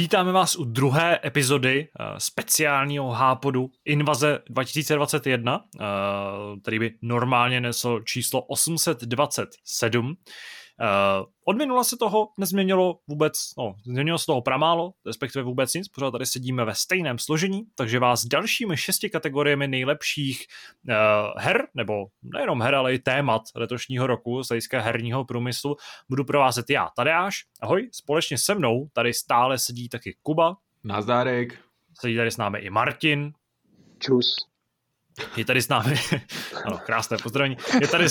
Vítáme vás u druhé epizody speciálního Hápodu Invaze 2021, který by normálně nesl číslo 827. Od minula se toho nezměnilo vůbec, změnilo se toho pramálo, respektive vůbec nic, pořád tady sedíme ve stejném složení, takže vás dalšími 6 kategoriemi nejlepších her, nebo nejenom her, ale i témat letošního roku z hlediska herního průmyslu budu provázet já, Tadeáš. Ahoj, společně se mnou tady stále sedí taky Kuba. Nazdárek. Sedí tady s námi i Martin. Čus. Je tady s námi, ano, krásné pozdravení. Je tady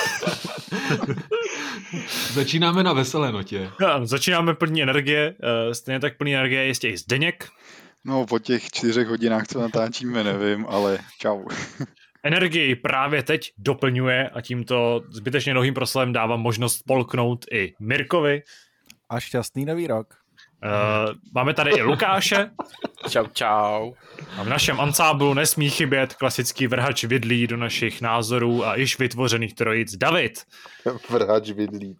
Začínáme na veselé notě. Začínáme plní energie, stejně tak plný energie je jistě i Zdeněk. No po těch 4 hodinách, co natáčíme, nevím, ale čau. Energii právě teď doplňuje a tímto zbytečně dlouhým proslovem dávám možnost polknout i Mirkovi. A šťastný nový rok. Máme tady i Lukáše. Čau, čau. A v našem ansáblu nesmí chybět klasický vrhač vidlí do našich názorů a již vytvořených trojic David. Vrhač vidlí.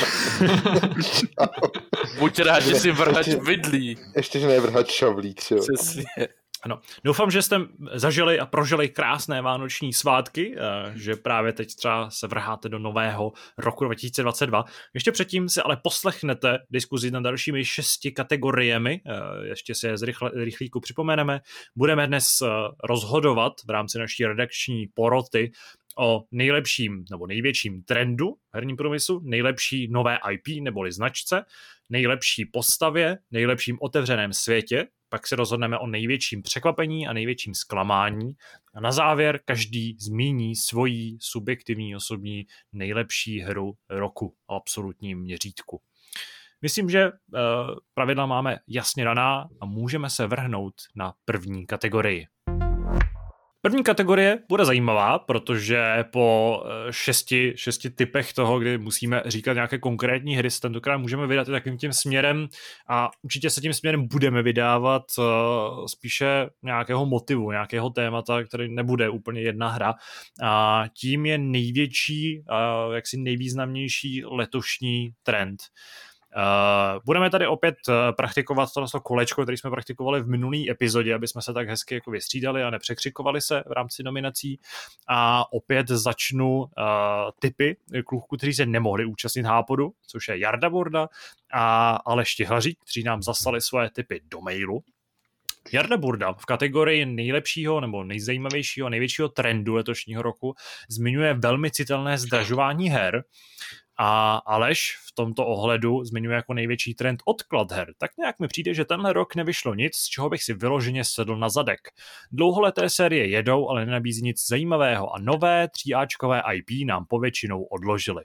Buď rád, že jsi vrhač vidlí. Ještě, že ne vrhač šavlí, třeba. Přesně. Ano. Doufám, že jste zažili a prožili krásné vánoční svátky, že právě teď třeba se vrháte do nového roku 2022. Ještě předtím si ale poslechnete diskuzi nad dalšími 6 kategoriemi, ještě si je z rychlíku připomeneme. Budeme dnes rozhodovat v rámci naší redakční poroty o nejlepším nebo největším trendu v herním průmyslu, nejlepší nové IP neboli značce, nejlepší postavě, nejlepším otevřeném světě. Pak se rozhodneme o největším překvapení a největším zklamání. A na závěr každý zmíní svoji subjektivní osobní nejlepší hru roku v absolutním měřítku. Myslím, že pravidla máme jasně daná a můžeme se vrhnout na první kategorii. První kategorie bude zajímavá, protože po 6 typech toho, kdy musíme říkat nějaké konkrétní hry, se tentokrát můžeme vydat i takovým tím směrem a určitě se tím směrem budeme vydávat spíše nějakého motivu, nějakého témata, který nebude úplně jedna hra. A tím je největší, jaksi nejvýznamnější letošní trend. Budeme tady opět praktikovat to kolečko, které jsme praktikovali v minulé epizodě, aby jsme se tak hezky jako vystřídali a nepřekřikovali se v rámci nominací. A opět začnu tipy kluků, kteří se nemohli účastnit Hápodu, což je Jarda Burda a Aleš Tihlařík, kteří nám zaslali svoje tipy do mailu. Jarda Burda v kategorii nejlepšího nebo nejzajímavějšího a největšího trendu letošního roku zmiňuje velmi citelné zdražování her. A Aleš v tomto ohledu zmiňuje jako největší trend odklad her. Tak nějak mi přijde, že tenhle rok nevyšlo nic, z čeho bych si vyloženě sedl na zadek. Dlouholeté série jedou, ale nenabízí nic zajímavého a nové 3áčkové IP nám povětšinou odložili.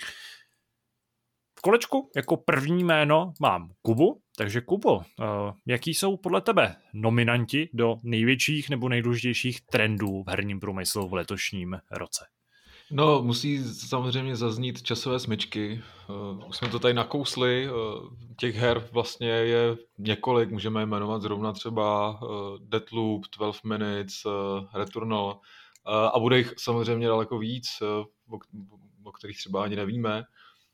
V kolečku jako první jméno mám Kubu, takže Kubo, jaký jsou podle tebe nominanti do největších nebo nejdůležitějších trendů v herním průmyslu v letošním roce? No, musí samozřejmě zaznít časové smyčky. Už jsme to tady nakousli. Těch her vlastně je několik. Můžeme jmenovat zrovna třeba Deathloop, 12 Minutes, Returnal. A bude jich samozřejmě daleko víc, o kterých třeba ani nevíme.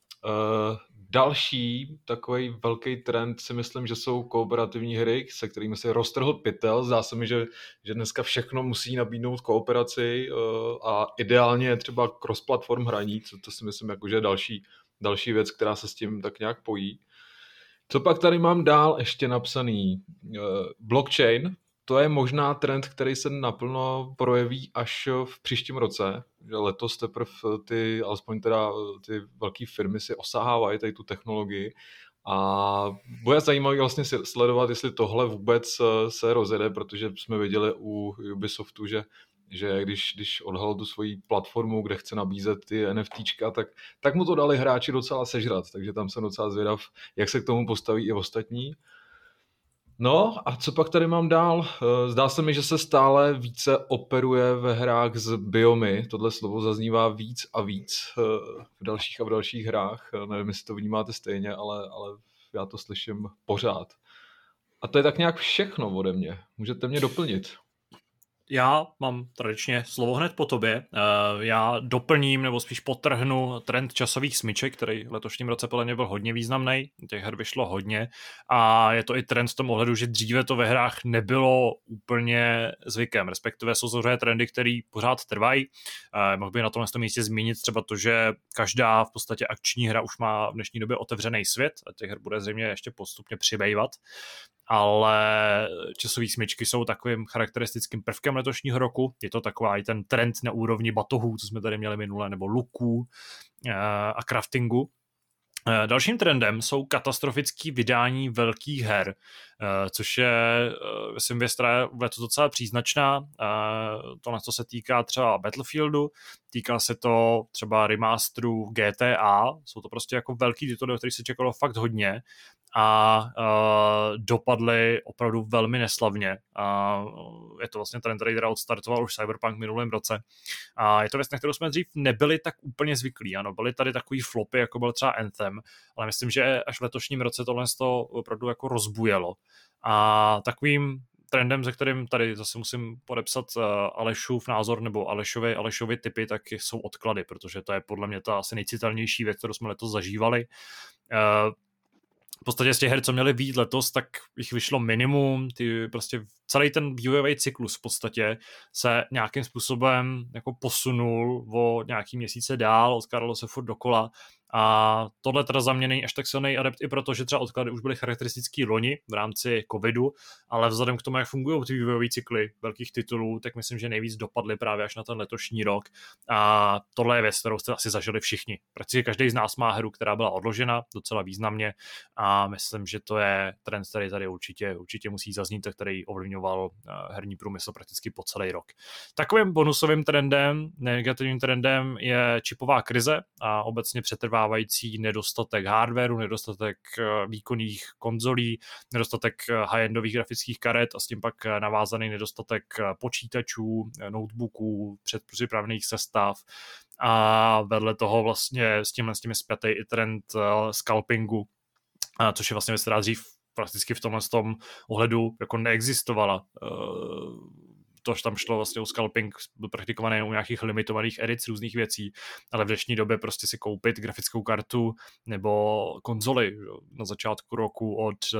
Další takový velký trend si myslím, že jsou kooperativní hry, se kterými se roztrhl pytel. Zdá se mi, že dneska všechno musí nabídnout kooperaci a ideálně třeba cross-platform hraní, to si myslím, jako, že je další věc, která se s tím tak nějak pojí. Co pak tady mám dál ještě napsaný? Blockchain. To je možná trend, který se naplno projeví až v příštím roce. Že letos teprve alespoň teda ty velké firmy si osahávají tady tu technologii a bude zajímavé vlastně sledovat, jestli tohle vůbec se rozjede, protože jsme viděli u Ubisoftu, že když odhalil tu svoji platformu, kde chce nabízet ty NFTčka, tak mu to dali hráči docela sežrat, takže tam jsem docela zvědav, jak se k tomu postaví i ostatní. No a co pak tady mám dál? Zdá se mi, že se stále více operuje ve hrách s biomy. Tohle slovo zaznívá víc a víc v dalších hrách. Nevím, jestli to vnímáte stejně, ale já to slyším pořád. A to je tak nějak všechno ode mě. Můžete mě doplnit. Já mám tradičně slovo hned po tobě. Já doplním, nebo spíš podtrhnu trend časových smyček, který v letošním roce podle mě byl hodně významný. Těch her vyšlo hodně a je to i trend v tom ohledu, že dříve to ve hrách nebylo úplně zvykem, respektive jsou samozřejmě trendy, které pořád trvají. Mohl bych na tomhle místě zmínit třeba to, že každá v podstatě akční hra už má v dnešní době otevřený svět a těch her bude zřejmě ještě postupně přibývat. Ale časové smyčky jsou takovým charakteristickým prvkem letošního roku. Je to takový ten trend na úrovni batohů, co jsme tady měli minule, nebo luků a craftingu. Dalším trendem jsou katastrofické vydání velkých her, což je, myslím, věc, která je to docela příznačná. Tohle se týká třeba Battlefieldu, týká se to třeba remasteru GTA, jsou to prostě jako velký tituly, o kterých se čekalo fakt hodně a dopadly opravdu velmi neslavně. Je to vlastně trend, který teda odstartoval už Cyberpunk v minulém roce. A je to věc, na kterou jsme dřív nebyli tak úplně zvyklí. Ano, byly tady takový flopy, jako byl třeba Anthem, ale myslím, že až v letošním roce tohle to opravdu jako rozbujelo. A takovým trendem, se kterým tady zase musím podepsat Alešův názor, nebo Alešovi typy, tak jsou odklady, protože to je podle mě ta asi nejcitelnější věc, kterou jsme letos zažívali. V podstatě z těch her, co měly být letos, tak jich vyšlo minimum, prostě celý ten vývojový cyklus v podstatě se nějakým způsobem jako posunul o nějaký měsíce dál, odkládalo se furt dokola a tohle teda za mě není až tak silný adept i proto, že třeba odklady už byly charakteristický loni v rámci covidu, ale vzhledem k tomu, jak fungují ty vývojové cykly velkých titulů, tak myslím, že nejvíc dopadly právě až na ten letošní rok a tohle je věc, kterou jste asi zažili všichni. Prakticky každý z nás má hru, která byla odložena docela významně a myslím, že to je trend, který tady určitě musí zaznít a který ovlivňoval herní průmysl prakticky po celý rok. Takovým bonusovým trendem, negativním trendem je čipová krize a obecně přetrvávající nedostatek hardwareu, nedostatek výkonných konzolí, nedostatek high-endových grafických karet a s tím pak navázaný nedostatek počítačů, notebooků, předpřipravených sestav a vedle toho vlastně s tím spjatý i trend scalpingu, což je vlastně věc, která dřív prakticky v tomhle ohledu jako neexistovala. Tož tam šlo vlastně o scalping, byl praktikovaný u nějakých limitovaných edic různých věcí, ale v dnešní době prostě si koupit grafickou kartu nebo konzoli na začátku roku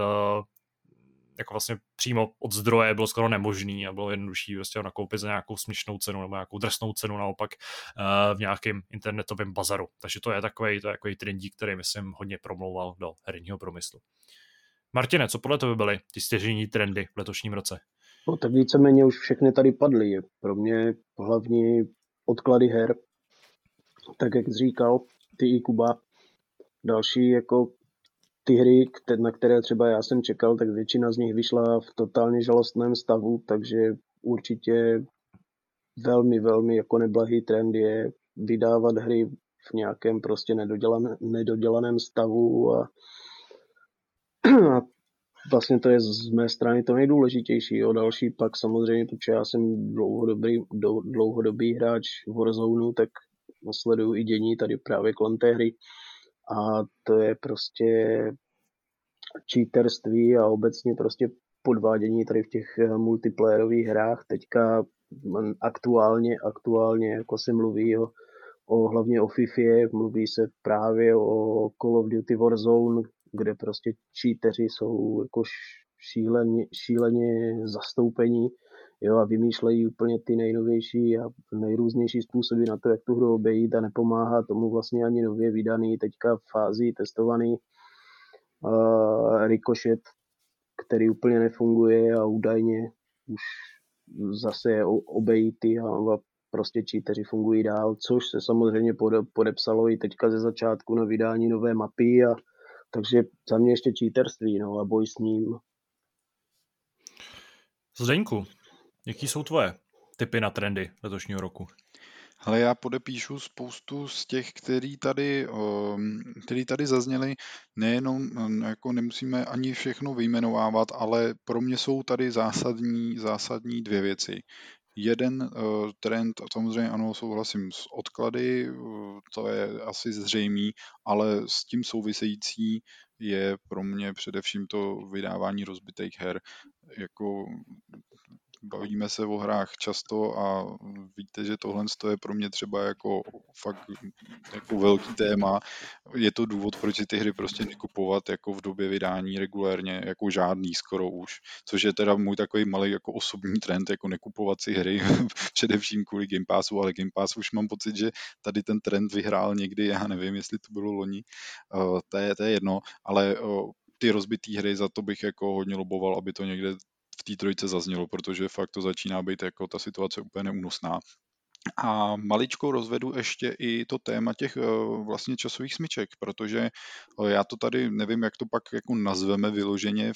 jako vlastně přímo od zdroje bylo skoro nemožný a bylo jednodušší prostě ho nakoupit za nějakou směšnou cenu nebo nějakou drsnou cenu naopak v nějakém internetovém bazaru. Takže to je takový trendík, který myslím hodně promlouval do herního průmyslu. Martine, co podle tebe byly ty stěžejní trendy v letošním roce? No, tak víceméně už všechny tady padly. Pro mě hlavní odklady her, tak jak jsi říkal, ty i Kuba, další jako ty hry, na které třeba já jsem čekal, tak většina z nich vyšla v totálně žalostném stavu, takže určitě velmi, velmi jako neblahý trend je vydávat hry v nějakém prostě nedodělaném stavu a vlastně to je z mé strany to nejdůležitější. Jo. Další pak samozřejmě, protože já jsem dlouhodobý hráč Warzone, tak sleduju i dění tady právě kolem té hry. A to je prostě cheaterství a obecně prostě podvádění tady v těch multiplayerových hrách. Teďka aktuálně jako se mluví hlavně o FIFA, mluví se právě o Call of Duty Warzone, kde prostě cheateři jsou jako šíleně zastoupení, jo, a vymýšlejí úplně ty nejnovější a nejrůznější způsoby na to, jak tu hru obejít a nepomáhá tomu vlastně ani nově vydaný, teďka v fázi testovaný Ricochet, který úplně nefunguje a údajně už zase je obejítý a prostě cheateři fungují dál, což se samozřejmě podepsalo i teďka ze začátku na vydání nové mapy a takže za mě ještě cheaterství, no a boj s ním. Zdeňku, jaký jsou tvoje tipy na trendy letošního roku? Hele, já podepíšu spoustu z těch, který tady zazněly, nejenom, jako nemusíme ani všechno vyjmenovávat, ale pro mě jsou tady zásadní dvě věci. Jeden trend, samozřejmě ano, souhlasím s odklady, to je asi zřejmý, ale s tím související je pro mě především to vydávání rozbitých her. Jako bavíme se o hrách často a víte, že tohle je pro mě třeba jako fakt jako velký téma. Je to důvod, proč si ty hry prostě nekupovat jako v době vydání regulérně, jako žádný skoro už, což je teda můj takový malý jako osobní trend, jako nekupovat si hry především kvůli Game Passu, ale Game Pass už mám pocit, že tady ten trend vyhrál někdy, já nevím, jestli to bylo loni, to je jedno, ale ty rozbitý hry, za to bych jako hodně loboval, aby to někde v té trojce zaznělo, protože fakt to začíná být jako ta situace úplně neúnosná. A maličko rozvedu ještě i to téma těch vlastně časových smyček, protože já to tady nevím, jak to pak jako nazveme vyloženě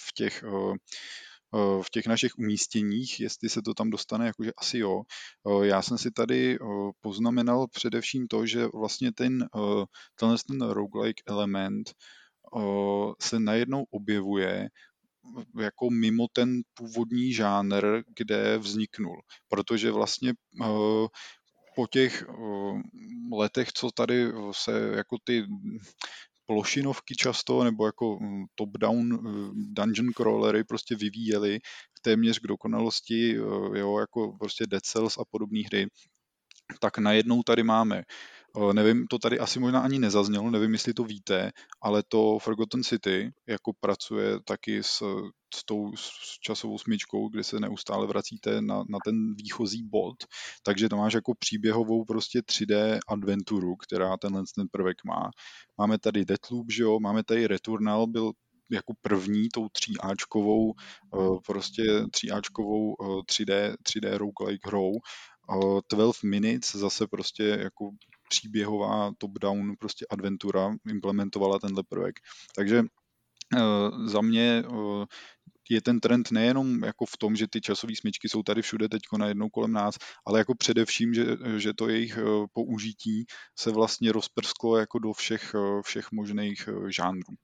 v těch našich umístěních, jestli se to tam dostane, jakože asi jo. Já jsem si tady poznamenal především to, že vlastně ten roguelike element se najednou objevuje jako mimo ten původní žánr, kde vzniknul. Protože vlastně po těch letech, co tady se jako ty plošinovky často, nebo jako top-down dungeon crawlery prostě vyvíjely téměř k dokonalosti, jo, jako prostě Dead Cells a podobné hry, tak najednou tady máme. Nevím, to tady asi možná ani nezaznělo, nevím, jestli to víte, ale to Forgotten City jako pracuje taky s tou časovou smyčkou, kde se neustále vracíte na ten výchozí bod, takže to máš jako příběhovou prostě 3D adventuru, která ten prvek má. Máme tady Deathloop, že jo, máme tady Returnal, byl jako první tou 3Ačkovou prostě 3Ačkovou 3D roguelike hrou. 12 Minutes zase prostě jako příběhová top-down prostě adventura implementovala tenhle prvek. Takže za mě je ten trend nejenom jako v tom, že ty časové smyčky jsou tady všude teďko najednou kolem nás, ale jako především, že to jejich použití se vlastně rozprsklo jako do všech možných žánrů.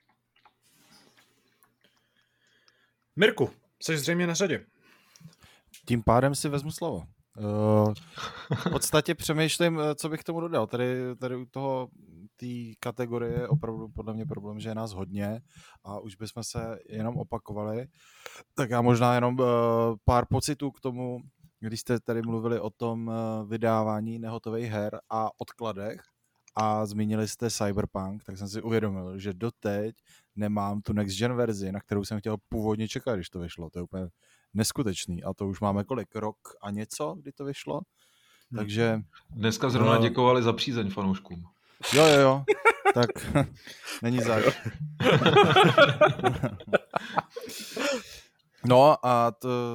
Mirku, jsi zřejmě na řadě. Tím pádem si vezmu slovo. V podstatě přemýšlím, co bych k tomu dodal. Tady u toho té kategorie je opravdu podle mě problém, že je nás hodně a už bychom se jenom opakovali. Tak já možná jenom pár pocitů k tomu, když jste tady mluvili o tom vydávání nehotových her a odkladech a zmínili jste Cyberpunk, tak jsem si uvědomil, že doteď nemám tu next gen verzi, na kterou jsem chtěl původně čekat, když to vyšlo. To je úplně neskutečný. A to už máme kolik? Rok a něco, kdy to vyšlo? Takže... Dneska zrovna děkovali za přízeň fanouškům. Jo. Tak není zač. No a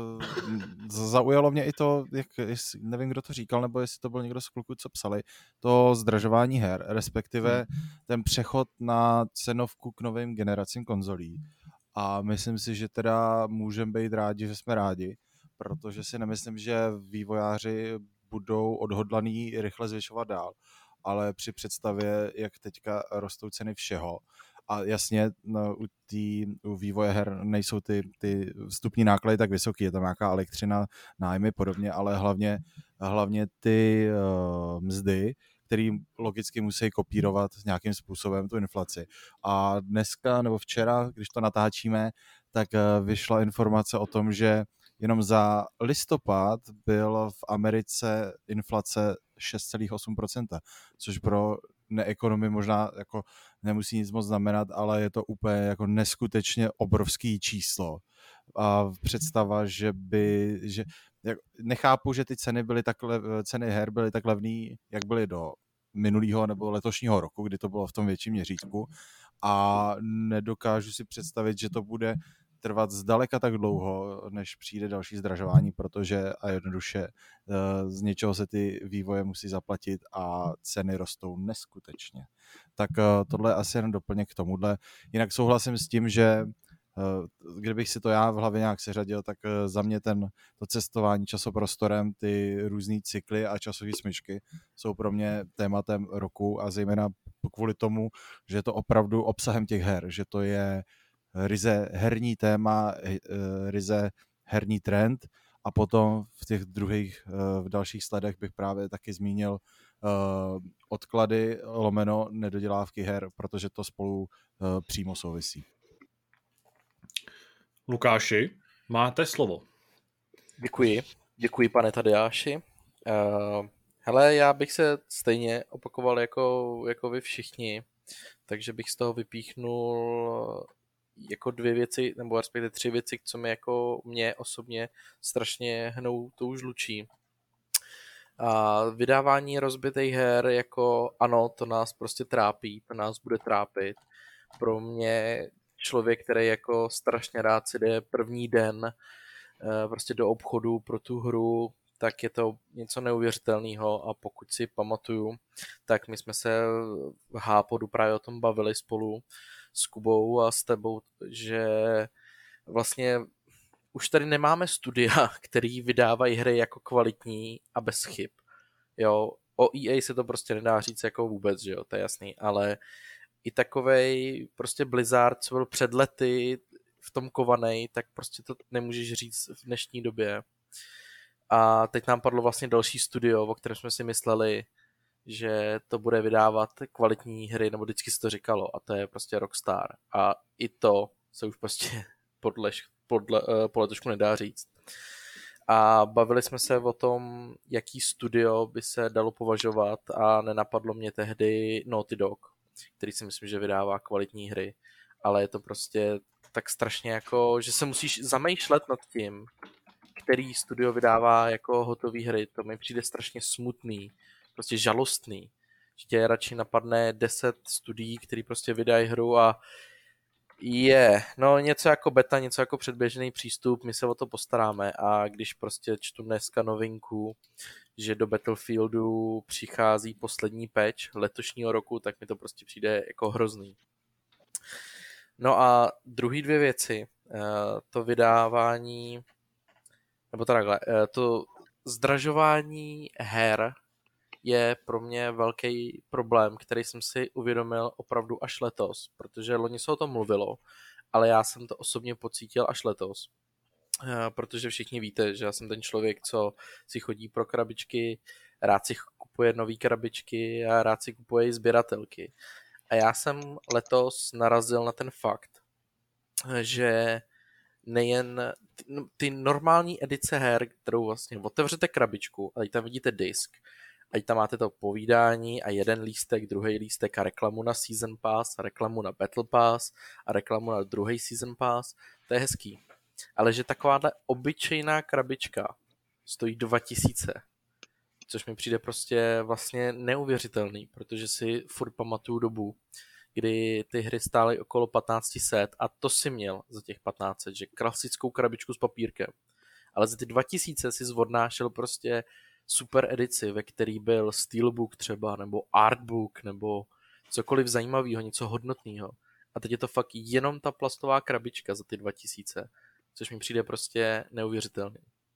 zaujalo mě i to, nevím, kdo to říkal, nebo jestli to byl někdo z kluků, co psali, to zdražování her, respektive ten přechod na cenovku k novým generacím konzolí. A myslím si, že teda můžeme být rádi, že jsme rádi, protože si nemyslím, že vývojáři budou odhodlaný rychle zvyšovat dál, ale při představě, jak teďka rostou ceny všeho, a jasně, no, u vývoje her nejsou ty vstupní náklady tak vysoké, je tam nějaká elektřina, nájmy podobně, ale hlavně ty mzdy, který logicky musí kopírovat nějakým způsobem tu inflaci. A dneska nebo včera, když to natáčíme, tak vyšla informace o tom, že jenom za listopad byl v Americe inflace 6,8%, což pro neekonomy možná jako nemusí nic moc znamenat, ale je to úplně jako neskutečně obrovský číslo. A představa, že nechápu, že ty ceny ceny her byly tak levný, jak byly do minulého nebo letošního roku, kdy to bylo v tom větším měřítku, a nedokážu si představit, že to bude trvat zdaleka tak dlouho, než přijde další zdražování, protože a jednoduše z něčeho se ty vývoje musí zaplatit a ceny rostou neskutečně. Tak tohle asi jen doplněk k tomuhle. Jinak souhlasím s tím, že kdybych si to já v hlavě nějak seřadil, tak za mě to cestování časoprostorem, ty různý cykly a časové smyčky jsou pro mě tématem roku a zejména kvůli tomu, že je to opravdu obsahem těch her, že to je ryze herní téma, ryze herní trend a potom v dalších sledech bych právě taky zmínil odklady lomeno nedodělávky her, protože to spolu přímo souvisí. Lukáši, máte slovo. Děkuji pane Tadeáši. Hele, já bych se stejně opakoval jako vy všichni, takže bych z toho vypíchnul jako 2 věci, nebo respektive 3 věci, co mi jako mě osobně strašně hnou tou žlučí. A vydávání rozbitých her, jako ano, to nás prostě trápí, to nás bude trápit. Pro mě člověk, který jako strašně rád si jde první den prostě do obchodu pro tu hru, tak je to něco neuvěřitelného a pokud si pamatuju, tak my jsme se v Hápodu právě o tom bavili spolu s Kubou a s tebou, že vlastně už tady nemáme studia, který vydávají hry jako kvalitní a bez chyb. Jo, o EA se to prostě nedá říct jako vůbec, že jo, to je jasný, ale i takovej prostě Blizzard, co byl před lety v tom kovanej, tak prostě to nemůžeš říct v dnešní době. A teď nám padlo vlastně další studio, o kterém jsme si mysleli, že to bude vydávat kvalitní hry, nebo vždycky se to říkalo, a to je prostě Rockstar. A i to se už prostě po letošku nedá říct. A bavili jsme se o tom, jaký studio by se dalo považovat a nenapadlo mě tehdy Naughty Dog, který si myslím, že vydává kvalitní hry, ale je to prostě tak strašně jako, že se musíš zamýšlet nad tím, který studio vydává jako hotové hry. To mi přijde strašně smutný, prostě žalostný. Že tě radši napadne 10 studií, který prostě vydají hru a no něco jako beta, něco jako předběžný přístup, my se o to postaráme a když prostě čtu dneska novinku, že do Battlefieldu přichází poslední patch letošního roku, tak mi to prostě přijde jako hrozný. No a druhý 2 věci, to vydávání, nebo takhle, to zdražování her je pro mě velký problém, který jsem si uvědomil opravdu až letos, protože loni se o tom mluvilo, ale já jsem to osobně pocítil až letos, protože všichni víte, že já jsem ten člověk, co si chodí pro krabičky, rád si kupuje nový krabičky a rád si kupuje i sběratelky. A já jsem letos narazil na ten fakt, že nejen ty normální edice her, kterou vlastně otevřete krabičku a tam vidíte disk, a tam máte to povídání a jeden lístek, druhý lístek a reklamu na Season Pass, a reklamu na Battle Pass a reklamu na druhý Season Pass, to je hezký. Ale že takováhle obyčejná krabička stojí 2000, což mi přijde prostě vlastně neuvěřitelný, protože si furt pamatuju dobu, kdy ty hry stály okolo 1500 a to si měl za těch 1500, že klasickou krabičku s papírkem. Ale za ty 2000 si zvodnášel prostě super edici, ve který byl steelbook třeba, nebo artbook, nebo cokoliv zajímavého, něco hodnotného. A teď je to fakt jenom ta plastová krabička za ty 2000, což mi přijde prostě neuvěřitelný.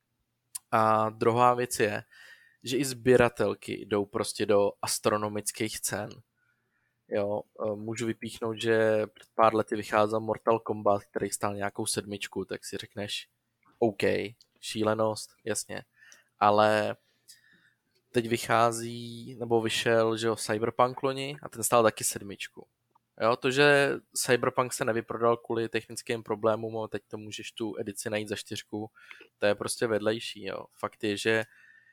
A druhá věc je, že i sběratelky jdou prostě do astronomických cen. Jo, můžu vypíchnout, že před pár lety vycházel Mortal Kombat, který stál nějakou 7, tak si řekneš OK, šílenost, jasně. Ale teď vychází, nebo vyšel, že jo, Cyberpunk loni a ten stál taky 7. Jo, to, že Cyberpunk se nevyprodal kvůli technickým problémům, a teď to můžeš tu edici najít za 4, to je prostě vedlejší, jo. Fakt je, že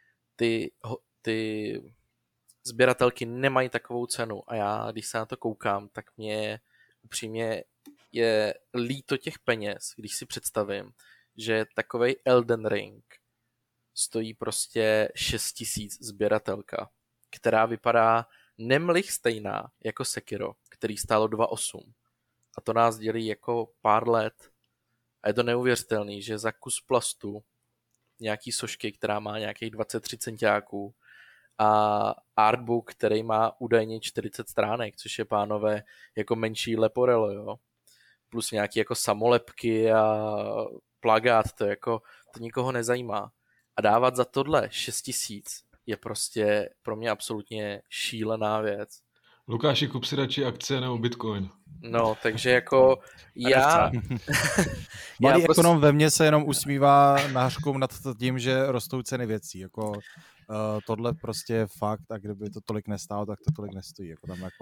ty sběratelky nemají takovou cenu a já, když se na to koukám, tak mě upřímně je líto těch peněz, když si představím, že takovej Elden Ring stojí prostě 6000 sběratelka, která vypadá nemlich stejná jako Sekiro, který stálo 2,8. A to nás dělí jako pár let. A je to neuvěřitelný, že za kus plastu nějaký sošky, která má nějakých 23 centiáků a artbook, který má údajně 40 stránek, což je, pánové, jako menší Leporello, jo. Plus nějaký jako samolepky a plagát, to nikoho nezajímá. A dávat za tohle 6000 je prostě pro mě absolutně šílená věc. Lukáši, kup si radši akcie nebo Bitcoin. No, takže jako já... Malý ekonom ve mně se jenom usmívá nářkou nad tím, že rostou ceny věcí. Jako tohle prostě je fakt a kdyby to tolik nestálo, tak to tolik nestojí. Jako tam jako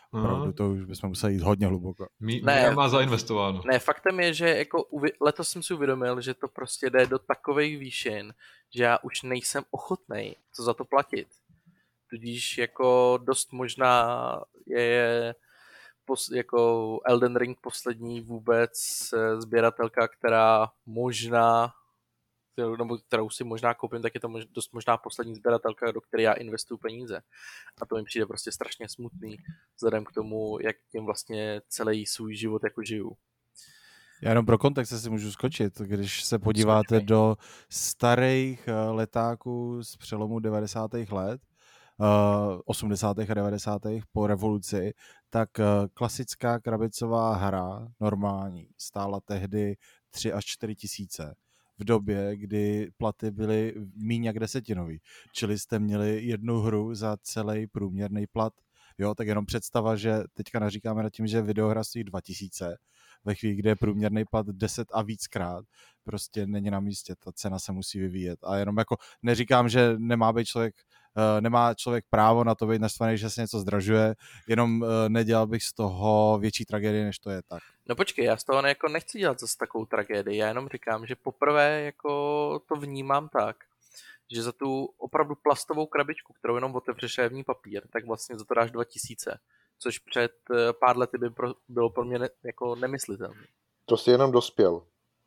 Opravdu to už bychom museli jít hodně hluboko. Mia má zainvestováno. Ne, faktem je, že jako letos jsem si uvědomil, že to prostě jde do takových výšin, že já už nejsem ochotnej co za to platit. Tudíž jako dost možná je jako Elden Ring poslední vůbec sběratelka, která možná, nebo kterou si možná koupím, tak je to dost možná poslední sběratelka, do které já investuju peníze. A to mi přijde prostě strašně smutný, vzhledem k tomu, jak tím vlastně celý svůj život jako žiju. Já jenom pro kontext si můžu skočit, když se podíváte do starých letáků z přelomu 90. let, 80. a 90. po revoluci, tak klasická krabicová hra, normální, stála tehdy 3 až 4 tisíce. V době, kdy platy byly míň jak desetinový. Čili jste měli jednu hru za celý průměrný plat. Jo, tak jenom představa, že teďka naříkáme nad tím, že videohra stojí 2000, ve chvíli, kde je průměrný plat 10 a víckrát, prostě není na místě, ta cena se musí vyvíjet. A jenom jako neříkám, že nemá člověk právo na to být naštvaný, že se něco zdražuje, jenom nedělal bych z toho větší tragédii, než to je tak. No počkej, já z toho nechci dělat zase takovou tragédii, já jenom říkám, že poprvé jako to vnímám tak, že za tu opravdu plastovou krabičku, kterou jenom otevřeš a je v ní papír, tak vlastně za to dáš 2000, což před pár lety by bylo pro mě jako nemyslitelné. To jsi jenom dospěl.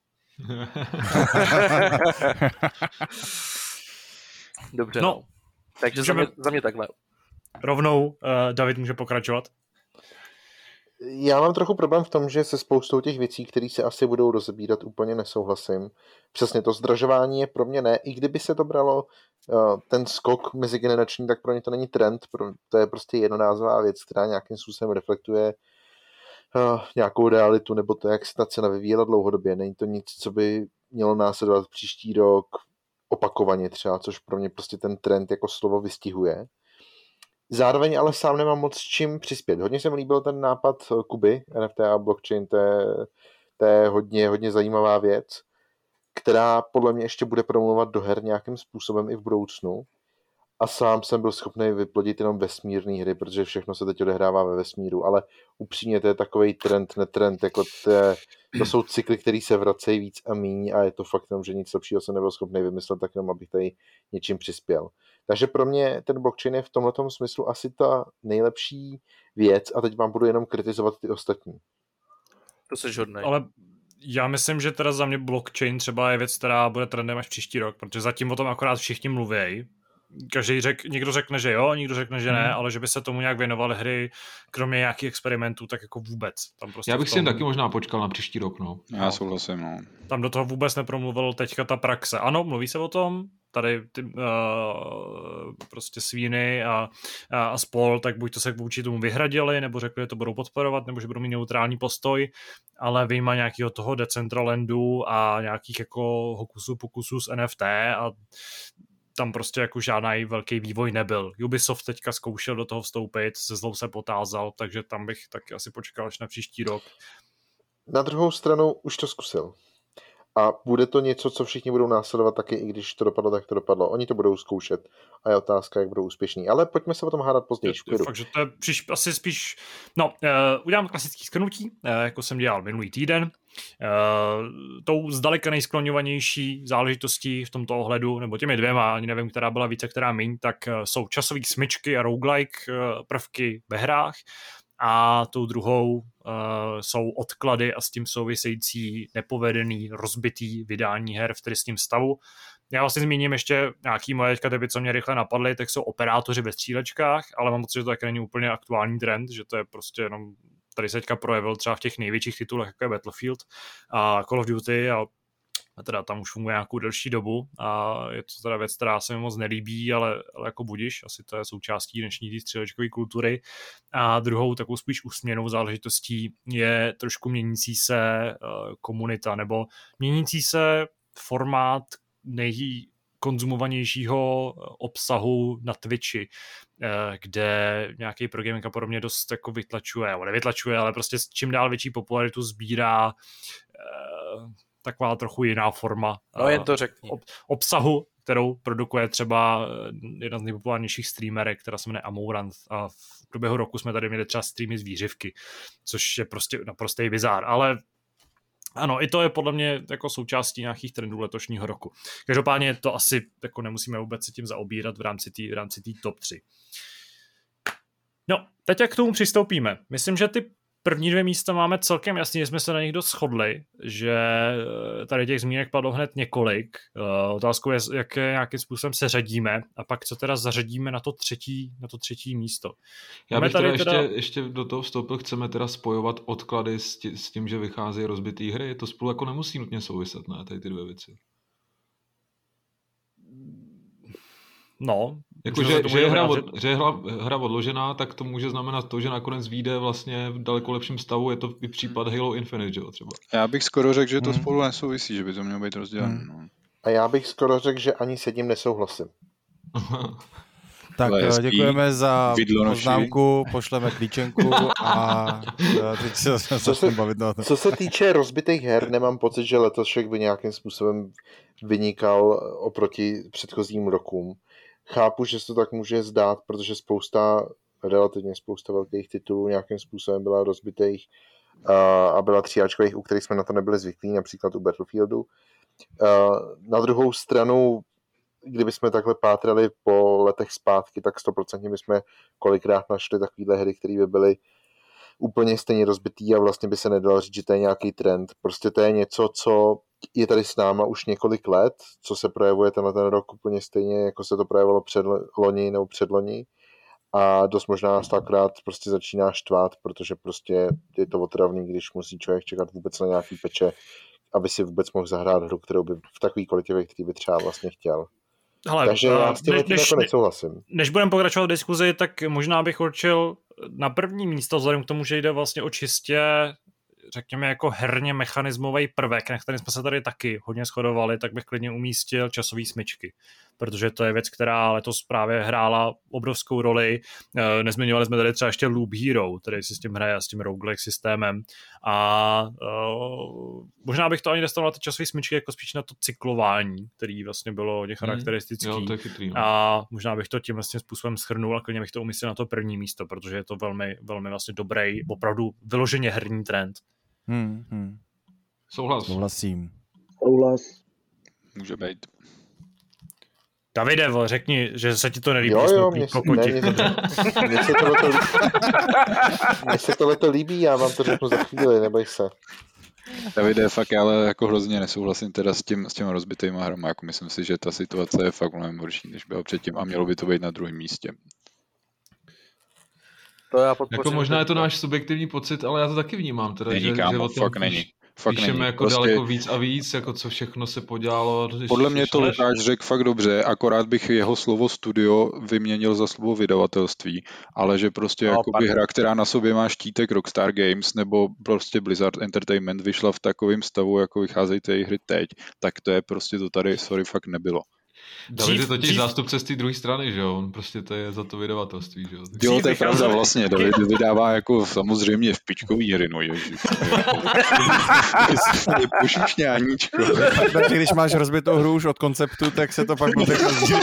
Dobře, no. Takže za mě takhle. Rovnou David může pokračovat. Já mám trochu problém v tom, že se spoustou těch věcí, které se asi budou rozebírat, úplně nesouhlasím. Přesně to zdražování je pro mě ne. I kdyby se to bralo ten skok mezigenerační, tak pro mě to není trend. To je prostě jednorázová věc, která nějakým způsobem reflektuje nějakou realitu, nebo to, jak se ta cena vyvíjela dlouhodobě. Není to nic, co by mělo následovat příští rok opakovaně třeba, což pro mě prostě ten trend jako slovo vystihuje. Zároveň ale sám nemám moc čím přispět. Hodně se mi líbil ten nápad Kuby, NFT a blockchain, to je hodně zajímavá věc, která podle mě ještě bude promluvat do her nějakým způsobem i v budoucnu. A sám jsem byl schopný vyplodit jenom vesmírné hry, protože všechno se teď odehrává ve vesmíru, ale upřímně to je takovej trend, netrend, jako to jsou cykly, které se vracejí víc a míň a je to fakt jenom, že nic lepšího jsem nebyl schopný vymyslet, tak jenom abych tady něčím přispěl. Takže pro mě ten blockchain je v tomhletom smyslu asi ta nejlepší věc a teď vám budu jenom kritizovat ty ostatní. To seš hodnej. Ale já myslím, že teda za mě blockchain třeba je věc, která bude trendem až příští rok, protože zatím o tom akorát všichni mluví. Někdo řekne, že jo, někdo řekne, že ne, ale že by se tomu nějak věnovaly hry, kromě nějakých experimentů, tak jako vůbec. Tam prostě já bych si jen taky možná počkal na příští rok, no. Já souhlasím, no. Tam do toho vůbec nepromluvil teďka ta praxe. Ano, mluví se o tom, tady ty prostě Svíny a spol, tak buď to se vůči tomu vyhradili, nebo řekli, že to budou podporovat, nebo že budou mít neutrální postoj, ale vyjma nějakého toho Decentralandu a nějakých jako hokusů z NFT a tam prostě jako žádný velký vývoj nebyl. Ubisoft teďka zkoušel do toho vstoupit, se zlou se potázal, takže tam bych taky asi počkal až na příští rok. Na druhou stranu už to zkusil. A bude to něco, co všichni budou následovat taky, i když to dopadlo, tak to dopadlo. Oni to budou zkoušet a je otázka, jak budou úspěšní. Ale pojďme se o tom hádat později. Takže to je asi spíš... No, udělám klasický shrnutí, jako jsem dělal minulý týden. Tou zdaleka nejskloňovanější záležitostí v tomto ohledu, nebo těmi dvěma, ani nevím, která byla více, která míň, tak jsou časové smyčky a roguelike prvky ve hrách. A tou druhou jsou odklady a s tím související nepovedený, rozbitý vydání her v tristním stavu. Já vlastně zmíním ještě nějaký moje teďka typy, co mě rychle napadly, tak jsou operátoři ve střílečkách, ale mám pocit, že to taky není úplně aktuální trend, že to je prostě jenom, tady se teďka projevil třeba v těch největších titulech, jako je Battlefield a Call of Duty a teda tam už funguje nějakou delší dobu a je to teda věc, která se mi moc nelíbí, ale jako budiš, asi to je součástí dnešní střílečkové kultury. A druhou takovou spíš usměnou záležitostí je trošku měnící se komunita nebo měnící se formát nejkonzumovanějšího obsahu na Twitchi, kde nějaký progaming a podobně dost jako nevytlačuje, ale prostě čím dál větší popularitu sbírá taková trochu jiná forma jen to řekni. Obsahu, kterou produkuje třeba jedna z nejpopulárnějších streamerek, která se jmenuje Amouranth, a v průběhu roku jsme tady měli třeba streamy z výřivky, což je prostě naprostý bizár, ale ano, i to je podle mě jako součástí nějakých trendů letošního roku. Každopádně to asi jako nemusíme vůbec se tím zaobírat v rámci té top 3. No, teď jak k tomu přistoupíme. Myslím, že ty první 2 místa máme celkem jasně, že jsme se na nich dost shodli, že tady těch zmínek padlo hned několik. Otázkou je, jak nějakým způsobem se řadíme a pak co teda zařadíme na to třetí místo. Já bych teda ještě do toho vstoupil, chceme teda spojovat odklady s tím, že vycházejí rozbitý hry. To spolu jako nemusí nutně souviset, ne, tady ty 2 věci. No, jakože, že je hra odložená, tak to může znamenat to, že nakonec vyjde vlastně v daleko lepším stavu, je to i případ Halo Infinite, jo, třeba. Já bych skoro řekl, že to spolu nesouvisí, že by to mělo být rozdělené. No. A já bych skoro řekl, že ani s jedním nesouhlasím. Tak děkujeme za poznámku, pošleme klíčenku a teď se začneme bavit na to. Co se týče rozbitých her, nemám pocit, že letošek by nějakým způsobem vynikal oproti předchozím rokům. Chápu, že se to tak může zdát, protože relativně spousta velkých titulů nějakým způsobem byla rozbitých a byla tříáčkových, u kterých jsme na to nebyli zvyklí, například u Battlefieldu. Na druhou stranu, kdyby jsme takhle pátrali po letech zpátky, tak 100% bychom kolikrát našli takovýhle hry, které by byly úplně stejně rozbitý a vlastně by se nedalo říct, že to je nějaký trend. Prostě to je něco, co je tady s náma už několik let, co se projevuje tenhle ten rok úplně stejně, jako se to projevilo předloni nebo předloni. A dost možná nás to akorát prostě začíná štvát, protože prostě je to otravný, když musí člověk čekat vůbec na nějaký peče, aby si vůbec mohl zahrát hru, kterou by v takový kvalitě, ve který by třeba vlastně chtěl. Hele, takže já s tím jako nesouhlasím. Než budeme pokračovat v diskuzi, tak možná bych určil na první místo, vzhledem k tomu, že jde vlastně o čistě, řekněme, jako herně mechanismový prvek, na kterém jsme se tady taky hodně shodovali, tak bych klidně umístil časové smyčky, protože to je věc, která letos právě hrála obrovskou roli. Nezmiňovali jsme tady třeba ještě Loop Hero, který si s tím hraje, s tím roguelike systémem, a možná bych to ani dostal na ty časové smyčky, jako spíš na to cyklování, který vlastně bylo hodně charakteristický. Jo, to je chytrý, no. A možná bych to tím vlastně způsobem shrnul a klidně bych to umístil na to první místo, protože je to velmi, velmi vlastně dobrý, opravdu vyloženě herní trend. Souhlasím. Souhlas. Může být. Davide, řekni, že se ti to nelíbí. Mně se tohleto líbí, já vám to řeknu za chvíli, neboj se. Davide, fakt já ale jako hrozně nesouhlasím teda s těma rozbitýma hrama, jako myslím si, že ta situace je fakt mnohem horší, než byla předtím a mělo by to být na druhém místě. To já podpořím. Jako možná je to náš subjektivní pocit, ale já to taky vnímám. Teda, není, že o tom fakt není. Píšeme jako prostě daleko víc a víc, jako co všechno se podělalo. Podle mě to Lukáš řekl fakt dobře, akorát bych jeho slovo studio vyměnil za slovo vydavatelství, ale že prostě jakoby hra, která na sobě má štítek Rockstar Games nebo prostě Blizzard Entertainment vyšla v takovém stavu, jako vycházejí ty hry teď, tak to je prostě to tady, sorry, fakt nebylo. David je totiž zástupce z té druhé strany, že jo? On prostě to je za to vydavatelství, že jo? Jo, to je pravda vlastně. David vydává jako samozřejmě špičkový hry, no ježiš. Pošušňáníčko. Takže když máš rozbitou hru už od konceptu, tak se to pak bude rozdíl.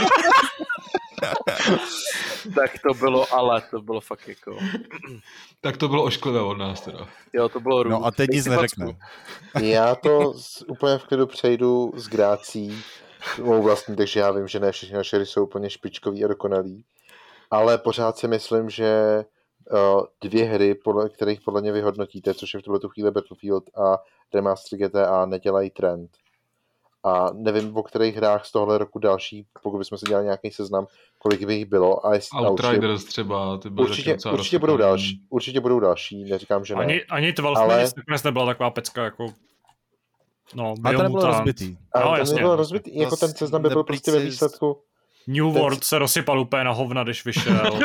Tak to bylo fakt jako... Tak to bylo ošklivé od nás teda. Jo, to bylo No a teď nic neřekne. Já to úplně v klidu přejdu s grácí mou vlastní, takže já vím, že ne všechny naše hry jsou úplně špičkový a dokonalý, ale pořád si myslím, že 2 hry, kterých podle mě vyhodnotíte, což je v tuhle chvíli Battlefield a Remaster GTA, nedělají trend. A nevím, o kterých hrách z tohle roku další, pokud bychom si dělali nějaký seznam, kolik by jich bylo. Outriders třeba, ty byly určitě budou další, neříkám, že ne. Ani 12 nakonec nebyla taková pecka, jako... No, a to nebylo rozbitý. No, jasně. Nebylo rozbitý, jako ten seznam by byl prostě ve výsledku. New World se rozsypal úplně na hovna, když vyšel.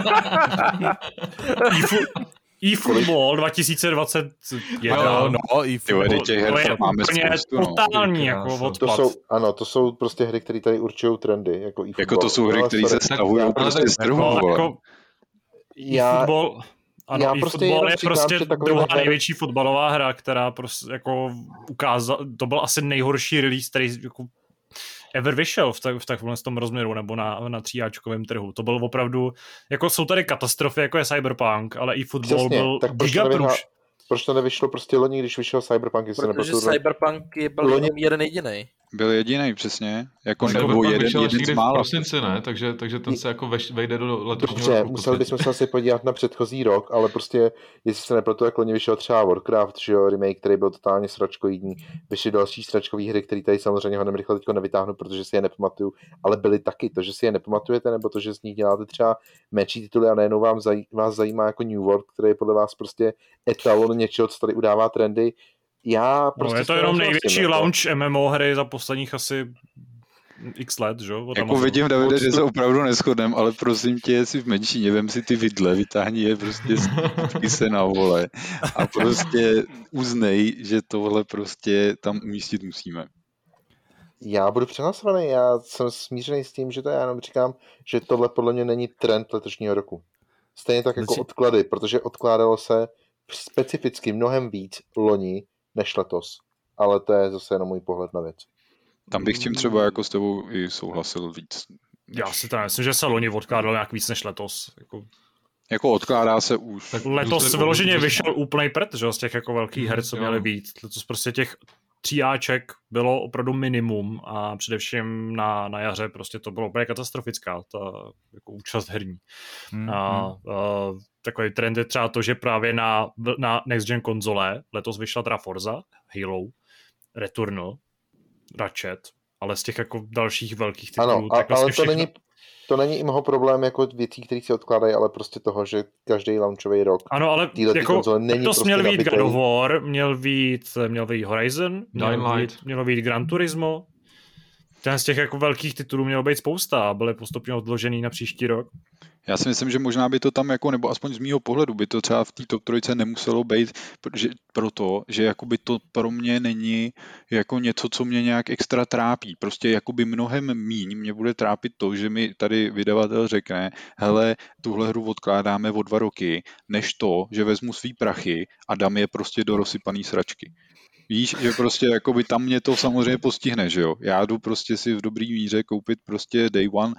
eFootball 2021. eFootball. To je úplně totální jako odpad. To jsou prostě hry, které tady určují trendy. Jako eFootball. Jako to jsou hry, které se stahují prostě z trhu. eFootball... Ano, eFootball je prostě druhá největší fotbalová hra, která prostě jako ukázala, to byl asi nejhorší release, který jako ever vyšel v takovém tom rozměru nebo na 3Ačkovém trhu. To byl opravdu, jako jsou tady katastrofy, jako je Cyberpunk, ale i football byl gigaprůš. Proč to nevyšlo prostě loni, když vyšel Cyberpunk? Protože Cyberpunk byl loni jeden jedinej. Byl jedinej, přesně. Jako nebo jeden z mála. V prosinci, ne? Takže ten se jako vejde do letošního roku. Dobře, museli bychom se asi podívat na předchozí rok, ale prostě, jestli se nepletu, jak loni vyšel třeba Warcraft, že jo, remake, který byl totálně sračkoidní. Vyšly další sračkový hry, který tady samozřejmě hodně rychle teďko nevytáhnu, protože si je nepamatuju, ale byly taky. To, že si je nepamatujete, nebo to, že z nich děláte třeba menší tituly a nejenom vás zajímá jako New World, který je podle vás prostě etalon něčeho, co tady udává trendy. Já prostě je to jenom největší launch MMO hry za posledních asi x let, že? Jako vidím, Davide, že se opravdu neschodnem, ale prosím tě, jestli v menšině, vem si ty vidle, vytáhni je prostě se na vole a prostě uznej, že tohle prostě tam umístit musíme. Já budu přehlasovaný, já jsem smířený s tím, že to já jenom říkám, že tohle podle mě není trend letošního roku. Stejně tak jako odklady, protože odkládalo se specificky mnohem víc loni než letos. Ale to je zase jenom můj pohled na věc. Tam bych tím třeba jako s tebou i souhlasil víc. Já si to myslím, že se loni odkládalo nějak víc než letos. Jako odkládá se už. Tak letos vyloženě vyšel úplnej prd, že z těch jako velkých her, co měly být. Letos prostě těch 3Aček bylo opravdu minimum a především na jaře prostě to bylo úplně katastrofická, ta jako účast herní. Takový trend je třeba to, že právě na next gen konzole letos vyšla teda Forza, Halo, Returnal, Ratchet, ale z těch jako dalších velkých titulů. Ano, tak ale všechno... to není i mnoho problém jako věcí, které se odkládají, ale prostě toho, že každý launchový rok ano, ale jako není to prostě měl být nabitej. God of War, měl být Horizon, mělo být Gran Turismo. Ten z těch jako velkých titulů mělo být spousta a byly postupně odložený na příští rok. Já si myslím, že možná by to tam jako, nebo aspoň z mýho pohledu, by to třeba v té top 3 nemuselo být, protože jakoby to pro mě není jako něco, co mě nějak extra trápí. Prostě jakoby mnohem míň mě bude trápit to, že mi tady vydavatel řekne, hele, tuhle hru odkládáme o 2 roky, než to, že vezmu svý prachy a dám je prostě do rozsypaný sračky. Víš, že prostě jakoby tam mě to samozřejmě postihne, že jo. Já jdu prostě si v dobrý míře koupit prostě Day One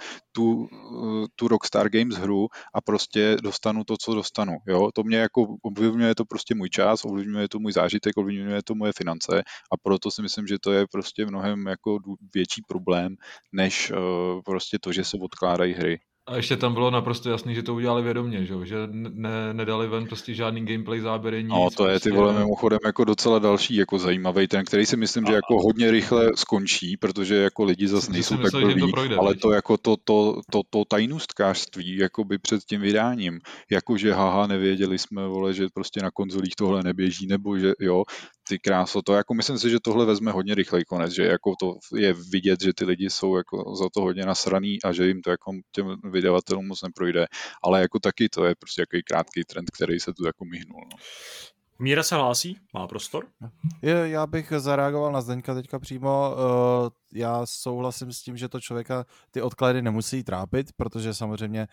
tu Rockstar Games hru a prostě dostanu to, co dostanu, jo. To mě jako ovlivňuje to prostě můj čas, ovlivňuje to můj zážitek, ovlivňuje to moje finance a proto si myslím, že to je prostě mnohem jako větší problém, než prostě to, že se odkládají hry. A ještě tam bylo naprosto jasný, že to udělali vědomě, že nedali ven prostě žádný gameplay záběry, nic. No to je ty vole mimochodem jako docela další jako zajímavý ten, který si myslím, že jako hodně rychle skončí, protože jako lidi zase nejsou tak blbí, ale to jako to tajnůstkářství jakoby před tím vydáním, jakože haha, nevěděli jsme, vole, že prostě na konzolích tohle neběží, nebo že jo, ty kráso, to jako myslím si, že tohle vezme hodně rychlej konec, že jako to je vidět, že ty lidi jsou jako za to hodně nasraný a že jim to jako těm vydavatelům moc neprojde, ale jako taky to je prostě jaký krátký trend, který se tu jako myhnul. No. Míra se hlásí? Má prostor? Já bych zareagoval na Zdeňka teďka přímo. Já souhlasím s tím, že to člověka ty odklady nemusí trápit, protože samozřejmě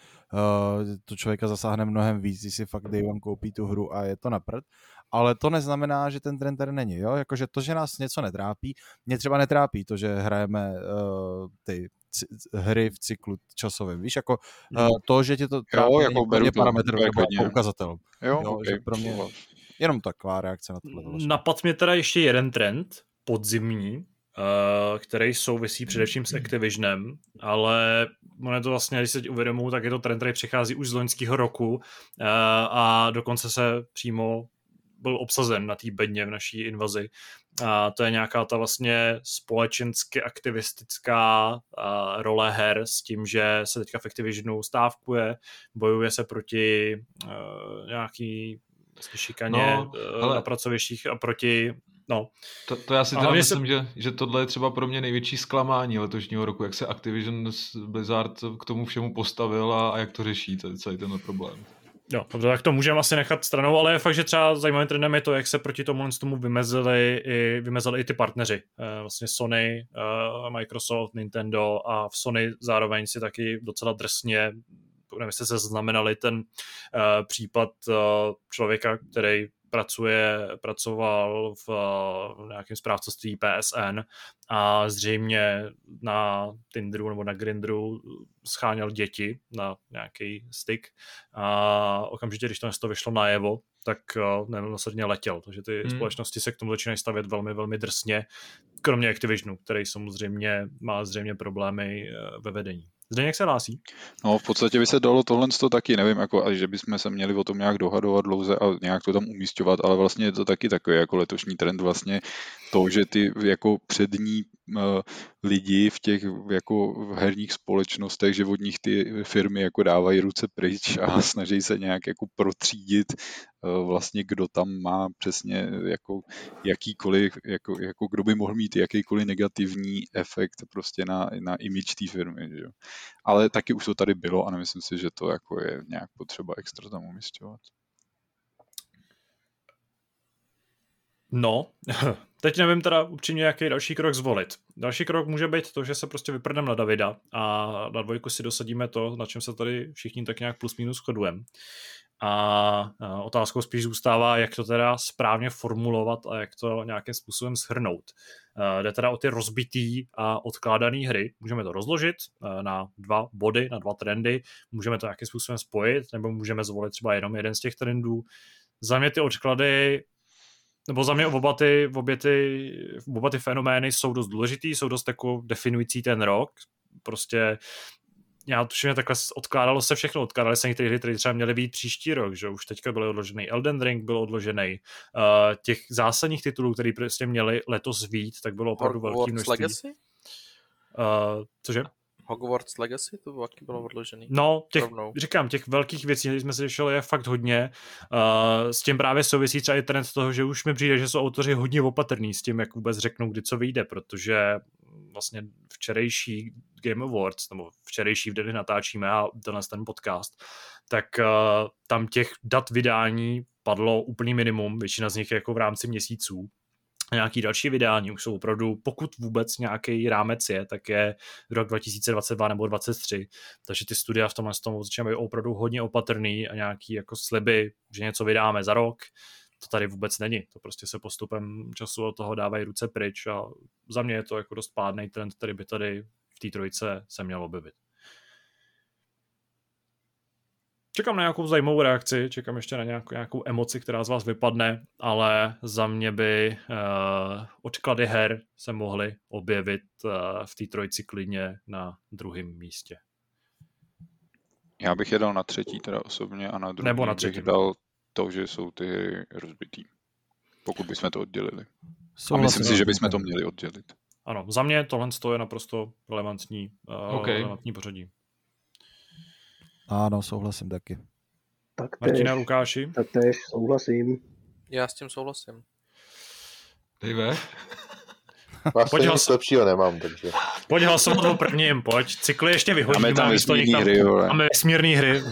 to člověka zasáhne mnohem víc, když si fakt Day One koupí tu hru a je to na prd. Ale to neznamená, že ten trend tady není. Jo? Jakože to, že nás něco netrápí, mě třeba netrápí to, že hrajeme ty hry v cyklu časovém. Víš, jako to, že tě to trápí, jako není parametr nebo ukazatel. Jo, že pro mě jenom taková reakce na tohle. Napad mě teda ještě jeden trend, podzimní, který souvisí především s Activisionem, ale ono to vlastně, když se uvědomuji, tak je to trend, který přichází už z loňského roku a dokonce se přímo byl obsazen na té bedně v naší invazi. A to je nějaká ta vlastně společensky aktivistická role her s tím, že se teďka v Activisionu stávkuje, bojuje se proti nějaký šikaně na pracovištích a proti... No. To já si teda myslím, že tohle je třeba pro mě největší zklamání letošního roku, jak se Activision Blizzard k tomu všemu postavil a jak to řeší celý tenhle problém. Jo, tak to můžeme asi nechat stranou, ale je fakt, že třeba zajímavým trendem je to, jak se proti tomu vymezili i ty partneři. Vlastně Sony, Microsoft, Nintendo a v Sony zároveň si taky docela drsně, nevím, jestli se znamenali ten případ člověka, který pracoval v nějakém správcovství PSN a zřejmě na Tinderu nebo na Grindru scháněl děti na nějaký styk a okamžitě, když to vyšlo najevo, tak nemilosrdně letěl. Takže ty společnosti se k tomu začínají stavět velmi, velmi drsně, kromě Activisionu, který samozřejmě má zřejmě problémy ve vedení. Zdeněk se hlásí? No, v podstatě by se dalo tohle taky, nevím, jako, že bychom se měli o tom nějak dohadovat dlouze a nějak to tam umísťovat, ale vlastně je to taky takový jako letošní trend vlastně to, že ty jako přední lidi v těch jako v herních společnostech, že od nich ty firmy jako dávají ruce pryč a snaží se nějak jako protřídit vlastně kdo tam má přesně jako jakýkoliv, jako kdo by mohl mít jakýkoliv negativní efekt prostě na image té firmy, že jo. Ale taky už to tady bylo a nemyslím si, že to jako je nějak potřeba extra tam umísťovat. No, teď nevím teda upřímně, jaký další krok zvolit. Další krok může být to, že se prostě vyprdneme na Davida a na dvojku si dosadíme to, na čem se tady všichni tak nějak plus minus shodujeme. A otázkou spíš zůstává, jak to teda správně formulovat a jak to nějakým způsobem shrnout. Jde teda o ty rozbitý a odkládané hry. Můžeme to rozložit na 2 body, na 2 trendy. Můžeme to nějakým způsobem spojit, nebo můžeme zvolit třeba jenom jeden z těch trendů. Za mě ty odklady, nebo za mě oba ty fenomény jsou dost důležitý, jsou dost jako definující ten rok. Prostě já tuším, takhle odkládalo se všechno, odkládali se některé hry, které třeba měly být příští rok, že už teďka byl odložený Elden Ring, byl odložený, těch zásadních titulů, které prostě měli letos vyjít, tak bylo opravdu velký množství. Legacy? Cože? Hogwarts Legacy, to taky bylo odložený. No, těch velkých věcí, které jsme si řešili, je fakt hodně. S tím právě souvisí třeba i trend toho, že už mi přijde, že jsou autoři hodně opatrní s tím, jak vůbec řeknou, kdy co vyjde, protože vlastně včerejší Game Awards, nebo včerejší v den, kdy natáčíme a ten podcast, tak tam těch dat vydání padlo úplný minimum, většina z nich je jako v rámci měsíců. Nějaký další vydání už jsou opravdu, pokud vůbec nějaký rámec je, tak je rok 2022 nebo 2023, takže ty studia v tomhle tomu začínají být opravdu hodně opatrný a nějaký jako sliby, že něco vydáme za rok, to tady vůbec není, to prostě se postupem času od toho dávají ruce pryč a za mě je to jako dost pádnej trend, který by tady v té trojice se měl objevit. Čekám na nějakou zajímavou reakci, čekám ještě na nějakou emoci, která z vás vypadne, ale za mě by odklady her se mohly objevit v té trojici klidně na druhém místě. Já bych je dal na třetí teda osobně a na druhý nebo na třetí. Bych dal to, že jsou ty hry rozbitý. Pokud bychom to oddělili. A myslím si, že bychom to měli oddělit. Ano, za mě tohle je naprosto relevantní pořadí. Ano, souhlasím taky. Martina, Lukáši? Taktéž souhlasím. Já s tím souhlasím. Dejme. Vlastně nic lepšího nemám, takže. Pojď hlasovat o prvním, pojď. Cykly ještě vyhodíme. Máme tam vesmírný hry, Máme vesmírný hry.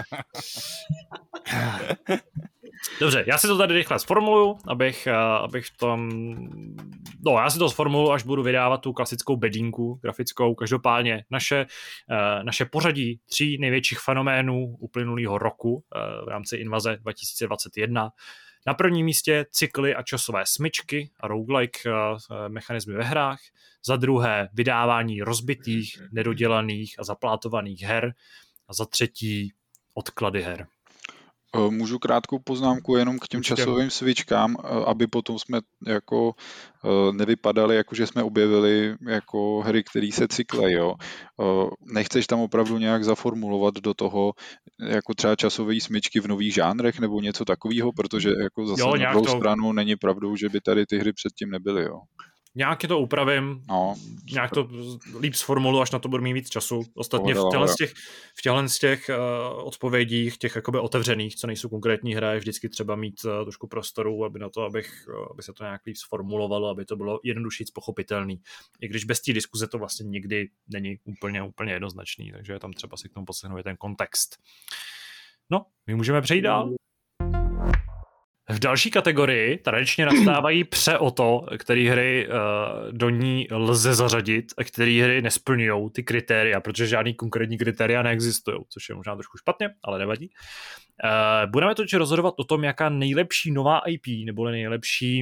Dobře, já si to tady rychle zformuluju, abych tam... No, já si to zformuluju, až budu vydávat tu klasickou bedínku grafickou. Každopádně naše pořadí 3 největších fenoménů uplynulého roku v rámci invaze 2021. Na prvním místě cykly a časové smyčky a roguelike mechanismy ve hrách. Za druhé vydávání rozbitých, nedodělaných a zaplátovaných her. A za třetí odklady her. Můžu krátkou poznámku jenom k těm časovým svičkám, aby potom jsme jako nevypadali, jako že jsme objevili jako hry, které se cyklej, jo. Nechceš tam opravdu nějak zaformulovat do toho jako třeba časové smyčky v nových žánrech nebo něco takového, protože jako zase na druhou stranu není pravdou, že by tady ty hry předtím nebyly, jo. Nějak to upravím, nějak to líp sformuluji, až na to budu mít víc času. Ostatně v těchto z těch odpovědích, těch jakoby otevřených, co nejsou konkrétní hry, je vždycky třeba mít trošku prostoru, aby na to, aby se to nějak líp sformulovalo, aby to bylo jednodušší pochopitelný. I když bez té diskuze to vlastně nikdy není úplně jednoznačný, takže je tam třeba si k tomu poslechnout ten kontext. No, my můžeme přejít dál. V další kategorii tradičně nastávají pře o to, které hry do ní lze zařadit a které hry nesplňují ty kritéria, protože žádný konkrétní kritéria neexistují, což je možná trošku špatně, ale nevadí. Budeme totiž rozhodovat o tom, jaká nejlepší nová IP, nebo nejlepší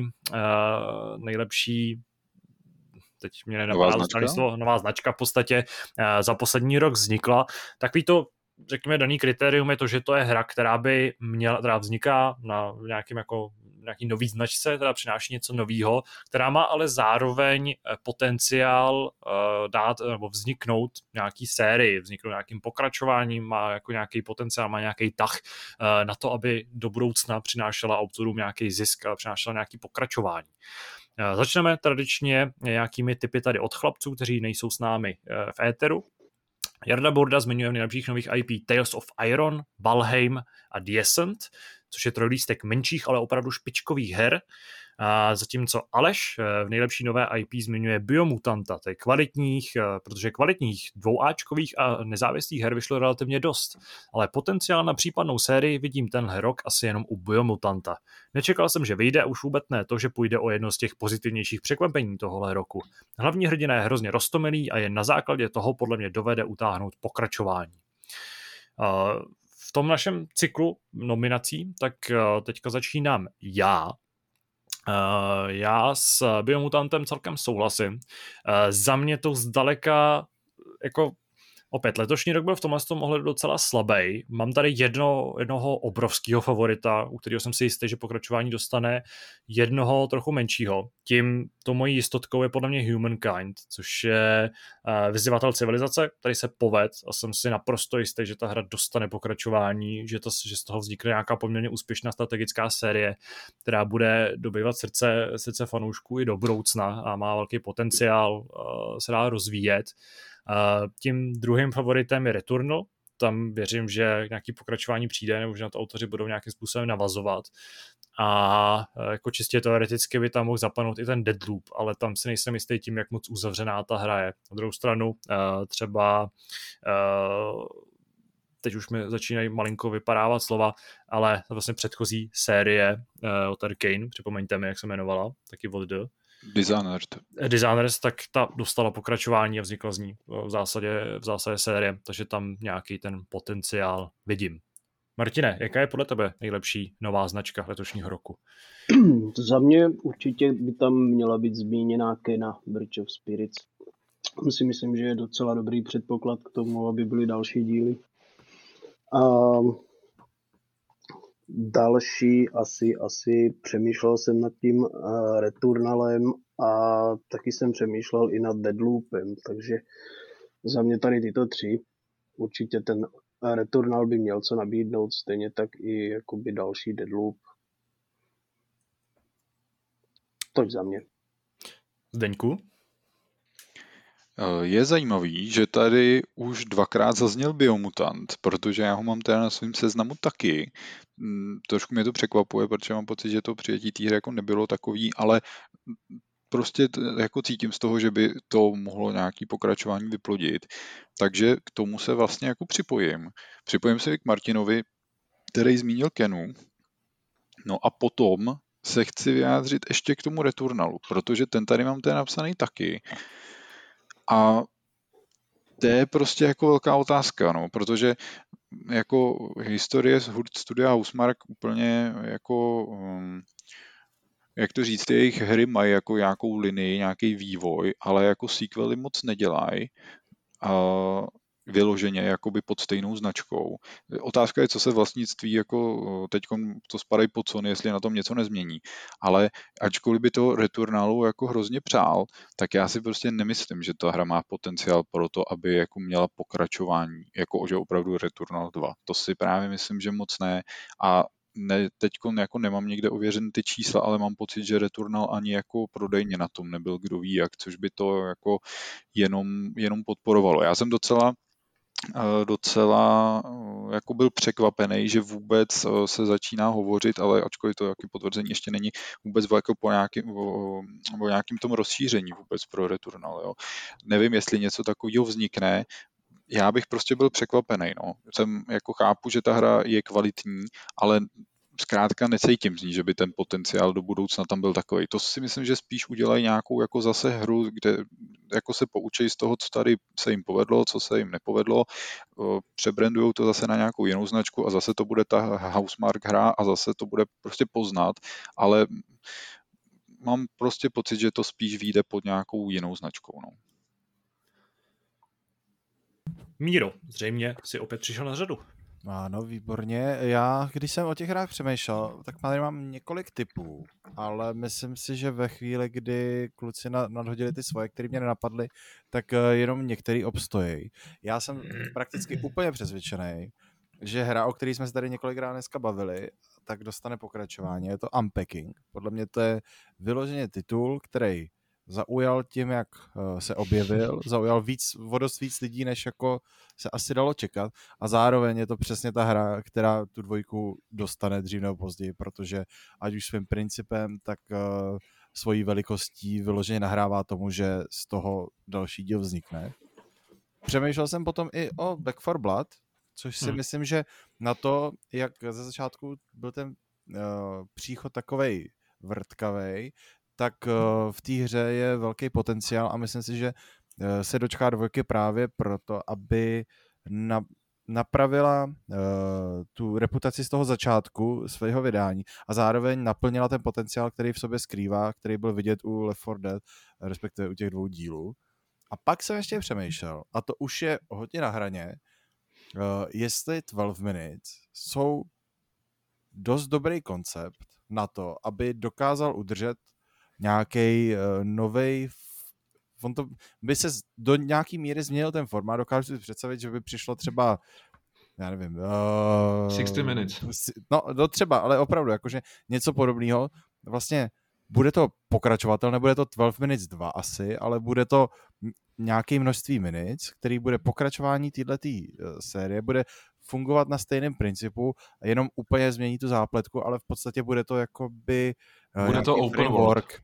teď mě nenapadá nová značka v podstatě za poslední rok vznikla. Takový to, řekněme, daný kritérium je to, že to je hra, která by měla, teda vzniká na nějaký nový značce, teda přináší něco novýho, která má ale zároveň potenciál dát nebo vzniknout nějaký sérii, vzniknout nějakým pokračováním, má jako nějaký potenciál, má nějaký tah na to, aby do budoucna přinášela autorům nějaký zisk a přinášela nějaký pokračování. Začneme tradičně nějakými typy tady od chlapců, kteří nejsou s námi v éteru. Jarda Burda zmiňuje v nejlepších nových IP Tales of Iron, Valheim a The Ascent, což je trojlístek menších, ale opravdu špičkových her. A zatímco Aleš v nejlepší nové IP zmiňuje Biomutanta, to je kvalitních, protože kvalitních dvouáčkových a nezávislých her vyšlo relativně dost, ale potenciál na případnou sérii vidím tenhle rok asi jenom u Biomutanta. Nečekal jsem, že vyjde, a už vůbec ne to, že půjde o jedno z těch pozitivnějších překvapení tohohle roku. Hlavní hrdina je hrozně roztomilý a jen na základě toho podle mě dovede utáhnout pokračování. V tom našem cyklu nominací, tak teďka začínám já. Já s Biomutantem celkem souhlasím. Za mě to zdaleka, jako opět, letošní rok byl v tomhle ohledu docela slabý. Mám tady jednoho obrovského favorita, u kterého jsem si jistý, že pokračování dostane, jednoho trochu menšího. Tím to mojí jistotkou je podle mě Humankind, což je vyzývatel civilizace, který se poved a jsem si naprosto jistý, že ta hra dostane pokračování, že z toho vznikne nějaká poměrně úspěšná strategická série, která bude dobývat srdce fanoušků i do budoucna a má velký potenciál se dá rozvíjet. Tím druhým favoritem je Returnal. Tam věřím, že nějaký pokračování přijde, nebo že na to autoři budou nějakým způsobem navazovat. A jako čistě teoreticky by tam mohl zapadnout i ten Deadloop, ale tam si nejsem jistý tím, jak moc uzavřená ta hra je. Na druhou stranu třeba teď už mi začínají malinko vypadávat slova, ale vlastně předchozí série od Arcane, připomeňte mi, jak se jmenovala, taky od Dishonored, tak ta dostala pokračování a vznikla z ní v zásadě série, takže tam nějaký ten potenciál vidím. Martine, jaká je podle tebe nejlepší nová značka letošního roku? Za mě určitě by tam měla být zmíněná Kena, Bridge of Spirits. Si myslím, že je docela dobrý předpoklad k tomu, aby byly další díly. A další asi přemýšlel jsem nad tím Returnalem a taky jsem přemýšlel i nad Deadloopem, takže za mě tady tyto tři. Určitě ten Returnal by měl co nabídnout, stejně tak i jakoby další Deadloop. Toť za mě. Zdeňku? Je zajímavý, že tady už dvakrát zazněl Biomutant, protože já ho mám teda na svém seznamu taky. Trošku mě to překvapuje, protože mám pocit, že to přijetí té hry jako nebylo takový, ale prostě jako cítím z toho, že by to mohlo nějaký pokračování vyplodit. Takže k tomu se vlastně jako připojím. Připojím se k Martinovi, který zmínil Kenu. No a potom se chci vyjádřit ještě k tomu Returnalu, protože ten tady mám ten napsaný taky. A to je prostě jako velká otázka, no, protože jako historie z studia Housemarque úplně jako, jak to říct, jejich hry mají jako nějakou linii, nějaký vývoj, ale jako sequely moc nedělají vyloženě jakoby pod stejnou značkou. Otázka je, co se vlastnictví jako teďko to spadají pod Sony, jestli na tom něco nezmění. Ale ačkoliv by to Returnalu jako hrozně přál, tak já si prostě nemyslím, že ta hra má potenciál pro to, aby jako měla pokračování, jako že opravdu Returnal 2. To si právě myslím, že moc ne. A teďko jako nemám někde ověřené ty čísla, ale mám pocit, že Returnal ani jako prodejně na tom nebyl kdo ví jak, což by to jako jenom podporovalo. Já jsem docela jako byl překvapený, že vůbec se začíná hovořit, ale ačkoliv to jaký potvrzení ještě není vůbec jako o nějakým tom rozšíření vůbec pro Returnal. Jo. Nevím, jestli něco takového vznikne. Já bych prostě byl překvapený. No. Jako chápu, že ta hra je kvalitní, ale zkrátka necítím z ní, že by ten potenciál do budoucna tam byl takový. To si myslím, že spíš udělají nějakou jako zase hru, kde jako se poučí z toho, co tady se jim povedlo, co se jim nepovedlo, přebrandujou to zase na nějakou jinou značku a zase to bude ta housemark hra a zase to bude prostě poznat, ale mám prostě pocit, že to spíš vyjde pod nějakou jinou značkou. No. Míro, zřejmě si opět přišel na řadu. Ano, výborně. Já, když jsem o těch hrách přemýšlel, tak tady mám několik typů, ale myslím si, že ve chvíli, kdy kluci nadhodili ty svoje, které mě nenapadly, tak jenom některý obstojí. Já jsem prakticky úplně přesvědčený, že hra, o které jsme se tady několikrát dneska bavili, tak dostane pokračování. Je to Unpacking. Podle mě to je vyloženě titul, který zaujal tím, jak se objevil, zaujal o dost víc lidí, než jako se asi dalo čekat a zároveň je to přesně ta hra, která tu dvojku dostane dřív nebo později, protože ať už svým principem, tak svojí velikostí vyloženě nahrává tomu, že z toho další díl vznikne. Přemýšlel jsem potom i o Back 4 Blood, což si myslím, že na to, jak ze začátku byl ten příchod takovej vrtkavej, tak v té hře je velký potenciál a myslím si, že se dočká dvojky právě proto, aby napravila tu reputaci z toho začátku svého vydání a zároveň naplnila ten potenciál, který v sobě skrývá, který byl vidět u Left 4 Dead, respektive u těch 2 dílů. A pak jsem ještě přemýšlel, a to už je hodně na hraně, jestli 12 Minutes jsou dost dobrý koncept na to, aby dokázal udržet nějaký novej, on to by se do nějaký míry změnil ten formát, dokážu si představit, že by přišlo třeba, já nevím, 60 Minutes. No třeba, ale opravdu, jakože něco podobného, vlastně bude to pokračovatel, nebude to 12 Minutes 2 asi, ale bude to nějaké množství minutes, který bude pokračování této série, bude fungovat na stejném principu, jenom úplně změní tu zápletku, ale v podstatě bude to jakoby bude to open work.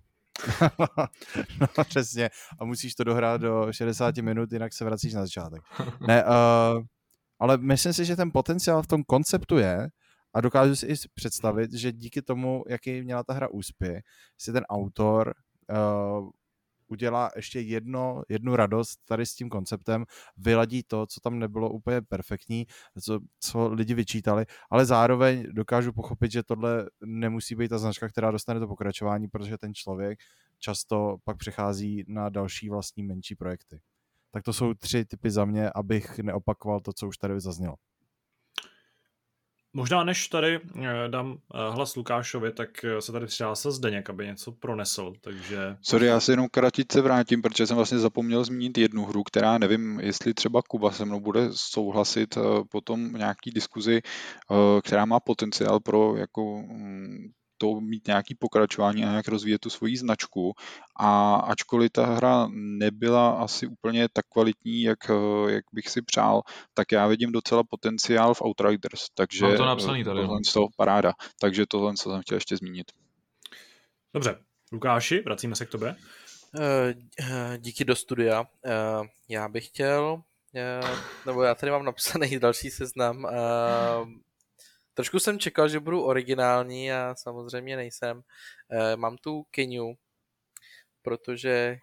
No přesně. A musíš to dohrát do 60 minut, jinak se vracíš na začátek. Ne, ale myslím si, že ten potenciál v tom konceptu je a dokážu si i představit, že díky tomu, jaký měla ta hra úspěch, si ten autor udělá ještě jednu radost tady s tím konceptem, vyladí to, co tam nebylo úplně perfektní, co lidi vyčítali, ale zároveň dokážu pochopit, že tohle nemusí být ta značka, která dostane to pokračování, protože ten člověk často pak přechází na další vlastní menší projekty. Tak to jsou 3 typy za mě, abych neopakoval to, co už tady zaznělo. Možná než tady dám hlas Lukášovi, tak se tady přihlásil Zdeněk, aby něco pronesl, takže... Sorry, já se jenom kratičce vrátím, protože jsem vlastně zapomněl zmínit jednu hru, která nevím, jestli třeba Kuba se mnou bude souhlasit potom nějaký diskuzi, která má potenciál pro jako to mít nějaký pokračování a nějak rozvíjet tu svoji značku. A ačkoliv ta hra nebyla asi úplně tak kvalitní, jak bych si přál, tak já vidím docela potenciál v Outriders. Takže mám to napsaný tady. Tohle z toho paráda. Takže tohle, co jsem chtěl ještě zmínit. Dobře. Lukáši, vracíme se k tobě. Díky do studia. Já bych chtěl, nebo já tady mám napsaný další seznam. Trošku jsem čekal, že budu originální a samozřejmě nejsem. Mám tu Kenyu, protože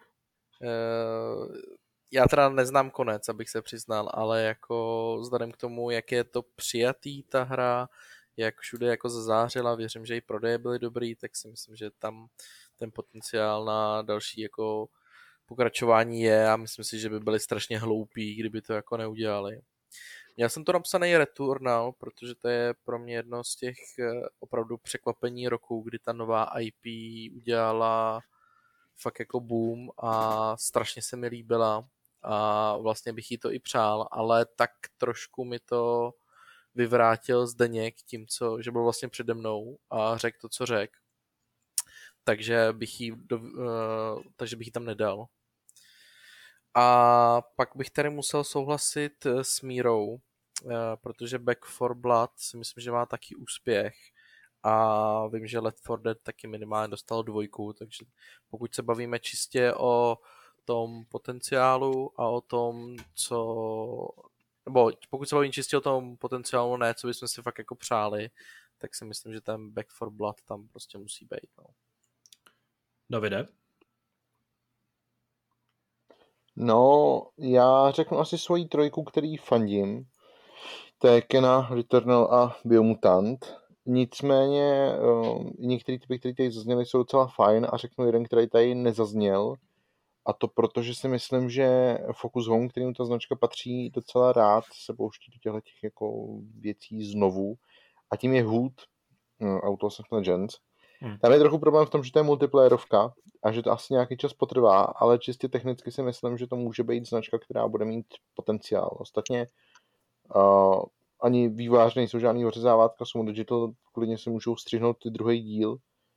já teda neznám konec, abych se přiznal, ale jako vzhledem k tomu, jak je to přijatý ta hra, jak všude jako zazářila, věřím, že i prodeje byly dobrý, tak si myslím, že tam ten potenciál na další jako pokračování je a myslím si, že by byli strašně hloupí, kdyby to jako neudělali. Já jsem to napsaný Returnal, protože to je pro mě jedno z těch opravdu překvapení roku, kdy ta nová IP udělala fakt jako boom a strašně se mi líbila a vlastně bych jí to i přál, ale tak trošku mi to vyvrátil Zdeněk tím, že byl vlastně přede mnou a řekl to, co řekl. Takže bych ji tam nedal. A pak bych tady musel souhlasit s Mírou, protože Back 4 Blood si myslím, že má taky úspěch a vím, že Left 4 Dead taky minimálně dostal 2, takže pokud se bavíme čistě o tom potenciálu a o tom, nebo pokud se bavíme čistě o tom potenciálu, ne, co bychom si fakt jako přáli, tak si myslím, že ten Back 4 Blood tam prostě musí být. No. Davide? No, já řeknu asi svoji trojku, který fandím. To je Kena, Returnal a Biomutant. Nicméně některé typy, které tady zazněly, jsou docela fajn a řeknu jeden, který tady nezazněl. A to proto, že si myslím, že Focus Home, kterým ta značka patří, docela rád se pouští do těchto jako věcí znovu. A tím je Hood, Outlaws of Legends. Tam je trochu problém v tom, že to je multiplayerovka a že to asi nějaký čas potrvá, ale čistě technicky si myslím, že to může být značka, která bude mít potenciál. Ostatně ani vývojáři nejsou žádný ořezávátka, jsou Digital, klidně si můžou střihnout ty druhý díl.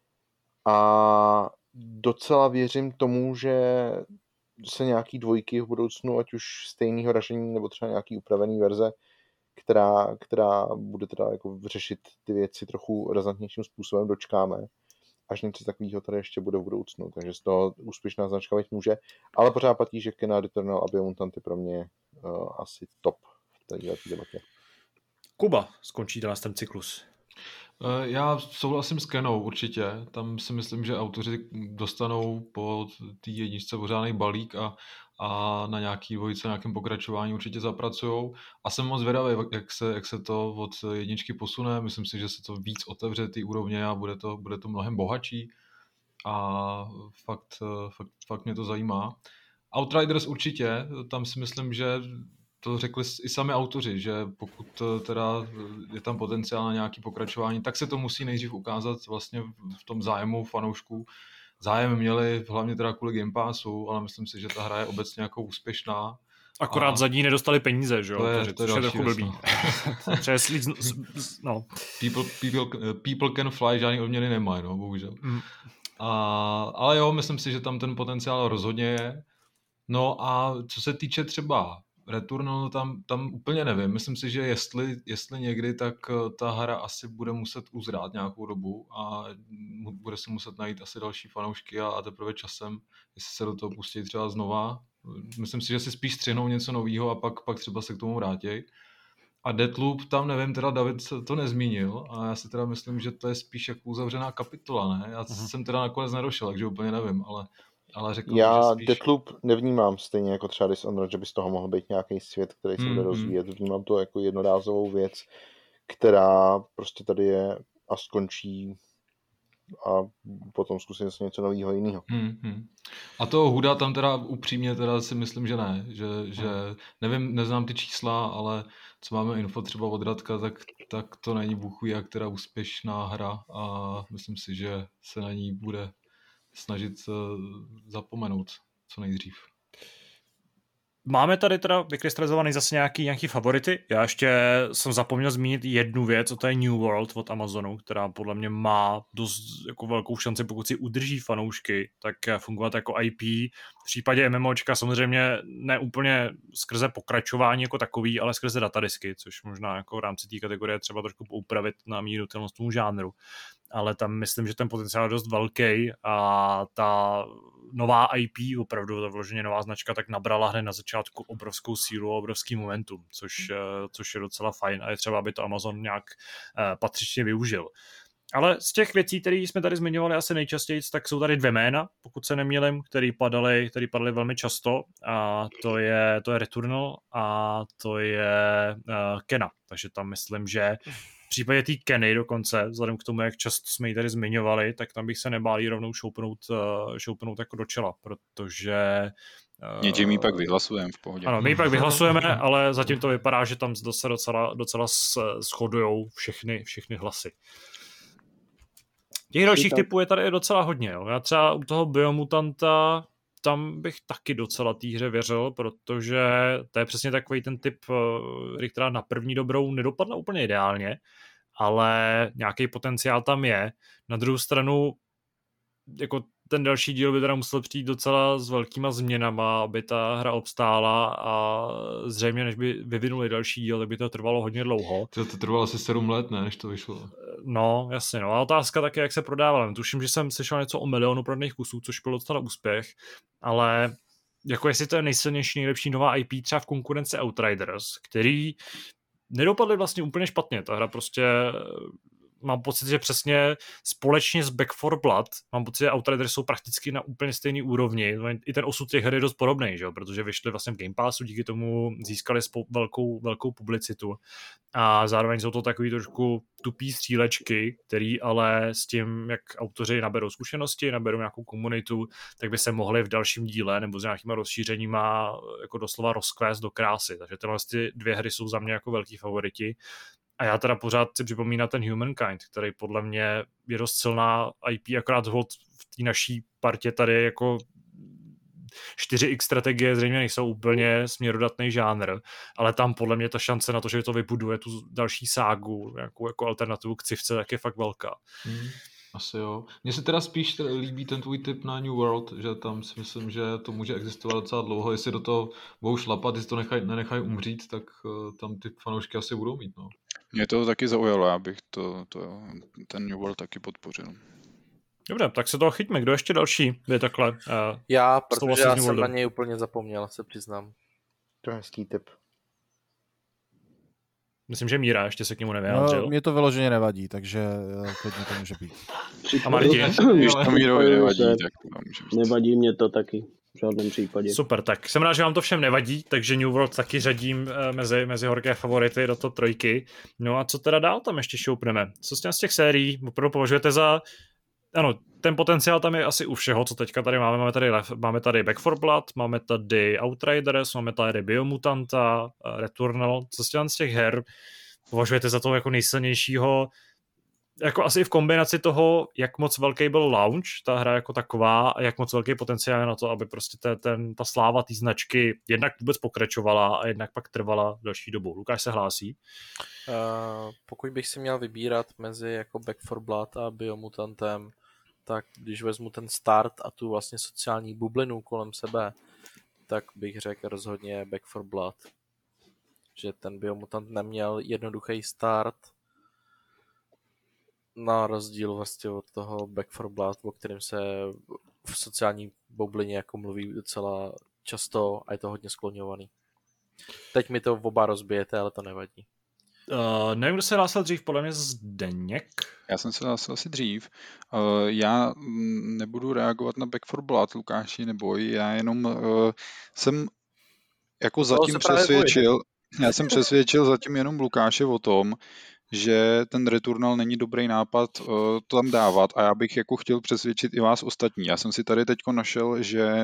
A docela věřím tomu, že se nějaký dvojky v budoucnu, ať už stejného ražení nebo třeba nějaký upravený verze, která bude teda jako řešit ty věci trochu razantnějším způsobem, dočkáme. Až něco takového tady ještě bude v budoucnu, takže z toho úspěšná značka být může. Ale pořád platí, že Kena, Returnal a Biomutant je pro mě asi top v této debatě. Kuba, skončí ten cyklus. Já souhlasím s Kenou určitě. Tam si myslím, že autoři dostanou po té jedničce pořádný balík a na nějaký dvojice, nějakém pokračování určitě zapracujou. A jsem moc zvědavý, jak se to od jedničky posune. Myslím si, že se to víc otevře ty úrovně a bude to mnohem bohatší. A fakt mě to zajímá. Outriders určitě, tam si myslím, že to řekli i sami autoři, že pokud teda je tam potenciál na nějaké pokračování, tak se to musí nejdřív ukázat vlastně v tom zájmu fanoušků. Zájem měli hlavně teda kvůli Game Passu, ale myslím si, že ta hra je obecně jako úspěšná. Akorát za ní nedostali peníze, že jo? To je trochu blbý. No. People can fly, žádný odměny nemají, no, bohužel. Ale jo, myslím si, že tam ten potenciál rozhodně je. No a co se týče třeba Returnal, tam úplně nevím. Myslím si, že jestli někdy, tak ta hra asi bude muset uzrát nějakou dobu a bude se muset najít asi další fanoušky a teprve časem, jestli se do toho pustí třeba znova. Myslím si, že si spíš střihnou něco nového a pak třeba se k tomu vrátí. A Deathloop, tam nevím, teda David to nezmínil a já si teda myslím, že to je spíš jako uzavřená kapitola, ne? Já jsem teda nakonec nedošel, takže úplně nevím, ale řekl já bych, že spíš... Deathloop nevnímám stejně jako třeba Dishonored, že by z toho mohl být nějaký svět, který se bude rozvíjet. Vnímám to jako jednorázovou věc, která prostě tady je a skončí a potom zkusím zase něco nového jiného. A toho Huda tam teda upřímně teda si myslím, že ne. Že nevím, neznám ty čísla, ale co máme info třeba od Radka, tak to není bůh ví jak teda úspěšná hra a myslím si, že se na ní bude snažit zapomenout co nejdřív. Máme tady teda vykrystalizovaný zase nějaký favority. Já ještě jsem zapomněl zmínit jednu věc, a to je New World od Amazonu, která podle mě má dost jako velkou šanci, pokud si udrží fanoušky, tak fungovat jako IP. V případě MMOčka samozřejmě ne úplně skrze pokračování jako takový, ale skrze datadisky, což možná jako v rámci té kategorie třeba trošku upravit na míru tomu žánru. Ale tam myslím, že ten potenciál je dost velký a ta nová IP, opravdu ta vloženě nová značka, tak nabrala hned na začátku obrovskou sílu a obrovský momentum, což je docela fajn a je třeba, aby to Amazon nějak patřičně využil. Ale z těch věcí, které jsme tady zmiňovali asi nejčastěji, tak jsou tady dvě jména, pokud se nemýlím, které padaly velmi často a to je Returnal a to je Kena. Takže tam myslím, že v případě té Keny dokonce, vzhledem k tomu, jak často jsme ji tady zmiňovali, tak tam bych se nebál jí rovnou šoupnout jako do čela, protože... Něčím ji pak vyhlasujeme v pohodě. Ano, my ji pak vyhlasujeme, ale zatím to vypadá, že tam se docela shodujou všechny hlasy. Těch dalších typů je tady docela hodně. Jo. Já třeba u toho Biomutanta tam bych taky docela té hře věřil, protože to je přesně takový ten typ, která na první dobrou nedopadla úplně ideálně, ale nějaký potenciál tam je. Na druhou stranu, jako ten další díl by teda musel přijít docela s velkýma změnama, aby ta hra obstála a zřejmě, než by vyvinuli další díl, tak by to trvalo hodně dlouho. To trvalo asi 7 let, ne, než to vyšlo. No, jasně, no. A otázka také, jak se prodávalo. Tuším, že jsem slyšel něco o 1 milionu prodaných kusů, což byl docela úspěch, ale jako jestli to je nejsilnější, nejlepší nová IP třeba v konkurenci Outriders, který nedopadly vlastně úplně špatně. Ta hra prostě mám pocit, že přesně společně s Back 4 Blood, mám pocit, že Outriders jsou prakticky na úplně stejný úrovni. I ten osud těch her je dost podobný, že? Protože vyšli vlastně v Game Passu, díky tomu získali velkou publicitu. A zároveň jsou to takový trošku tupý střílečky, který ale s tím, jak autoři naberou zkušenosti, naberou nějakou komunitu, tak by se mohli v dalším díle nebo s nějakýma rozšířeníma jako doslova rozkvést do krásy. Takže tyhle ty 2 hry jsou za mě jako velký favoriti. A já teda pořád si připomínám ten Humankind, který podle mě je dost silná IP, akorát hold v té naší partě tady jako 4x strategie zřejmě nejsou úplně směrodatný žánr, ale tam podle mě ta šance na to, že to vybuduje tu další ságu, jako alternativu k civce, tak je fakt velká. Asi jo. Mně se teda spíš líbí ten tvůj tip na New World, že tam si myslím, že to může existovat docela dlouho. Jestli do toho budou šlapat, jestli to nenechají umřít, tak tam ty fanoušky asi budou mít. No. Mě to taky zaujalo, já bych ten New World taky podpořil. Dobře, tak se toho chyťme. Kdo ještě další je takhle? Já, protože já jsem na něj úplně zapomněl, se přiznám. To je hezký tip. Myslím, že Míra ještě se k němu nevyjádřil. No, mě to vyloženě nevadí, takže klidně to může být. A Martin? Když to Mírovi nevadí, tak to může být. Nevadí mě to taky. V žádném případě. Super, tak jsem rád, že vám to všem nevadí, takže New World taky řadím mezi horké favority do top 3. No a co teda dál tam ještě šoupneme? Co z těch sérií opravdu považujete za... Ano, ten potenciál tam je asi u všeho, co teďka tady máme. Máme tady Back 4 Blood, máme tady Outriders, máme tady Biomutanta, Returnal. Co z těch her považujete za toho jako nejsilnějšího? Jako asi i v kombinaci toho, jak moc velký byl launch, ta hra jako taková, a jak moc velký potenciál je na to, aby prostě ta sláva té značky jednak vůbec pokračovala a jednak pak trvala další dobu. Lukáš se hlásí? Pokud bych si měl vybírat mezi jako Back 4 Blood a Biomutantem, tak když vezmu ten start a tu vlastně sociální bublinu kolem sebe, tak bych řekl rozhodně Back 4 Blood. Že ten Biomutant neměl jednoduchý start, na rozdíl vlastně od toho Back 4 Blood, o kterém se v sociální bublině jako mluví docela často a je to hodně skloňovaný. Teď mi to oba rozbijete, ale to nevadí. Nevím, kdo se hlásil dřív, podle mě Zdeněk. Já jsem se hlásil asi dřív. Já nebudu reagovat na Back 4 Blood, Lukáši, neboj, já jenom jsem jako zatím přesvědčil, já jsem přesvědčil zatím jenom Lukáše o tom, že ten Returnal není dobrý nápad to tam dávat a já bych jako chtěl přesvědčit i vás ostatní. Já jsem si tady teďko našel, že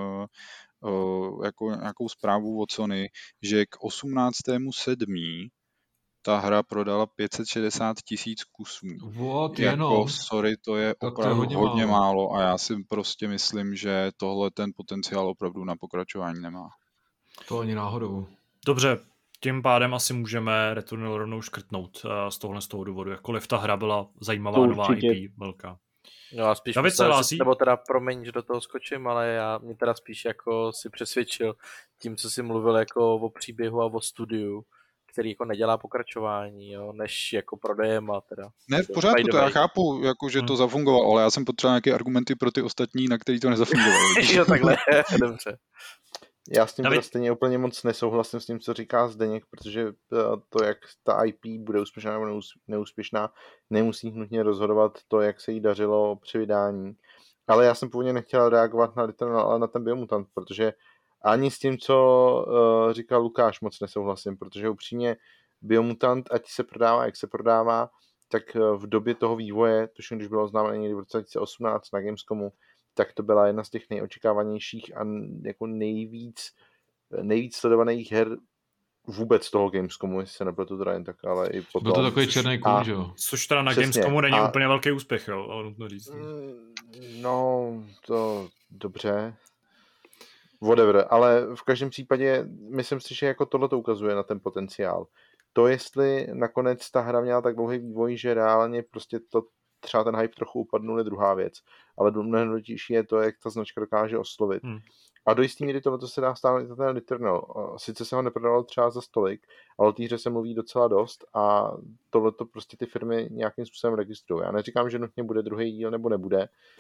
jako nějakou zprávu od Sony, že k 18.7. ta hra prodala 560 000 kusů. Jako, sorry, to je opravdu hodně málo a já si prostě myslím, že tohle ten potenciál opravdu na pokračování nemá. To ani náhodou. Dobře, tím pádem asi můžeme Returnal rovnou škrtnout z toho důvodu, jakkoliv ta hra byla zajímavá, nová IP, velká. No a spíš nebo teda promiň, že do toho skočím, ale mě teda spíš jako si přesvědčil tím, co jsi mluvil jako o příběhu a o studiu, který jako nedělá pokračování, jo, než jako prodejem a teda. Ne, v pořádku, to já chápu, jako, že to zafungovalo, ale já jsem potřeboval nějaké argumenty pro ty ostatní, na který to nezafungovalo. Jo, takhle, dobře. Já s tím teda stejně úplně moc nesouhlasím s tím, co říká Zdeněk, protože to, jak ta IP bude úspěšná nebo neúspěšná, nemusí nutně rozhodovat to, jak se jí dařilo při vydání. Ale já jsem původně nechtěl reagovat na Returnal, ale na ten Biomutant, protože ani s tím, co říkal Lukáš, moc nesouhlasím, protože upřímně Biomutant, ať se prodává, jak se prodává, tak v době toho vývoje, tuším, když bylo oznámeno někdy v roce 2018 na Gamescomu, tak to byla jedna z těch nejočekávanějších a jako nejvíc sledovaných her vůbec toho Gamescomu, jestli se nepletu teda jen tak, ale i potom. Byl to takový černý kůň, že jo? Což teda na Gamescomu není úplně velký úspěch, jo, ale nutno říct. No, to dobře. Whatever, ale v každém případě myslím si, že jako tohle to ukazuje na ten potenciál. To, jestli nakonec ta hra měla tak dlouhý vývoj, že reálně prostě to třeba ten hype trochu upadnul, je druhá věc. Ale mnohem důležitější je to, jak ta značka dokáže oslovit. A do jistý míry tohle se dá stále na ten Returnal. Sice se ho neprodalo třeba za stolik, ale o té hře se mluví docela dost a tohleto prostě ty firmy nějakým způsobem registrují. Já neříkám, že nutně bude druhý díl nebo nebude,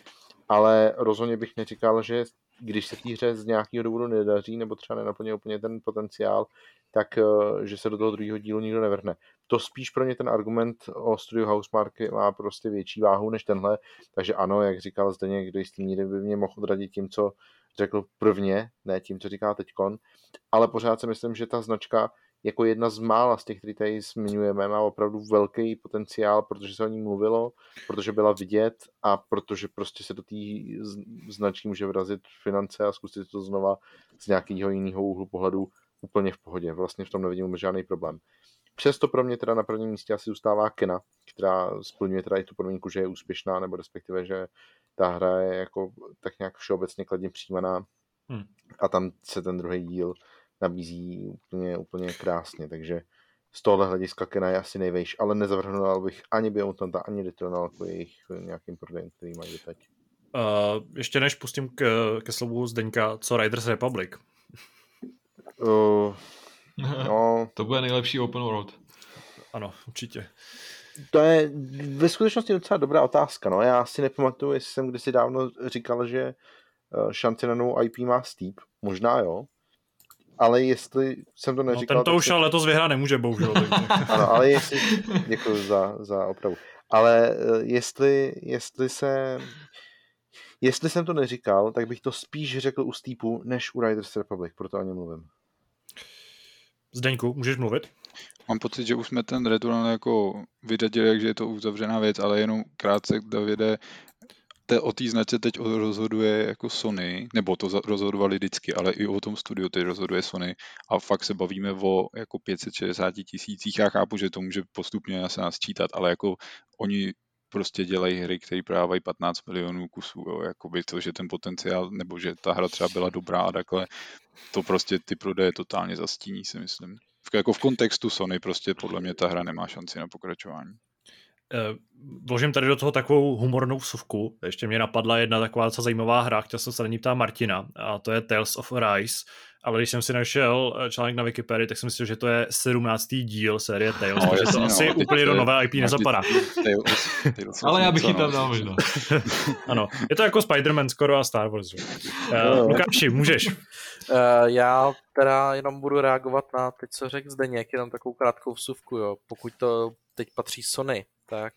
ale rozhodně bych neříkal, že když se té hře z nějakého důvodu nedaří, nebo třeba nenaplně úplně ten potenciál, tak že se do toho druhého dílu nikdo nevrhne. To spíš pro mě ten argument o studiu Housemarque má prostě větší váhu než tenhle, takže ano, jak říkal Zdeněk, do jistý míry by mě mohl odradit tím, co řekl prvně, ne tím, co říká teďkon, ale pořád si myslím, že ta značka jako jedna z mála z těch, který tady zmiňujeme, má opravdu velký potenciál, protože se o ní mluvilo, protože byla vidět a protože prostě se do té značky může vrazit finance a zkusit to znova z nějakého jiného úhlu pohledu úplně v pohodě. Vlastně v tom nevidím vůbec žádný problém. Přesto pro mě teda na prvním místě asi zůstává Kena, která splňuje teda i tu podmínku, že je úspěšná, nebo respektive, že ta hra je jako tak nějak všeobecně kladně přijímaná a tam se ten druhý díl nabízí úplně krásně, takže z tohohle hlediska Kena je asi nejvejš, ale nezavrhnul bych ani Biomutant, ani Returnal po jejich nějakým prodejem, který mají doteď. Ještě než pustím ke slovu Zdeňka, co Riders Republic? No, to bude nejlepší open world. Ano, určitě. To je ve skutečnosti docela dobrá otázka. No. Já si nepamatuju, jestli jsem kdysi dávno říkal, že šanci na novou IP má Steep. Možná jo. Ale jestli jsem to neříkal... No, ten to už ale letos vyhrát nemůže, bohužel. Ano, ale jestli... Děkuji za opravu. Ale jestli jsem to neříkal, tak bych to spíš řekl u Steepu, než u Riders Republic, proto o něm mluvím. Zdeňku, můžeš mluvit? Mám pocit, že už jsme ten Returnal jako vyřadili, takže je to uzavřená věc, ale jenom krátce, Davide, o té značce teď rozhoduje jako Sony, nebo to rozhodovali vždycky, ale i o tom studiu teď rozhoduje Sony a fakt se bavíme o jako 560 tisících. Já chápu, že to může postupně se nás čítat, ale jako oni prostě dělají hry, které prodávají 15 milionů kusů, jo, jakoby to, že ten potenciál, nebo že ta hra třeba byla dobrá a takhle, to prostě ty prodeje totálně zastíní, si myslím. Jako v kontextu Sony prostě podle mě ta hra nemá šanci na pokračování. Vložím tady do toho takovou humornou vsuvku. Ještě mě napadla jedna taková docela zajímavá hra, chtěl jsem se na ní ptát Martina, a to je Tales of Arise, ale když jsem si našel článek na Wikipedii, tak jsem myslel, že to je 17. díl série Tales, takže to asi úplně do nové IP nezapadá. Ale já bych ji tam dal možná. Ano, je to jako Spider-Man skoro a Star Wars. Lukáši, můžeš. Já teda jenom budu reagovat na teď, co řekl Zdeněk, jenom takovou krátkou vsuvku, jo. Pokud to teď patří Sony, tak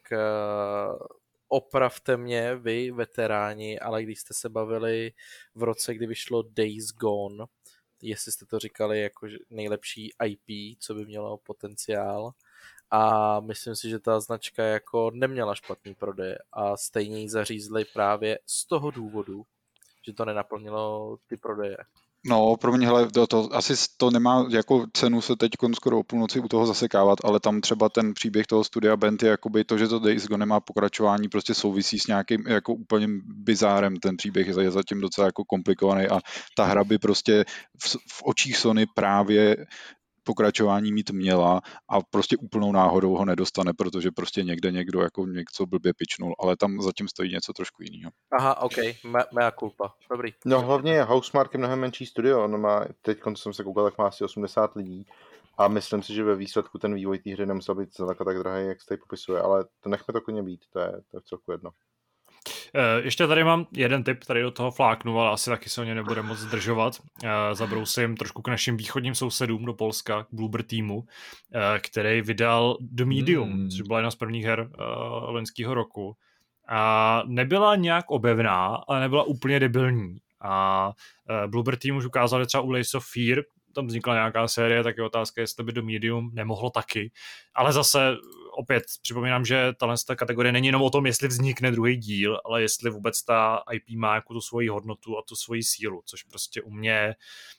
opravte mě vy, veteráni, ale když jste se bavili v roce, kdy vyšlo Days Gone, jestli jste to říkali jako nejlepší IP, co by mělo potenciál, a myslím si, že ta značka jako neměla špatný prodej a stejně ji zařízli právě z toho důvodu, že to nenaplnilo ty prodeje. No, pro mě, hele, asi to nemá jako cenu se teď skoro o půlnoci u toho zasekávat, ale tam třeba ten příběh toho studia Bend je jakoby to, že to Days Gone nemá pokračování, prostě souvisí s nějakým jako úplně bizárem, ten příběh je zatím docela jako komplikovaný a ta hra by prostě v očích Sony právě pokračování mít měla a prostě úplnou náhodou ho nedostane, protože prostě někde někdo jako něco blbě pičnul, ale tam zatím stojí něco trošku jiného. Aha, ok, mea culpa, dobrý. No hlavně Housemarque je mnohem menší studio, on má, teď jsem se koukal, tak má asi 80 lidí a myslím si, že ve výsledku ten vývoj té hry nemusel být zdaleka tak drahý, jak se tady popisuje, ale to nechme to klidně být, to je v celku jedno. Ještě tady mám jeden tip, tady do toho fláknu, ale asi taky se o ně nebude moc zdržovat. Zabrousím trošku k našim východním sousedům do Polska, k Bloober Teamu, který vydal The Medium, což byla jedna z prvních her loňského roku. A nebyla nějak objevná, ale nebyla úplně debilní. A Bloober Team už ukázal, že třeba u Layers of Fear tam vznikla nějaká série, tak je otázka, jestli by do Medium nemohlo taky. Ale zase opět připomínám, že ta kategorie není jenom o tom, jestli vznikne druhý díl, ale jestli vůbec ta IP má jako tu svoji hodnotu a tu svoji sílu, což prostě u mě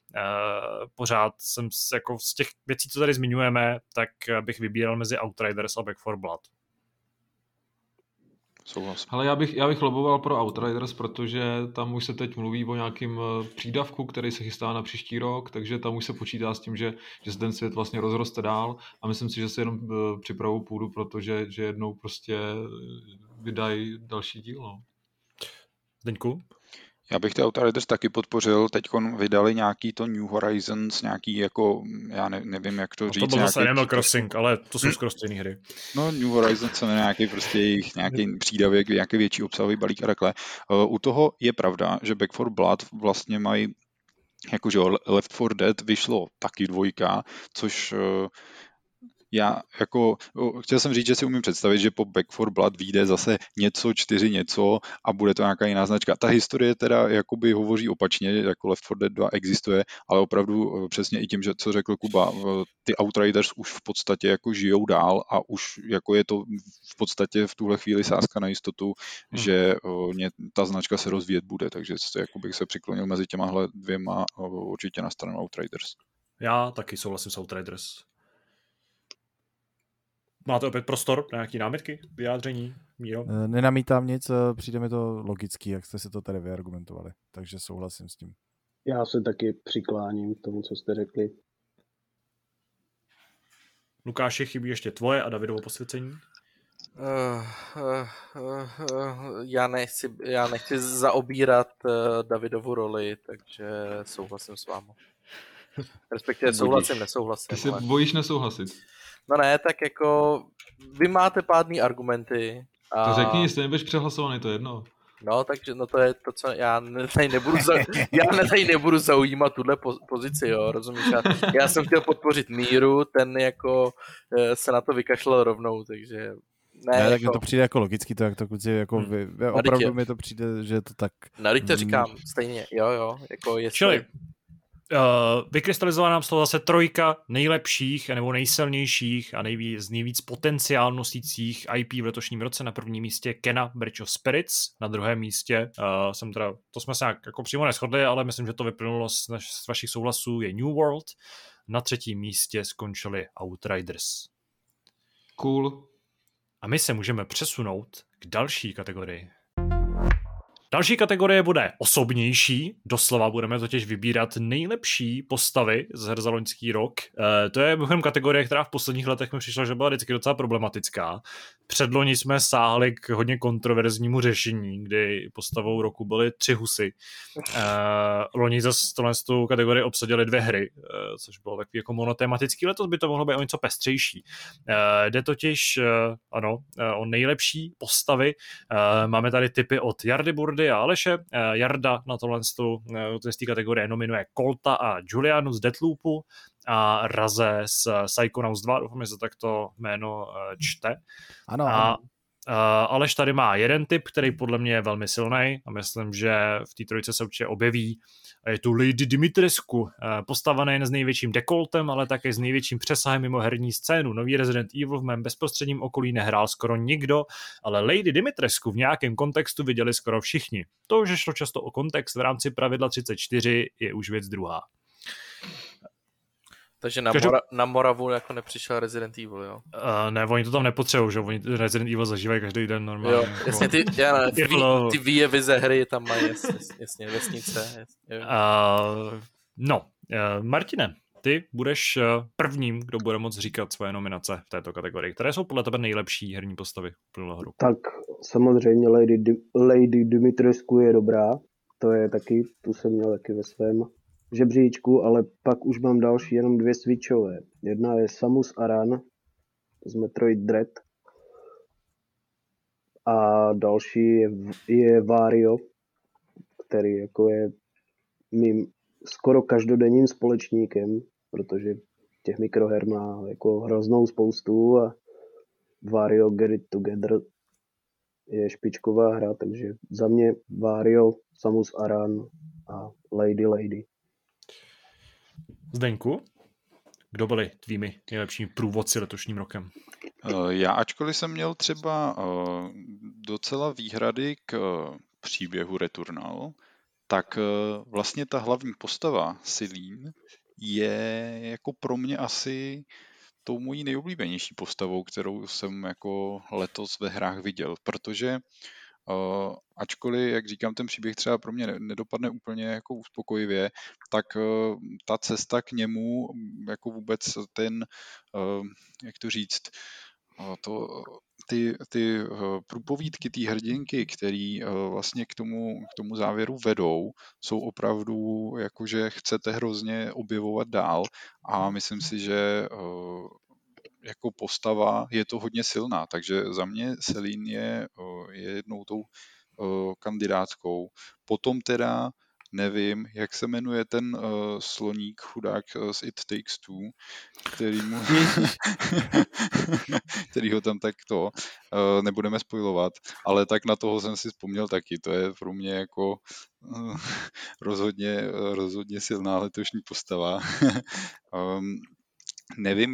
pořád jsem jako z těch věcí, co tady zmiňujeme, tak bych vybíral mezi Outriders a Back 4 Blood. Ale já bych loboval pro Outriders, protože tam už se teď mluví o nějakým přídavku, který se chystá na příští rok, takže tam už se počítá s tím, že se ten svět vlastně rozroste dál a myslím si, že se jenom připravou půdu, protože že jednou prostě vydají další díl. No. Zdeňku? Já bych ty Outriders taky podpořil, teď vydali nějaký to New Horizons, nějaký jako, já nevím, jak to No říct. to byl zase nějaký Animal Crossing, ale to jsou skoro stejné hry. No, New Horizons se jmenuje nějaký prostě jejich nějaký přídavek, nějaký větší obsahový balík a takhle. U toho je pravda, že Back 4 Blood vlastně mají, jakože Left 4 Dead vyšlo taky 2, což já jako, chtěl jsem říct, že si umím představit, že po Back 4 Blood vyjde zase něco, 4 něco a bude to nějaká jiná značka. Ta historie teda jakoby hovoří opačně, jako Left 4 Dead 2 existuje, ale opravdu přesně i tím, že co řekl Kuba, ty Outriders už v podstatě jako žijou dál a už jako je to v podstatě v tuhle chvíli sázka na jistotu, že ta značka se rozvíjet bude, takže jako bych se přiklonil mezi těmahle dvěma určitě na stranu Outriders. Já taky souhlasím s Outriders. Máte opět prostor na nějaké námitky, vyjádření, Míro? Nenamítám nic, přijde mi to logický, jak jste si to tady vyargumentovali, takže souhlasím s tím. Já se taky přikláním k tomu, co jste řekli. Lukáši, chybí ještě tvoje a Davidovo posvěcení? Já nechci zaobírat Davidovu roli, takže souhlasím s vámi. Respektive souhlasím, nesouhlasím. Ty se bojíš nesouhlasit. No ne, tak jako vy máte pádný argumenty. A... To řekni, jestli nebudeš přehlasovaný, to je jedno. No, takže no to je to, co já tady nebudu zaujímat tuhle pozici, jo, rozumíš? Já jsem chtěl podpořit Míru, ten jako se na to vykašlal rovnou, takže... Ne, tak to přijde jako logický, to jak to kluci, jako opravdu mi to přijde, že je to tak... No, teď to říkám, stejně, jo, jako jestli... Čili, vykrystalizovala nám z toho zase 3 nejlepších nebo nejsilnějších a nejvíc potenciál nosících IP v letošním roce. Na prvním místě Kena Bridge of Spirits, na druhém místě to jsme se jako přímo neshodli, ale myslím, že to vyplynulo z vašich souhlasů, je New World. Na 3. místě skončili Outriders. Cool. A my se můžeme přesunout k další kategorii. Další kategorie bude osobnější, doslova budeme totiž vybírat nejlepší postavy z her za loňský rok. To je během kategorie, která v posledních letech mi přišla, že byla vždycky docela problematická. Předloni jsme sáhli k hodně kontroverznímu řešení, kdy postavou roku byly 3 husy. Loni zase tu kategorii obsadili 2 hry, což bylo takový jako monotematický, letos by to mohlo být o něco pestřejší. Jde totiž o nejlepší postavy. Máme tady tipy od Jardy Burdy a Aleše. Jarda na tohle z té kategorie nominuje Colta a Julianu z Deathloopu a Raze z Psychonauts 2. Doufám, že se takto jméno čte. Ano. Aleš tady má jeden tip, který podle mě je velmi silný a myslím, že v té trojice se určitě objeví. Je tu Lady Dimitrescu, postava nejen s největším dekoltem, ale také s největším přesahem mimo herní scénu. Nový Resident Evil v mém bezprostředním okolí nehrál skoro nikdo, ale Lady Dimitrescu v nějakém kontextu viděli skoro všichni. To, že šlo často o kontext v rámci pravidla 34, je už věc druhá. Takže na Moravu jako nepřišel Resident Evil, jo? Ne, oni to tam nepotřebují, že oni Resident Evil zažívají každý den normálně. Jo, jasně, ty výjevy ze hry tam mají, jasně, vesnice. Martine, ty budeš prvním, kdo bude moct říkat svoje nominace v této kategorii. Které jsou podle tebe nejlepší herní postavy plného hru? Tak samozřejmě Lady Dimitrescu je dobrá, to je taky, tu jsem měl taky ve svém žebříčku, ale pak už mám další jenom 2 switchové. Jedna je Samus Aran z Metroid Dread a další je Wario, který jako je mým skoro každodenním společníkem, protože těch mikroher má jako hroznou spoustu a Wario Get It Together je špičková hra, takže za mě Wario, Samus Aran a Lady. Zdeňku, kdo byli tvými nejlepšími průvodci letošním rokem? Já, ačkoliv jsem měl třeba docela výhrady k příběhu Returnal, tak vlastně ta hlavní postava, Celine, je jako pro mě asi tou mojí nejoblíbenější postavou, kterou jsem jako letos ve hrách viděl, protože ačkoliv, jak říkám, ten příběh třeba pro mě nedopadne úplně jako uspokojivě, tak ta cesta k němu, jako vůbec ten, jak to říct, ty průpovídky té hrdinky, který vlastně k tomu závěru vedou, jsou opravdu jakože chcete hrozně objevovat dál a myslím si, že jako postava je to hodně silná, takže za mě Celine je jednou tou kandidátkou. Potom teda nevím, jak se jmenuje ten sloník chudák z It Takes Two, který ho tam takto nebudeme spojovat, ale tak na toho jsem si vzpomněl taky, to je pro mě jako rozhodně silná letošní postava. Nevím,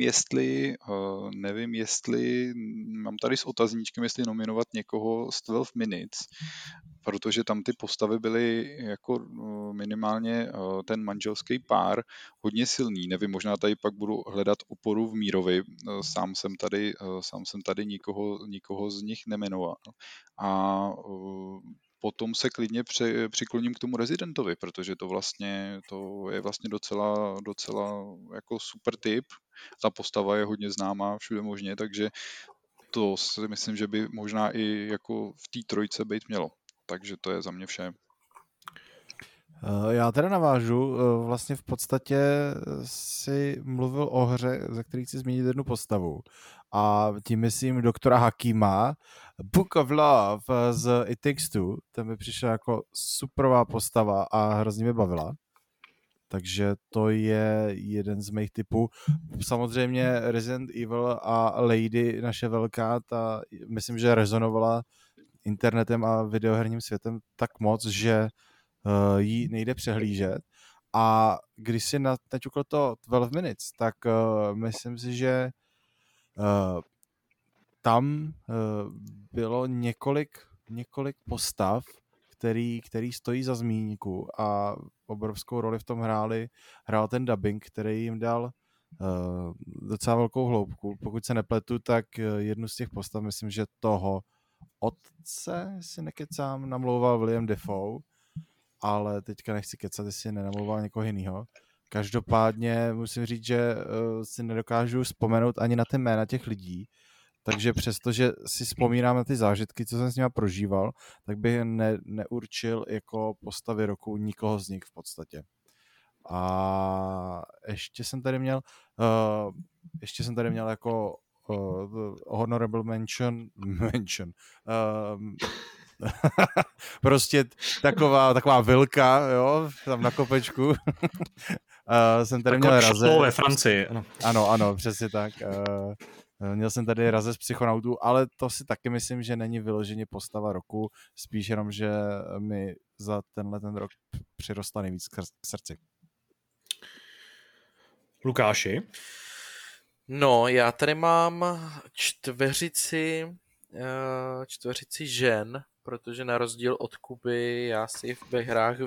jestli mám tady s otazníčkem, jestli nominovat někoho z 12 Minutes, protože tam ty postavy byly jako minimálně ten manželský pár hodně silný. Nevím, možná tady pak budu hledat oporu v Mírovi. Sám jsem tady nikoho z nich nemenoval. A potom se klidně přikloním k tomu Residentovi, protože to je vlastně docela jako super typ. Ta postava je hodně známá všude možně, takže to si myslím, že by možná i jako v té trojce být mělo. Takže to je za mě vše. Já teda navážu, vlastně v podstatě si mluvil o hře, ze který chci zmínit jednu postavu. A tím myslím doktora Hakima, Book of Love z It Takes Two. Ten mi přišel jako superová postava a hrozně mě bavila. Takže to je jeden z mých typů. Samozřejmě Resident Evil a Lady, naše velká, ta myslím, že rezonovala internetem a videoherním světem tak moc, že jí nejde přehlížet. A když si naťukl to 12 Minutes, tak myslím si, že tam bylo několik postav, který stojí za zmínku a obrovskou roli v tom hrál ten dubbing, který jim dal docela velkou hloubku. Pokud se nepletu, tak jednu z těch postav, myslím, že toho otce, si nekecám, namlouval William Dafoe, ale teďka nechci kecat, jestli nenamlouval někoho jinýho. Každopádně musím říct, že si nedokážu vzpomenout ani na ty jména těch lidí, takže přestože si vzpomínám na ty zážitky, co jsem s nimi prožíval, tak bych neurčil jako postavy roku nikoho z nich v podstatě. A ještě jsem tady měl jako honorable mention prostě taková vilka, jo, tam na kopečku. Jsem tady měl Raze. Ve Francii, ano. Ano, přesně tak. Měl jsem tady Raze z Psychonautů, ale to si taky myslím, že není vyloženě postava roku, spíš jenom, že mi za ten rok přirostla nejvíc k srdci. Lukáši? No, já tady mám čtveřici žen, protože na rozdíl od Kuby já si ve hrách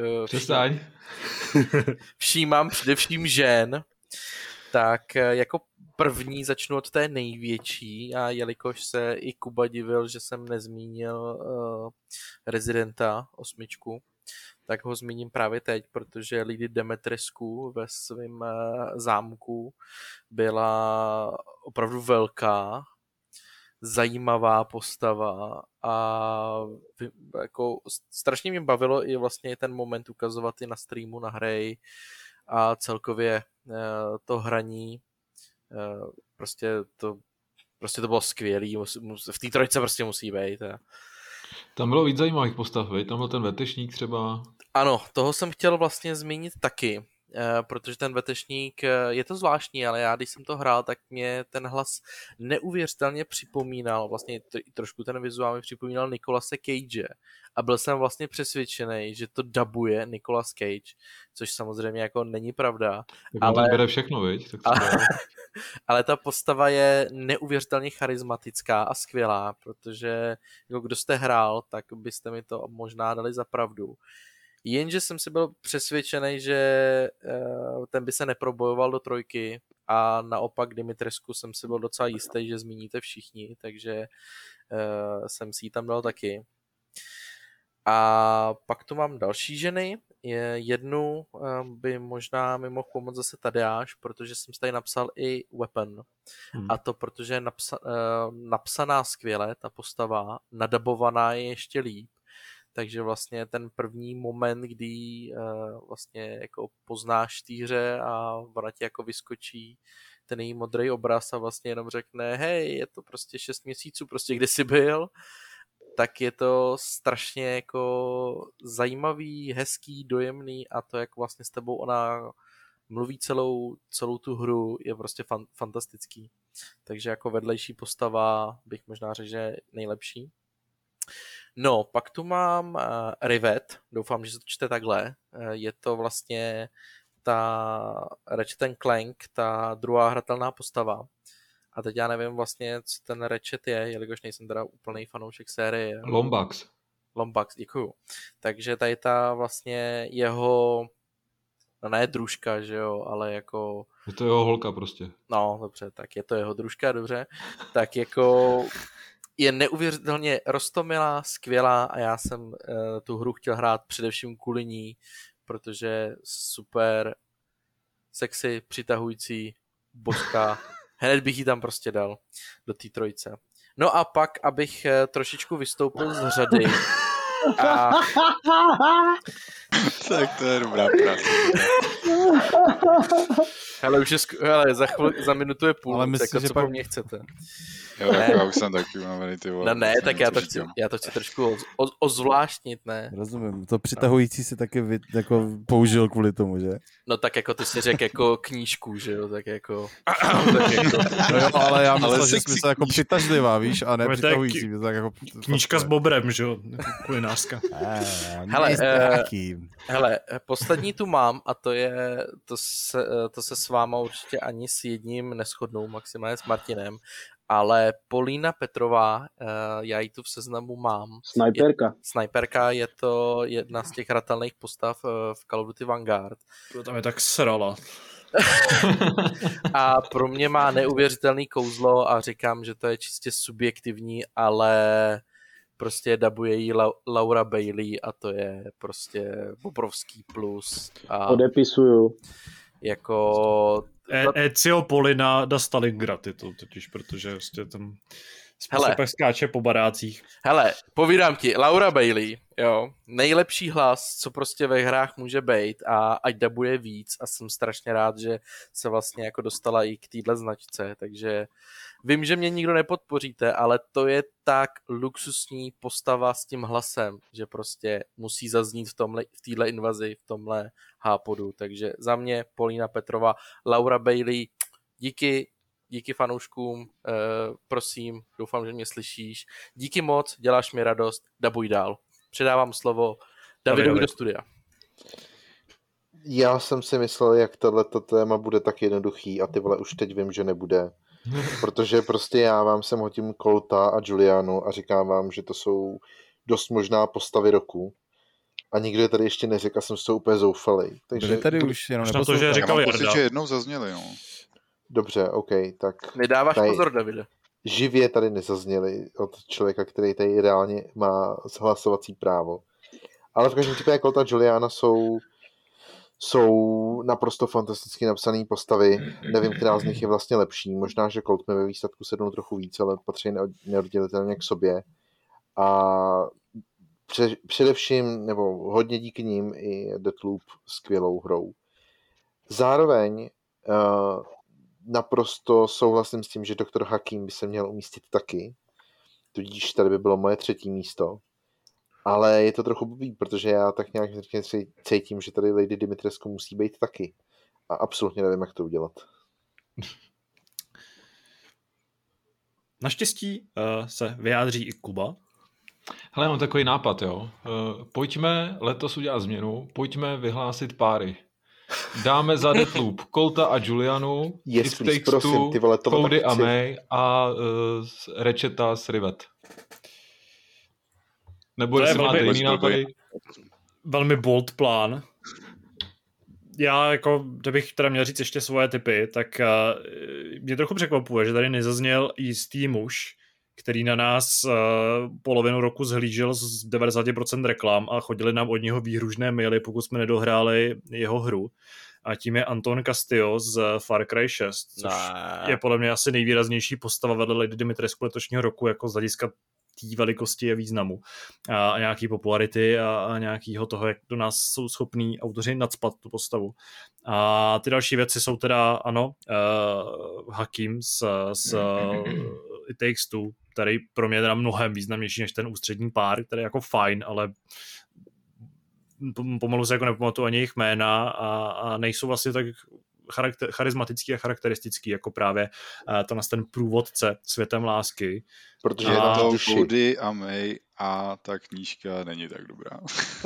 všímám především žen, tak jako první začnu od té největší a jelikož se i Kuba divil, že jsem nezmínil Residenta 8, tak ho zmíním právě teď, protože Lady Dimitrescu ve svém zámku byla opravdu velká, zajímavá postava a jako strašně mě bavilo i vlastně ten moment ukazovat i na streamu, na hry a celkově to hraní, prostě to bylo skvělý, v té trojce prostě musí být. Tam bylo víc zajímavých postav, tam byl ten vetešník třeba. Ano, toho jsem chtěl vlastně zmínit taky, protože ten vetešník, je to zvláštní, ale já když jsem to hrál, tak mě ten hlas neuvěřitelně připomínal, vlastně trošku ten vizuál mi připomínal Nicolase Cage a byl jsem vlastně přesvědčený, že to dabuje Nicolas Cage, což samozřejmě jako není pravda. Tak ale tam bere všechno, viď? Ale ta postava je neuvěřitelně charismatická a skvělá, protože jako kdo jste hrál, tak byste mi to možná dali za pravdu. Jenže jsem si byl přesvědčený, že ten by se neprobojoval do trojky a naopak Dimitrescu jsem si byl docela jistý, že zmíníte všichni, takže jsem si ji tam dal taky. A pak tu mám další ženy. jednu by možná mi mohl pomoct zase Tadeáš, protože jsem si tady napsal i Weapon. A to protože je napsaná skvěle, ta postava, nadabovaná je ještě líp. Takže vlastně ten první moment, kdy vlastně jako poznáš té hře a ona ti jako vyskočí ten její modrý obraz a vlastně jenom řekne, hej, je to prostě 6 měsíců, prostě kde jsi byl, tak je to strašně jako zajímavý, hezký, dojemný a to, jak vlastně s tebou ona mluví celou tu hru, je prostě fantastický. Takže jako vedlejší postava bych možná řekl, že nejlepší. No, pak tu mám Rivet, doufám, že se to čte takhle. Je to vlastně ta Ratchet & Clank, ta druhá hratelná postava. A teď já nevím vlastně, co ten Ratchet je, jelikož nejsem teda úplný fanoušek série. Lombax, děkuju. Takže tady ta vlastně jeho, no ne družka, že jo, ale jako... Je to jeho holka prostě. No, dobře, tak je to jeho družka, dobře. Tak jako... Je neuvěřitelně roztomilá, skvělá a já jsem tu hru chtěl hrát především kvůli ní, protože super sexy, přitahující, božka. Hned bych ji tam prostě dal do té trojice. No a pak, abych trošičku vystoupil z řady. A... Tak to je dobrá práce. Hele, za minutu je půl, ale myslím, jako že co po mně chcete. Jo, tak já už jsem taky unavený, ty vole. No ne, tak já to chci trošku ozvláštnit, ne? Rozumím, to přitahující si taky jako použil kvůli tomu, že? No tak jako ty si řekl jako knížku, že jo, tak jako... No jo, ale já myslel, že jsi myslel jako přitažlivá, víš, a ne přitahující. Tak jako, knížka s bobrem, že jo, kulinářka. Hele, poslední tu mám a to se s váma určitě ani s jedním neshodnou, maximálně s Martinem, ale Polína Petrová, já ji tu v seznamu mám. Snajperka je to jedna z těch hratelných postav v Call of Duty Vanguard. To tam je tak srala. A pro mě má neuvěřitelný kouzlo a říkám, že to je čistě subjektivní, ale prostě dabuje jí Laura Bailey a to je prostě obrovský plus. A podepisuju. Jako... Ezio Polina da Stalingrad je to totiž, protože prostě tam pak skáče po barácích. Hele, povídám ti, Laura Bailey, jo, nejlepší hlas, co prostě ve hrách může být a ať dabuje víc a jsem strašně rád, že se vlastně jako dostala i k téhle značce, takže vím, že mě nikdo nepodpoříte, ale to je tak luxusní postava s tím hlasem, že prostě musí zaznít v téhle invazi, v tomhle hápodu, takže za mě Polína Petrova, Laura Bailey, díky fanouškům, prosím, doufám, že mě slyšíš. Díky moc, děláš mi radost, dabuj dál. Předávám slovo Davidovi do studia. Já jsem si myslel, jak tohleto téma bude tak jednoduchý a ty vole už teď vím, že nebude. Protože prostě já vám sem hodím Colta a Julianu a říkám vám, že to jsou dost možná postavy roku. A nikdo je tady ještě neřekl, jsem z toho úplně zoufalý. Takže tady už jenom na to, že říkal Jarda. Pocit, že jednou zazněli, no. Dobře, OK, tak... Nedáváš pozor, Davide. Živě tady nezazněli od člověka, který tady reálně má hlasovací právo. Ale v každém případě Colt a Juliana jsou naprosto fantasticky napsané postavy. Nevím, která z nich je vlastně lepší. Možná, že Colt mi ve výsledku sednou trochu víc, ale patří neoddělitelně k sobě. A především, nebo hodně díky ním i Deathloop skvělou hrou. Zároveň naprosto souhlasím s tím, že Dr. Hakim by se měl umístit taky. Tudíž tady by bylo moje 3. místo. Ale je to trochu blbý, protože já tak nějak cítím, že tady Lady Dimitrescu musí být taky. A absolutně nevím, jak to udělat. Naštěstí se vyjádří i Kuba. Hele, mám takový nápad, jo. Pojďme letos udělat změnu, pojďme vyhlásit páry. Dáme za Deathloop Colta a Julianu, Yes, It Takes Two, Cody a May a Ratcheta s Rivet. Nebo jestli máte jiný nápady? Velmi bold plán. Já jako, kdybych teda měl říct ještě svoje tipy, tak mě trochu překvapuje, že tady nezazněl jistý muž, který na nás polovinu roku zhlížel z 90% reklam a chodili nám od něho výhružné maily, pokud jsme nedohráli jeho hru. A tím je Anton Castillo z Far Cry 6, což je podle mě asi nejvýraznější postava vedle Lady Dimitrescu letošního roku, jako z hlediska té velikosti a významu a nějaký popularity a nějakého toho, jak do nás jsou schopní autoři nacpat tu postavu. A ty další věci jsou teda, ano, Hakim z It Takes Two, který pro mě je teda mnohem významnější než ten ústřední pár, který je jako fajn, ale pomalu se jako nepamatuju ani jejich jména a nejsou vlastně tak charismatický a charakteristický, jako právě ten průvodce světem lásky. Protože je to Cody a May a ta knížka není tak dobrá.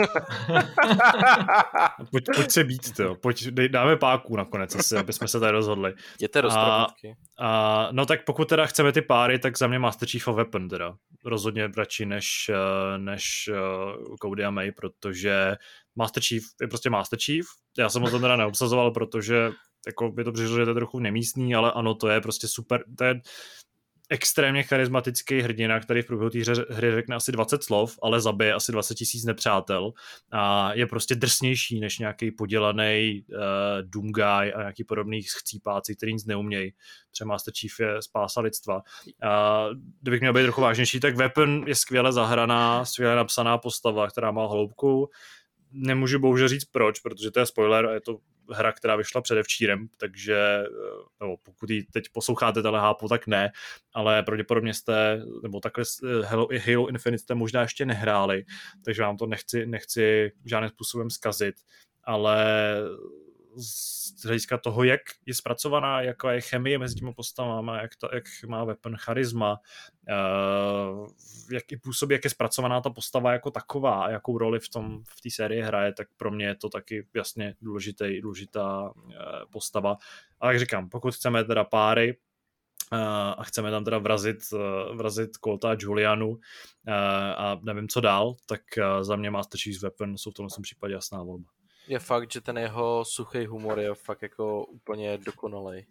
Pojď se být, to. Dáme páku nakonec, aby jsme se tady rozhodli. Jděte rozpravitky. No tak pokud teda chceme ty páry, tak za mě Master Chief a Weapon teda. Rozhodně radši než Cody a May, protože Master Chief je prostě Master Chief. Já jsem ho to teda neobsazoval, protože jako by to přišlo, že to je trochu nemístný, ale ano, to je prostě super, to je extrémně charismatický hrdina, který v průběhu té hry řekne asi 20 slov, ale zabije asi 20 000 nepřátel a je prostě drsnější než nějaký podělaný Doom Guy a nějaký podobný chcípáci, který nic neumějí. Třeba Master Chief je spása lidstva. Kdybych měl být trochu vážnější, tak Weapon je skvěle zahraná, skvěle napsaná postava, která má hloubku. Nemůžu bohužel říct proč, protože to je spoiler a je to hra, která vyšla předevčírem, takže no, pokud ji teď posloucháte telehápu, tak ne, ale pravděpodobně jste, nebo takhle Halo Infinite jste možná ještě nehráli, takže vám to nechci žádným způsobem zkazit, ale z hlediska toho, jak je zpracovaná, jaká je chemie mezi těmi postavami, jak má Weapon charisma, jak i působí, jak je zpracovaná ta postava jako taková a jakou roli v té sérii hraje, tak pro mě je to taky jasně důležitá postava. A jak říkám, pokud chceme teda páry a chceme tam teda vrazit Colta a Julianu a nevím co dál, tak za mě Master Chief's Weapon jsou v tomhle případě jasná volba. Je fakt, že ten jeho suchý humor je fakt jako úplně dokonalej.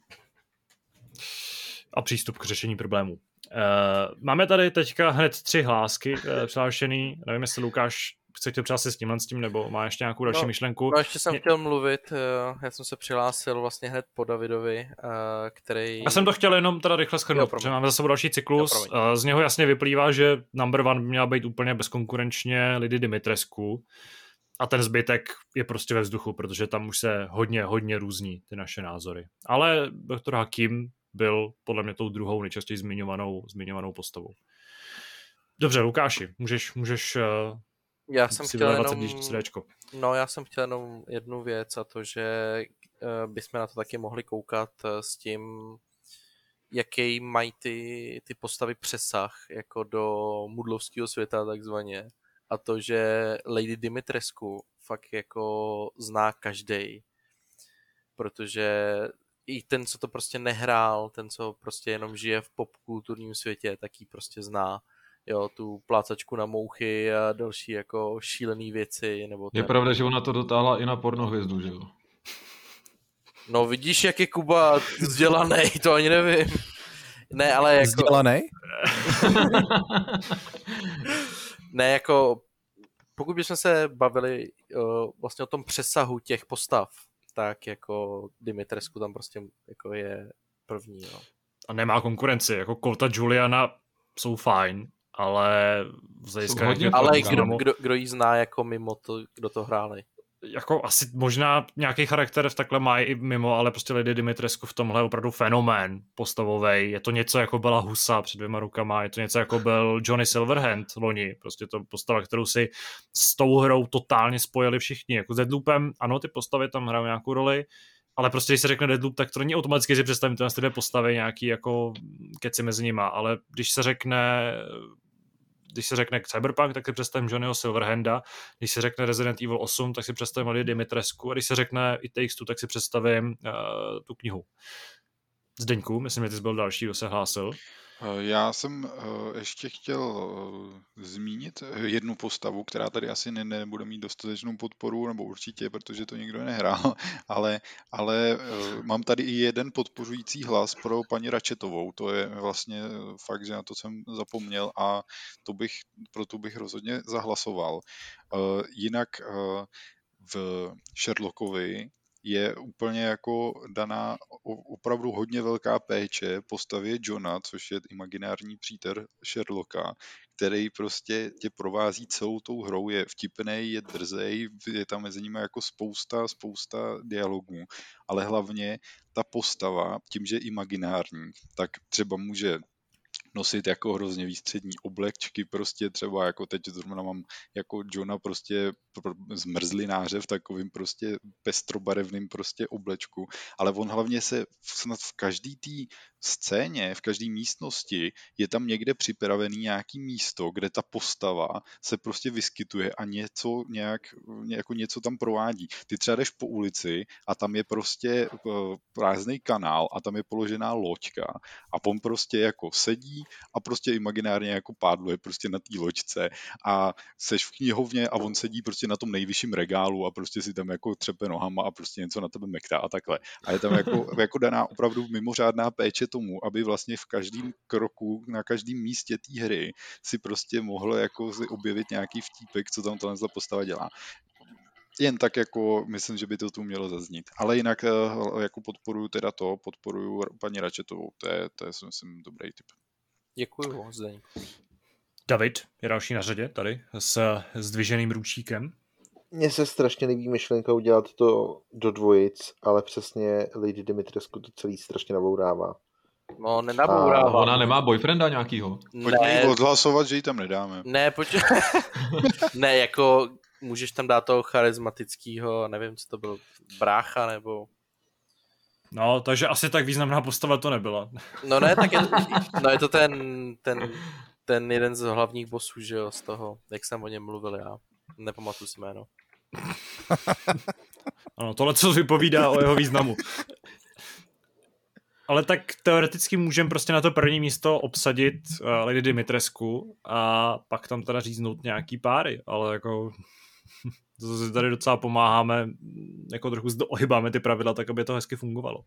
A přístup k řešení problémů. Máme tady teďka hned 3 hlásky přihlášený. Nevím, jestli Lukáš chce tě přihlásit s tím, nebo má ještě nějakou další myšlenku. No ještě jsem chtěl mluvit, já jsem se přihlásil vlastně hned po Davidovi, který... Já jsem to chtěl jenom teda rychle shrnout, protože máme za sebou další cyklus. Z něho jasně vyplývá, že number one by měla být úplně bezkonkurenčně Lady Dimitrescu. A ten zbytek je prostě ve vzduchu, protože tam už se hodně různí ty naše názory. Ale doktor Hakim byl podle mě tou druhou nejčastěji zmiňovanou postavou. Dobře, Lukáši, můžeš já jsem si chtěl vylevat jenom, srdéčko. No, já jsem chtěl jenom jednu věc, a to, že bychom na to taky mohli koukat s tím, jaký mají ty postavy přesah jako do mudlovského světa takzvaně. A to, že Lady Dimitrescu fakt jako zná každej, protože i ten, co to prostě nehrál, ten, co prostě jenom žije v popkulturním světě, tak ji prostě zná. Jo, tu plácačku na mouchy a další jako šílený věci. Nebo je pravda, že ona to dotáhla i na pornohvězdu, že jo? No vidíš, jak je Kuba vzdělanej, to ani nevím. Ne, ale jako... Vzdělanej? Ne, jako pokud bychom se bavili vlastně o tom přesahu těch postav, tak jako Dimitrescu tam prostě jako je první. Jo. A nemá konkurenci, jako Colta Juliana jsou fajn, ale ale kdo jí zná jako mimo to, kdo to hráli? Jako asi možná nějaký charakter v takhle má i mimo, ale prostě Lady Dimitrescu v tomhle je opravdu fenomén postavovej. Je to něco jako byla Husa před 2 rukama, je to něco jako byl Johnny Silverhand loni. Prostě to postava, kterou si s tou hrou totálně spojili všichni. Jako s Deathloopem, ano, ty postavy tam hrajou nějakou roli, ale prostě když se řekne Deathloop, tak to není automaticky, že představím ty 2 postavy nějaký jako keci mezi nima, ale když se řekne Cyberpunk, tak si představím Johnnyho Silverhanda, když se řekne Resident Evil 8, tak si představím Lady Dimitrescu a když se řekne It Takes Two, tak si představím tu knihu. Zdeňku, myslím, že ty jsi byl další, kdo se hlásil. Já jsem ještě chtěl zmínit jednu postavu, která tady asi nebude mít dostatečnou podporu, nebo určitě, protože to nikdo nehrál, ale mám tady i jeden podporující hlas pro paní Ratchetovou. To je vlastně fakt, že na to jsem zapomněl a proto bych rozhodně zahlasoval. Jinak v Sherlockovi je úplně jako daná opravdu hodně velká péče postavě Johna, což je imaginární přítel Sherlocka, který prostě tě provází celou tou hrou, je vtipnej, je drzej, je tam mezi nimi jako spousta dialogů, ale hlavně ta postava, tím, že je imaginární, tak třeba může nosit jako hrozně výstřední oblečky, prostě třeba jako teď zrovna mám jako Johna prostě zmrzlináře v takovým prostě pestrobarevným prostě oblečku, ale on hlavně se snad v každý té scéně, v každé místnosti je tam někde připravený nějaký místo, kde ta postava se prostě vyskytuje a něco tam provádí. Ty třeba jdeš po ulici a tam je prostě prázdný kanál a tam je položená loďka a on prostě jako sedí a prostě imaginárně jako pádluje prostě na té loďce a seš v knihovně a on sedí prostě na tom nejvyšším regálu a prostě si tam jako třepe nohama a prostě něco na tebe mektá a takhle. A je tam jako daná opravdu mimořádná péče tomu, aby vlastně v každém kroku, na každém místě té hry si prostě mohl jako si objevit nějaký vtípek, co tam tato postava dělá. Jen tak jako myslím, že by to tu mělo zaznít. Ale jinak jako podporuju paní Ratchetovou, to je si myslím dobrý tip. Děkuju, Zdeň. David je další na řadě tady s zdviženým ručíkem. Mně se strašně líbí myšlenka udělat to do dvojic, ale přesně Lady Dimitrescu to celý strašně nabourává. No, nenabourává. Ona nemá boyfrienda nějakýho? Pojďme jí odhlasovat, že ji tam nedáme. Ne, ne, jako můžeš tam dát toho charismatického, nevím, co to byl, brácha, nebo... No, takže asi tak významná postava to nebyla. No ne, tak je to ten jeden z hlavních bossů, že jo, z toho, jak jsem o něm mluvil já. Nepamatuji si jméno. Ano, tohle co vypovídá o jeho významu. Ale tak teoreticky můžeme prostě na to první místo obsadit Lady Dimitrescu a pak tam teda říznout nějaký páry, ale jako to si tady docela pomáháme, jako trochu ohybáme ty pravidla, tak aby to hezky fungovalo.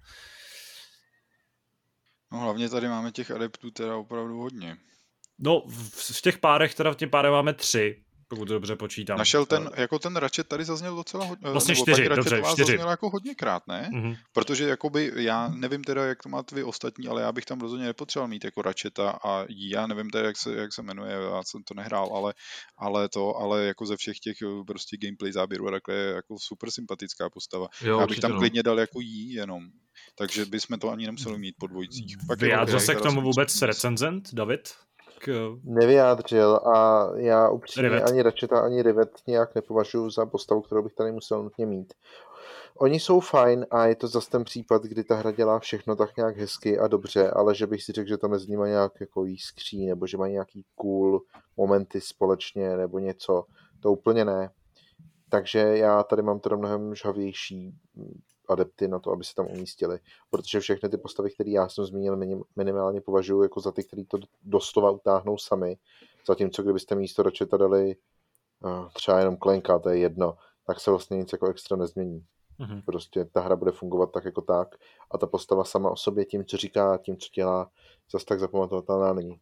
No hlavně tady máme těch adeptů teda opravdu hodně. No v těch párech teda v těch párech máme 3, pokud to dobře počítám. Našel ten Ratchet tady zazněl docela hodně. Vlastně 4, dobře, 4. Zazněla jako hodněkrát, ne? Mm-hmm. Protože jakoby, já nevím teda, jak to máte vy ostatní, ale já bych tam rozhodně nepotřeboval mít jako Ratcheta a já nevím teda, jak se jmenuje, já jsem to nehrál, ale jako ze všech těch prostě gameplay záběrů a takhle je jako super sympatická postava. Jo, já bych tam klidně dal jako jí jenom. Takže bychom to ani nemuseli mít po dvojicích. Vyjádřil se k tomu vůbec recenzent, David? Nevyjádřil a já upřímně ani Ratcheta, ani Rivet nějak nepovažuji za postavu, kterou bych tady musel nutně mít. Oni jsou fajn a je to zase ten případ, kdy ta hra dělá všechno tak nějak hezky a dobře, ale že bych si řekl, že tam mezi nimi nějak jako jiskří, nebo že mají nějaký cool momenty společně, nebo něco, to úplně ne. Takže já tady mám teda mnohem žhavější adepty na to, aby se tam umístili, protože všechny ty postavy, které já jsem zmínil, minimálně považuji jako za ty, který to doslova utáhnou sami, zatímco kdybyste místo Ratcheta dali třeba jenom Klenka, to je jedno, tak se vlastně nic jako extra nezmění. Mm-hmm. Prostě ta hra bude fungovat tak jako tak a ta postava sama o sobě tím, co říká, tím, co dělá, zase tak zapamatovatelná není.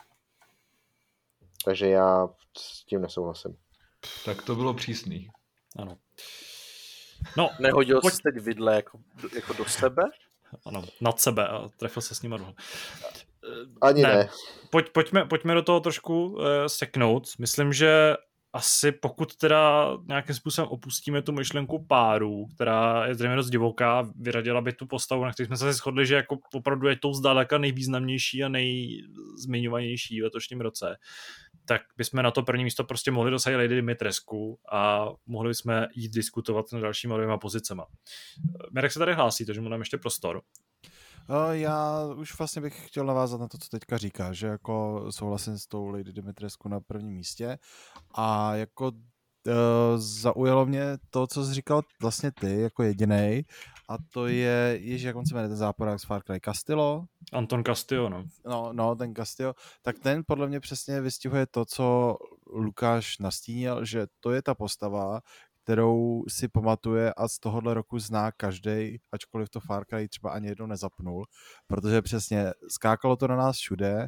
Takže já s tím nesouhlasím. Tak to bylo přísný. Ano. No, nehodil jsi teď vidle jako do sebe? Ano, nad sebe a trefil se s nima dole. Ani ne. Pojďme do toho trošku seknout. Myslím, že asi pokud teda nějakým způsobem opustíme tu myšlenku párů, která je zřejmě dost divoká, vyradila by tu postavu, na který jsme se shodli, že jako opravdu je tou zdaleka nejvýznamnější a nejzmiňovanější v letošním roce, tak bychom na to první místo prostě mohli dosadit Lady Dimitrescu a mohli bychom jít diskutovat na dalšíma 2 pozicema. Mirek se tady hlásí, takže mu dám ještě prostor. Já už vlastně bych chtěl navázat na to, co teďka říká, že jako souhlasím s tou Lady Dimitrescu na prvním místě a jako zaujalo mě to, co jsi říkal vlastně ty jako jedinej a to je, jak on se jmenuje ten záporák z Far Cry Castillo? Anton Castillo, no. No, ten Castillo, tak ten podle mě přesně vystihuje to, co Lukáš nastínil, že to je ta postava, kterou si pamatuje a z tohohle roku zná každej, ačkoliv to Far Cry třeba ani jednou nezapnul, protože přesně skákalo to na nás všude,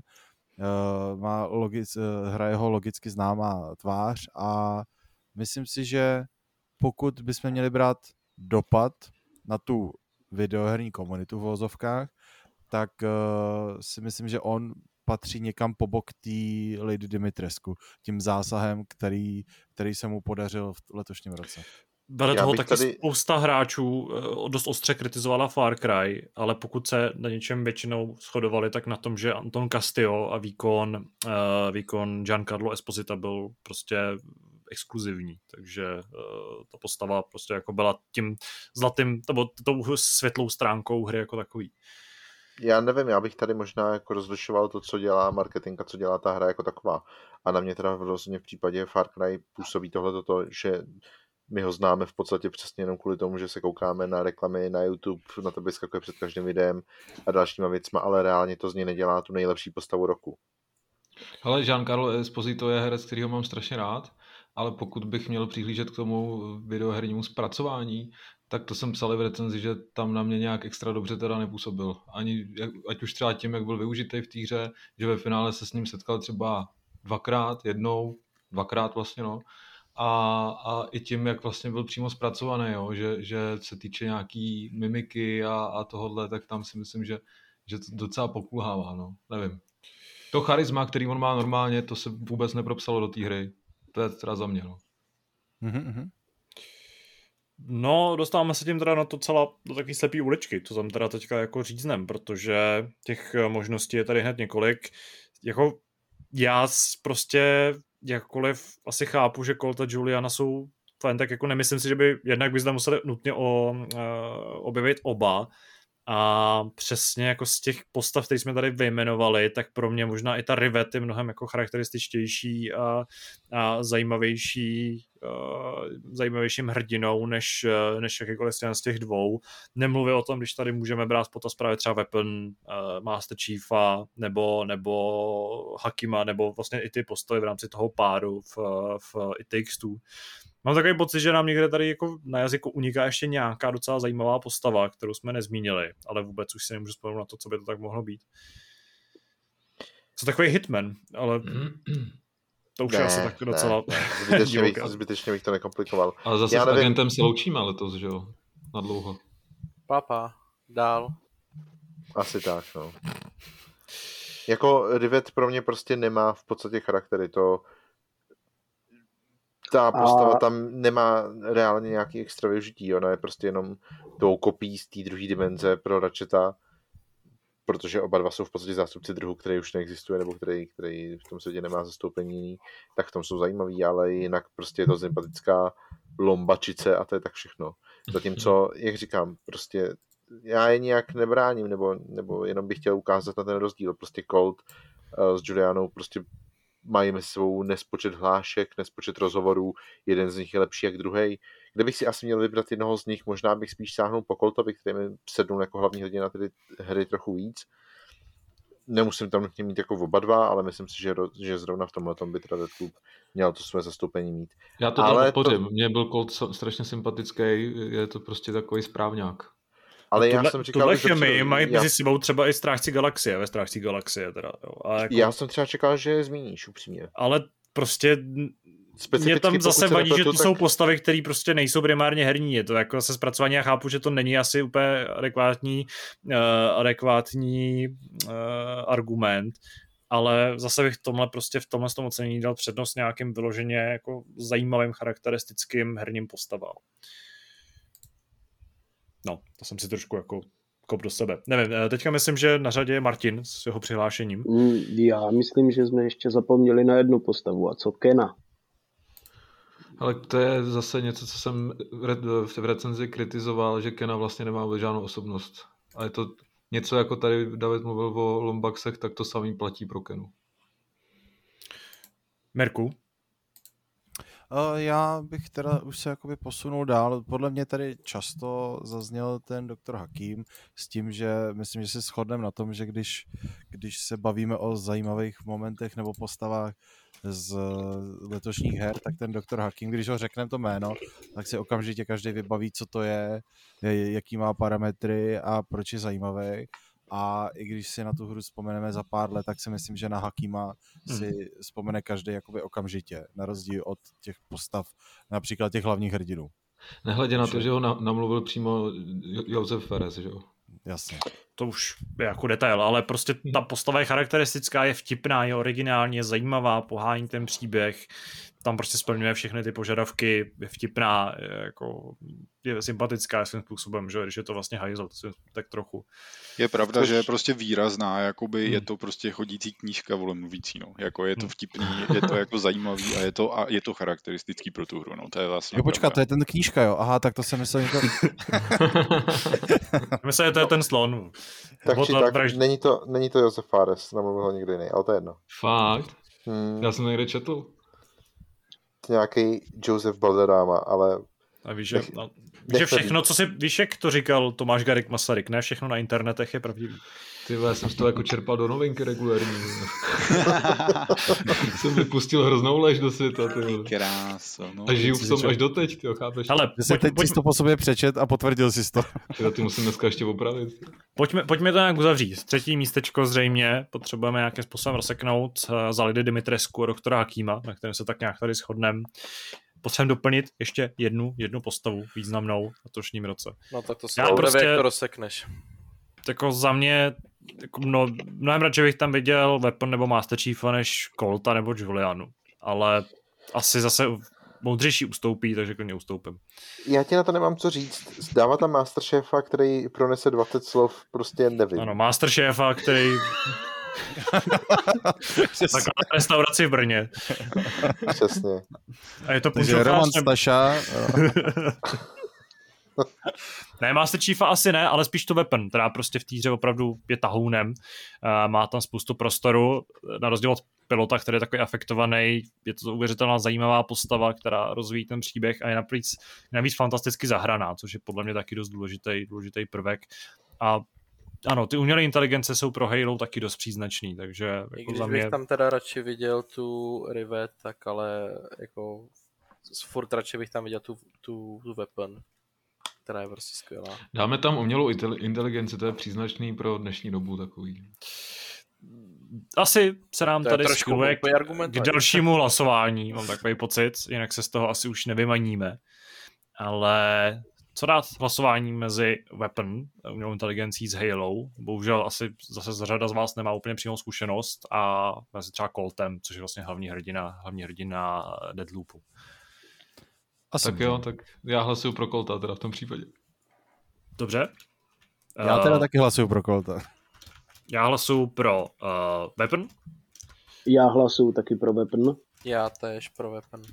hraje ho logicky známá tvář a myslím si, že pokud bychom měli brát dopad na tu videoherní komunitu v vozovkách, tak si myslím, že on patří někam po bok té Lady Dimitrescu, tím zásahem, který se mu podařil v letošním roce. Vedle toho taky spousta hráčů dost ostře kritizovala Far Cry, ale pokud se na něčem většinou shodovali, tak na tom, že Anton Castillo a výkon Giancarlo Esposita byl prostě exkluzivní, takže ta postava prostě jako byla tím zlatým, nebo tou světlou stránkou hry jako takový. Já nevím, já bych tady možná jako rozlišoval to, co dělá marketing a co dělá ta hra jako taková. A na mě teda rozhodně v případě Far Cry působí tohleto, že my ho známe v podstatě přesně jenom kvůli tomu, že se koukáme na reklamy na YouTube, na to vyskakuje před každým videem a dalšíma věcma, ale reálně to z něj nedělá tu nejlepší postavu roku. Ale Giancarlo Esposito je herec, kterýho mám strašně rád, ale pokud bych měl přihlížet k tomu videohernímu zpracování, tak to jsem psal v recenzi, že tam na mě nějak extra dobře teda nepůsobil. Ať už třeba tím, jak byl využitý v té hře, že ve finále se s ním setkal třeba dvakrát vlastně, no. A i tím, jak vlastně byl přímo zpracovaný, jo, že se týče nějaký mimiky a tohodle, tak tam si myslím, že to docela pokulhává, no. Nevím. To charisma, který on má normálně, to se vůbec nepropsalo do té hry. To je teda za mě, no. Mm-hmm. No, dostáváme se tím teda do takové slepý uličky, to tam teda teďka jako říznem, protože těch možností je tady hned několik. Jako já prostě jakkoliv asi chápu, že Colt a Juliana jsou fajn, tak jako nemyslím si, že by jednak by zde museli nutně objevit oba. A přesně jako z těch postav, které jsme tady vyjmenovali, tak pro mě možná i ta Rivet je mnohem jako charakterističtější a zajímavějším hrdinou, než jakýkoliv z těch dvou. Nemluvím o tom, když tady můžeme brát v potaz právě třeba Weapon, Master Chiefa, nebo Hakima, nebo vlastně i ty postavy v rámci toho páru v It Takes Two. Mám takový pocit, že nám někde tady jako na jazyku uniká ještě nějaká docela zajímavá postava, kterou jsme nezmínili, ale vůbec už si nemůžu vzpomenout na to, co by to tak mohlo být. Co takový Hitman, ale to už je asi tak docela... Zbytečně bych to nekomplikoval. Ale zase s agentem se loučíme letos, že jo? Na dlouho. Papa, dál. Asi tak, no. Jako Rivet pro mě prostě nemá v podstatě charaktery, ta postava tam nemá reálně nějaký extra využití, ona je prostě jenom tou kopií z té druhé dimenze pro Ratcheta, protože oba dva jsou v podstatě zástupci druhu, který už neexistuje, nebo který v tom světě nemá zastoupení, tak v tom jsou zajímavý, ale jinak prostě je to sympatická lombačice a to je tak všechno. Zatímco, jak říkám, prostě já je nijak nebráním, nebo jenom bych chtěl ukázat na ten rozdíl. Prostě Colt s Julianou prostě mají mezi svou nespočet hlášek, nespočet rozhovorů, jeden z nich je lepší jak druhej. Kdybych si asi měl vybrat jednoho z nich, možná bych spíš sáhnul po Coltovi, který mi sednul jako hlavní hrdina ty hry trochu víc. Nemusím tam nutně mít jako oba dva, ale myslím si, že zrovna v tomhletom by teda Deathloop měl to své zastoupení mít. Já to podpořím. Mně byl Colt strašně sympatický, je to prostě takový správňák. Ale já jsem říkal, tuhle chemii mají mezi sebou třeba i Strážci galaxie, ve Strážci galaxie teda. Jo. A jako... Já jsem třeba čekal, že je zmíníš, upřímně. Ale prostě mě tam zase vadí, že to jsou postavy, které prostě nejsou primárně herní. Je to jako zase zpracování, já chápu, že to není asi úplně adekvátní argument, ale zase bych v tomhle ocenění dal přednost nějakým vyloženě jako zajímavým charakteristickým herním postavám. No, to jsem si trošku jako kop do sebe. Nevím, teďka myslím, že na řadě je Martin s jeho přihlášením. Já myslím, že jsme ještě zapomněli na jednu postavu, a co Kena? Ale to je zase něco, co jsem v recenzi kritizoval, že Kena vlastně nemá žádnou osobnost. A je to něco, jako tady David mluvil o Lombaxech, tak to samý platí pro Kenu. Mirku? Já bych teda už se jakoby posunul dál. Podle mě tady často zazněl ten doktor Hakim s tím, že myslím, že se shodneme na tom, že když se bavíme o zajímavých momentech nebo postavách z letošních her, tak ten doktor Hakim, když ho řekneme to jméno, tak si okamžitě každý vybaví, co to je, jaký má parametry a proč je zajímavý. A i když si na tu hru vzpomeneme za pár let, tak si myslím, že na Hakima si vzpomene každý jakoby okamžitě, na rozdíl od těch postav, například těch hlavních hrdinů. Nehledě na to, že ho namluvil přímo Josef Fares, že jo? Jasně. To už je jako detail, ale prostě ta postava je charakteristická, je vtipná, je originální, je zajímavá, pohání ten příběh, tam prostě splňuje všechny ty požadavky, je vtipná, je sympatická svým způsobem, že když je to vlastně hajzl, tak trochu. Je pravda, že je prostě výrazná, jakoby je to prostě chodící knížka volemluvící, no. Jako je to vtipný, je to jako zajímavý a je to charakteristický pro tu hru, no. To je vlastně Jo, počkat, to je ten knížka, jo. Aha, tak to jsem myslel, že to... Myslím, že to je ten slon. Tak či tak, není to Josef Fares, nemluvil ho nikdo jiný, ale to je jedno. Fakt? Já jsem někde četl. Nějaký Josef Balderrama, ale... A víš, že všechno, co si, víš, jak to říkal Tomáš Garrigue Masaryk, ne všechno na internetech je pravdivý. Ty já jsem to jako čerpal do novinky regulární. Jsem vypustil hroznou lež do světa, ty. Krása, no. A žiju v tom až doteď, ty chápeš? Hele, teď jsi to po sobě přečet a potvrdil jsi to. Ty musím dneska ještě opravit. Pojďme to nějak uzavřít. Třetí místečko zřejmě potřebujeme nějakým způsobem rozseknout za Lidy Dimitrescu a doktora Hakima, na kterém se tak nějak tady shodneme. Potřebujeme doplnit ještě jednu postavu významnou v letošním roce. No tak to si jak to rozsekneš. Jako za mě, jako mnohem radši bych tam viděl Weapon nebo Master Chiefa než Colta nebo Julianu. Ale asi zase moudřejší ustoupí, takže klidně ustoupím. Já ti na to nemám co říct. Dává tam Masterchefa, který pronese 20 slov, prostě nevím. Ano, Masterchefa, který... Taková restauraci v Brně. Přesně. A je to takže Roman Staša. Ne, Master Chiefa asi ne, ale spíš to Weapon, která prostě v té hře opravdu je tahounem. Má tam spoustu prostoru, na rozdíl od pilota, který je takový afektovaný. Je to uvěřitelná zajímavá postava, která rozvíjí ten příběh a je navíc fantasticky zahraná, což je podle mě taky dost důležitý prvek. A ano, ty umělé inteligence jsou pro Halo taky dost příznačný, takže jako i když za mě... bych tam teda radši viděl tu Rivet, tak ale jako furt radši bych tam viděl tu Weapon, která je prostě skvělá. Dáme tam umělou inteligenci, to je příznačný pro dnešní dobu takový. Asi se nám tady skiluje k dalšímu hlasování, mám takový pocit, jinak se z toho asi už nevymaníme. Ale co dát hlasování mezi Weapon, umělou inteligencí s Halo, bohužel asi zase řada z vás nemá úplně přímou zkušenost, a mezi třeba Coltem, což je vlastně hlavní hrdina Deadloopu. Tak jo, tak já hlasuju pro Colta teda v tom případě. Dobře. Já teda taky hlasuju pro Colta. Já hlasuju pro Weapon. Já hlasuju taky pro Weapon. Já též pro Weapon.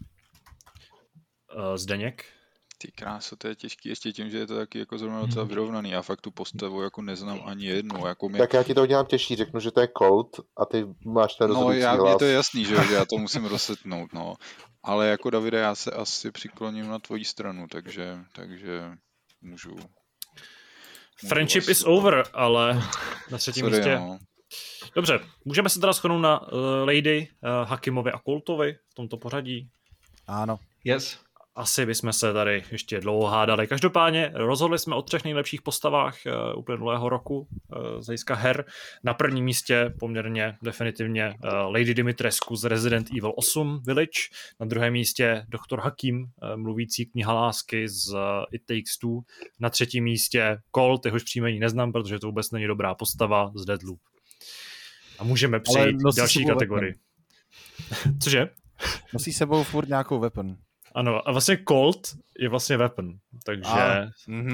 Zdeněk. Ty kráso, to je těžký, ještě tím, že je to taky jako zrovna docela vyrovnaný. Já fakt tu postavu jako neznám ani jednu. Jako Tak já ti to udělám těžší, řeknu, že to je Colt a ty máš ten rozhodující hlas. No, je to jasný, že já to musím rozsetnout, no. Ale jako Davide, já se asi přikloním na tvoji stranu, takže můžu Friendship vlastně... is over, ale na třetím místě. No. Dobře, můžeme se teda shodnout na Lady, Hakimovi a Coltovi v tomto pořadí? Ano. Yes. Asi bychom se tady ještě dlouho hádali. Každopádně rozhodli jsme o 3 nejlepších postavách uplynulého roku z hlediska her. Na prvním místě poměrně definitivně Lady Dimitrescu z Resident Evil 8 Village. Na druhém místě Dr. Hakim, mluvící kniha lásky z It Takes Two. Na třetím místě Colt, jehož příjmení neznám, protože to vůbec není dobrá postava z Deadloop. A můžeme přejít k další kategorii. Cože? Nosí sebou furt nějakou Weapon. Ano, a vlastně Colt je vlastně Weapon, takže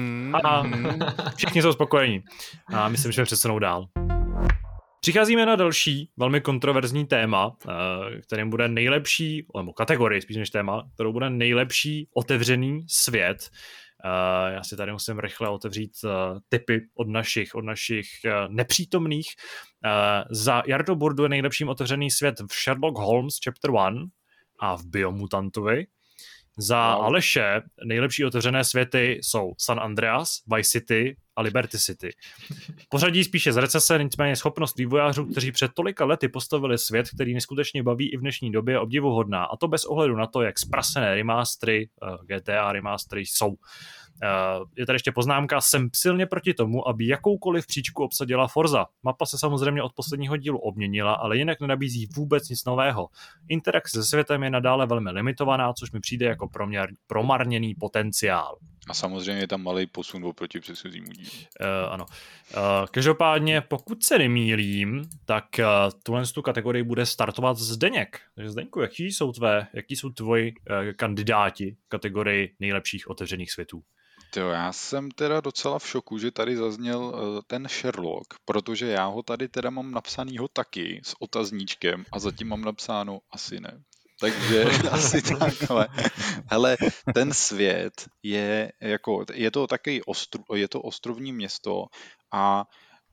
všichni jsou spokojení. A myslím, že přesunou dál. Přicházíme na další velmi kontroverzní téma, kterým bude nejlepší, nebo kategorie spíš než téma, kterou bude nejlepší otevřený svět. Já si tady musím rychle otevřít tipy od našich nepřítomných. Za Jardo Burdu je nejlepším otevřený svět v Sherlock Holmes Chapter 1 a v Biomutantovi. Za Aleše nejlepší otevřené světy jsou San Andreas, Vice City a Liberty City. Pořadí spíše z recese, nicméně schopnost vývojářů, kteří před tolika lety postavili svět, který neskutečně baví i v dnešní době, je obdivuhodná. A to bez ohledu na to, jak zprasené remastery, GTA remastery jsou. Je tady ještě poznámka, jsem silně proti tomu, aby jakoukoliv příčku obsadila Forza. Mapa se samozřejmě od posledního dílu obměnila, ale jinak nenabízí vůbec nic nového. Interakce se světem je nadále velmi limitovaná, což mi přijde jako promarněný potenciál. A samozřejmě je tam malý posun oproti předchozímu dílu. Ano. Každopádně, pokud se nemýlím, tak tu kategorii bude startovat Zdeněk. Takže Zdeňku, jaký jsou tvoji kandidáti v kategorii nejlepších otevřených světů? Já jsem teda docela v šoku, že tady zazněl ten Sherlock, protože já ho tady teda mám napsanýho taky s otazníčkem a zatím mám napsáno asi ne. Takže asi takhle. Hele, ten svět je jako, je to taky je to ostrovní město a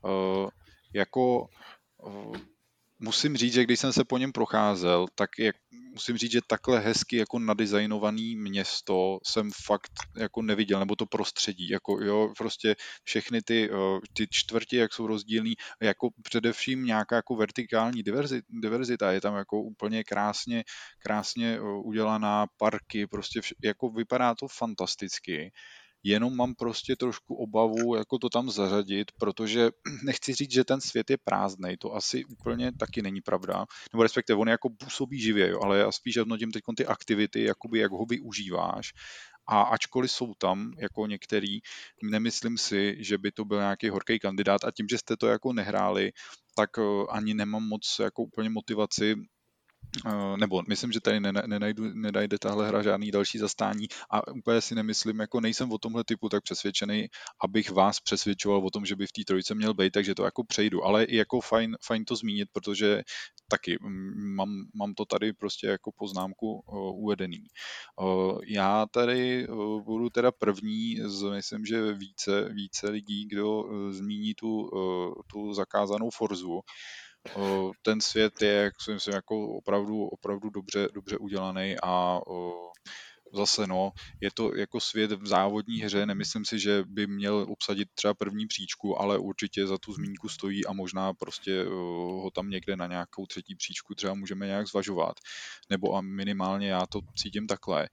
musím říct, že když jsem se po něm procházel, tak musím říct, že takhle hezky jako nadizajnovaný město jsem fakt jako neviděl, nebo to prostředí, jako jo, prostě všechny ty čtvrti, jak jsou rozdílný, jako především nějaká jako vertikální diverzita, je tam jako úplně krásně udělaná parky, prostě jako vypadá to fantasticky. Jenom mám prostě trošku obavu jako to tam zařadit, protože nechci říct, že ten svět je prázdnej, to asi úplně taky není pravda, nebo respektive on jako působí živě, jo, ale já spíš hodnotím teď ty aktivity, jakoby jak ho využíváš. A ačkoliv jsou tam jako některý, nemyslím si, že by to byl nějaký horký kandidát a tím, že jste to jako nehráli, tak ani nemám moc jako úplně motivaci, nebo myslím, že tady nenajde tahle hra žádný další zastání a úplně si nemyslím, jako nejsem o tomhle typu tak přesvědčený, abych vás přesvědčoval o tom, že by v té trojice měl být, takže to jako přejdu, ale jako fajn to zmínit, protože taky mám to tady prostě jako poznámku uvedený. Já tady budu teda první myslím, že více lidí, kdo zmíní tu zakázanou Forzu. Ten svět je, jak si myslím, jako opravdu dobře udělaný a zase je to jako svět v závodní hře, nemyslím si, že by měl obsadit třeba první příčku, ale určitě za tu zmínku stojí a možná prostě ho tam někde na nějakou třetí příčku třeba můžeme nějak zvažovat, nebo a minimálně já to cítím takhle.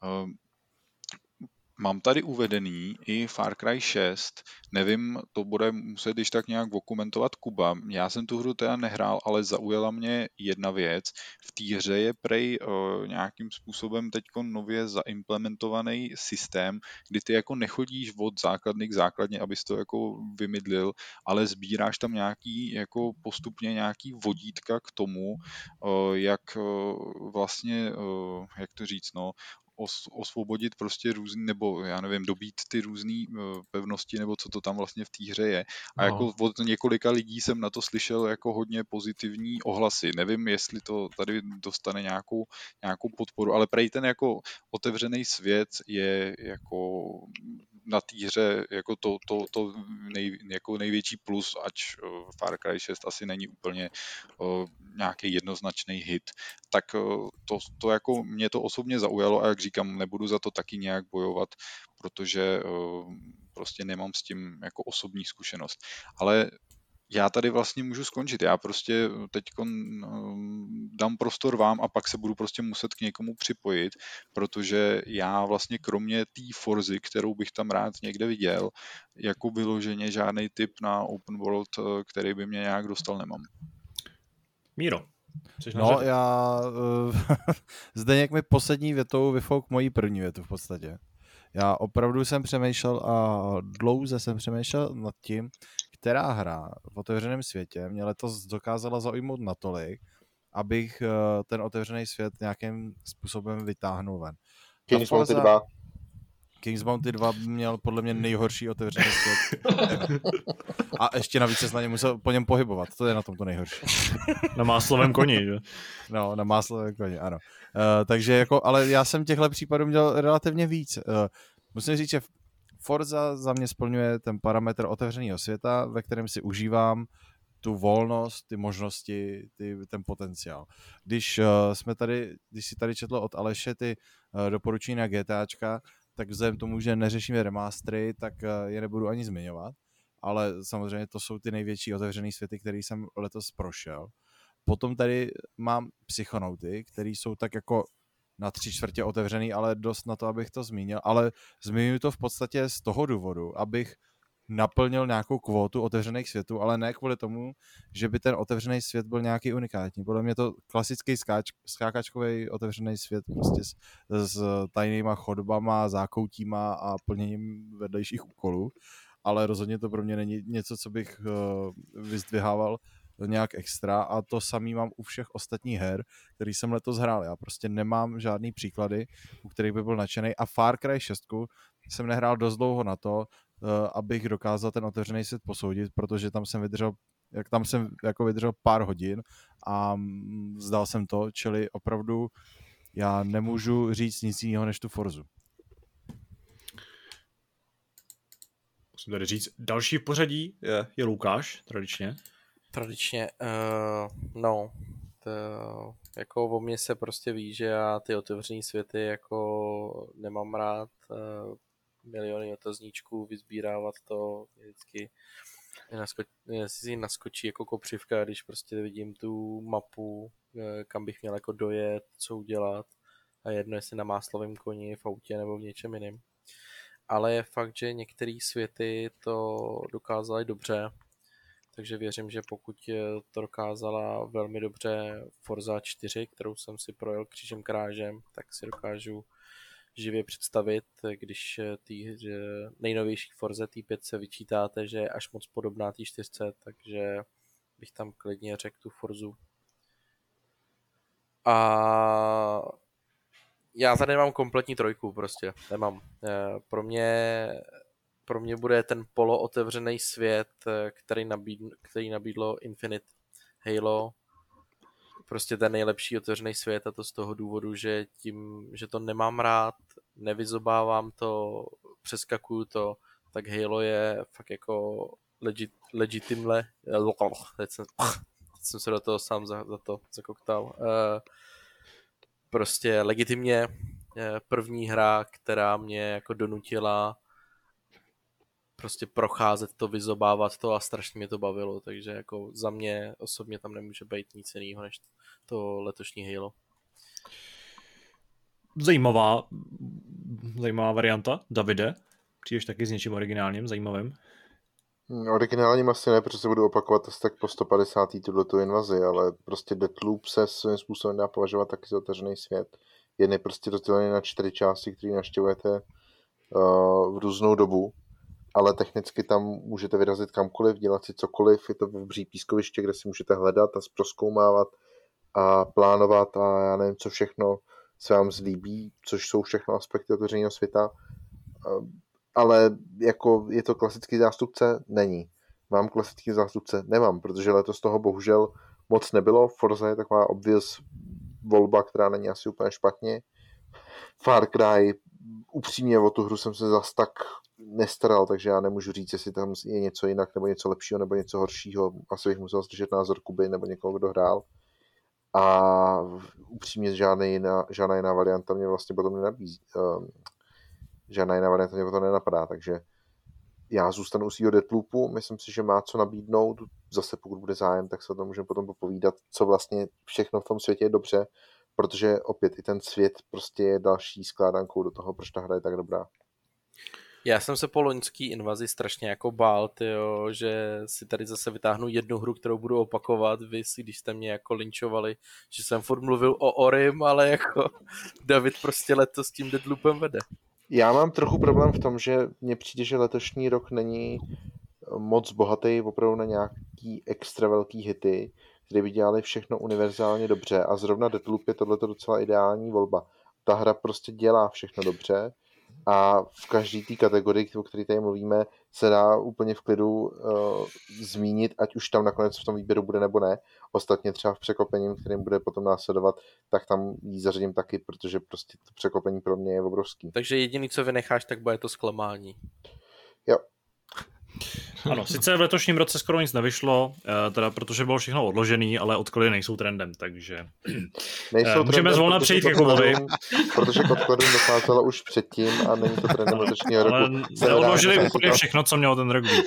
Mám tady uvedený i Far Cry 6, nevím, to bude muset když tak nějak dokumentovat Kuba. Já jsem tu hru teda nehrál, ale zaujala mě jedna věc. V té hře je prej nějakým způsobem teďko nově zaimplementovaný systém, kdy ty jako nechodíš od základny k základně, abys to jako vymydlil, ale sbíráš tam nějaký jako postupně nějaký vodítka k tomu, jak vlastně, jak to říct, osvobodit prostě různý, nebo já nevím, dobít ty různé pevnosti, nebo co to tam vlastně v té hře je. A jako od několika lidí jsem na to slyšel jako hodně pozitivní ohlasy. Nevím, jestli to tady dostane nějakou podporu, ale prej ten jako otevřený svět je jako na té hře jako to jako největší plus, ač Far Cry 6 asi není úplně nějaký jednoznačný hit. Tak to jako mě to osobně zaujalo a jak říkám, nebudu za to taky nějak bojovat, protože prostě nemám s tím jako osobní zkušenost. Ale já tady vlastně můžu skončit. Já prostě teď dám prostor vám a pak se budu prostě muset k někomu připojit, protože já vlastně kromě té Forzy, kterou bych tam rád někde viděl, jako vyloženě žádný typ na open world, který by mě nějak dostal, nemám. Míro. No, já Zdeněk mi poslední větou vyfouk moji první větu v podstatě. Já opravdu jsem přemýšlel a dlouze jsem přemýšlel nad tím, která hra v otevřeném světě mě letos dokázala zaujmout natolik, abych ten otevřený svět nějakým způsobem vytáhnul ven. Kings Bounty 2. Kings Bounty 2 měl podle mě nejhorší otevřený svět. A ještě navíc se na něm musel po něm pohybovat. To je na tom to nejhorší. Na máslovém koni, že? No, na máslovém koni, ano. Takže jako, ale já jsem těchto případů měl relativně víc. Musím říct, že Forza za mě splňuje ten parametr otevřeného světa, ve kterém si užívám tu volnost, ty možnosti, ten potenciál. Když si tady četl od Aleše ty doporučení na GTAčka, tak vzhledem tomu, že neřešíme remastery, tak je nebudu ani zmiňovat, ale samozřejmě to jsou ty největší otevřený světy, který jsem letos prošel. Potom tady mám Psychonauty, který jsou tak jako na 3/4 otevřený, ale dost na to, abych to zmínil, ale zmiňuji to v podstatě z toho důvodu, abych naplnil nějakou kvótu otevřených světů, ale ne kvůli tomu, že by ten otevřený svět byl nějaký unikátní. Podle mě to klasický skákačkový otevřený svět prostě s tajnýma chodbama, zákoutíma a plněním vedlejších úkolů, ale rozhodně to pro mě není něco, co bych vyzdvihával nějak extra a to samý mám u všech ostatních her, který jsem letos hrál. Já prostě nemám žádný příklady, u kterých by byl nadšený a Far Cry 6 jsem nehrál dost dlouho na to, abych dokázal ten otevřený svět posoudit, protože tam jsem vydržel pár hodin a vzdal jsem to, čili opravdu já nemůžu říct nic jiného než tu Forzu. Musím tady říct, další v pořadí je Lukáš, tradičně. Tradičně, no, to, jako o mě se prostě ví, že já ty otevřený světy jako nemám rád, miliony otazníčků, vyzbírávat to vždycky si naskočí jako kopřivka, když prostě vidím tu mapu, kam bych měl jako dojet, co udělat a jedno jestli na máslovém koni, v autě nebo v něčem jiném. Ale je fakt, že některé světy to dokázaly dobře, takže věřím, že pokud to dokázala velmi dobře Forza 4, kterou jsem si projel křížem krážem, tak si dokážu živě představit, když nejnovější Forze T5 se vyčítáte, že je až moc podobná T4, takže bych tam klidně řekl tu Forzu. A já tady nemám kompletní trojku, prostě, nemám. Pro mě bude ten polootevřený svět, který nabídlo Infinite Halo, prostě ten nejlepší otevřený svět a to z toho důvodu, že že to nemám rád, nevyzobávám to, přeskakuju to, tak Halo je fakt jako legitimle, teď jsem se do toho sám za to zakoktal, prostě legitimně první hra, která mě jako donutila prostě procházet to, vyzobávat to a strašně mě to bavilo, takže jako za mě osobně tam nemůže být nic jiného než to letošní Halo. Zajímavá varianta. Davide, přijdeš taky s něčím originálním, zajímavým? Originálním asi ne, protože se budu opakovat asi tak po 150. tuto invazi, ale prostě Deathloop se svým způsobem dá považovat taky za otevřený svět. Jen je prostě rozdělený na 4 části, které navštěvujete v různou dobu, ale technicky tam můžete vyrazit kamkoliv, dělat si cokoliv, je to v pískoviště, kde si můžete hledat a zprozkoumávat a plánovat a já nevím, co všechno se vám zlíbí, což jsou všechno aspekty otevřeného světa. Ale jako je to klasický zástupce? Není. Mám klasický zástupce? Nemám, protože letos toho bohužel moc nebylo. Forza je taková obvious volba, která není asi úplně špatně. Far Cry, upřímně o tu hru jsem se zas tak nestaral, takže já nemůžu říct, jestli tam je něco jinak, nebo něco lepšího, nebo něco horšího. Asi bych musel slyšet názor Kuby, nebo někoho, kdo hrál. A upřímně žádná jiná varianta mě vlastně potom nenabízí. Žádná jiná varianta mě potom nenapadá, takže já zůstanu u svýho Deathloopu, myslím si, že má co nabídnout, zase pokud bude zájem, tak se o tom můžeme potom popovídat, co vlastně všechno v tom světě je dobře, protože opět i ten svět prostě je další skládankou do toho, proč ta hra je tak dobrá. Já jsem se po loňský invazi strašně jako bál, tyjo, že si tady zase vytáhnu jednu hru, kterou budu opakovat, vy si, když jste mě jako linčovali, že jsem furt mluvil o Orim, ale jako David prostě letos s tím Deathloopem vede. Já mám trochu problém v tom, že mně přijde, že letošní rok není moc bohatý opravdu na nějaký extra velký hity, které by dělali všechno univerzálně dobře a zrovna Deathloop je tohleto docela ideální volba. Ta hra prostě dělá všechno dobře a v každé té kategorii, o které tady mluvíme, se dá úplně v klidu zmínit, ať už tam nakonec v tom výběru bude nebo ne. Ostatně třeba v překvapením, kterým bude potom následovat, tak tam ji zařadím taky, protože prostě to překvapení pro mě je obrovský. Takže jediný, co vynecháš, tak bude to zklamání. Jo. Ano, sice v letošním roce skoro nic nevyšlo, teda protože bylo všechno odložený, ale odklady nejsou trendem, takže můžeme zvolna přejít ke Kubovi. Protože k odkladům docházelo už předtím a není to trendem letošního roku. Ale neodložili úplně všechno, co mělo ten rok být.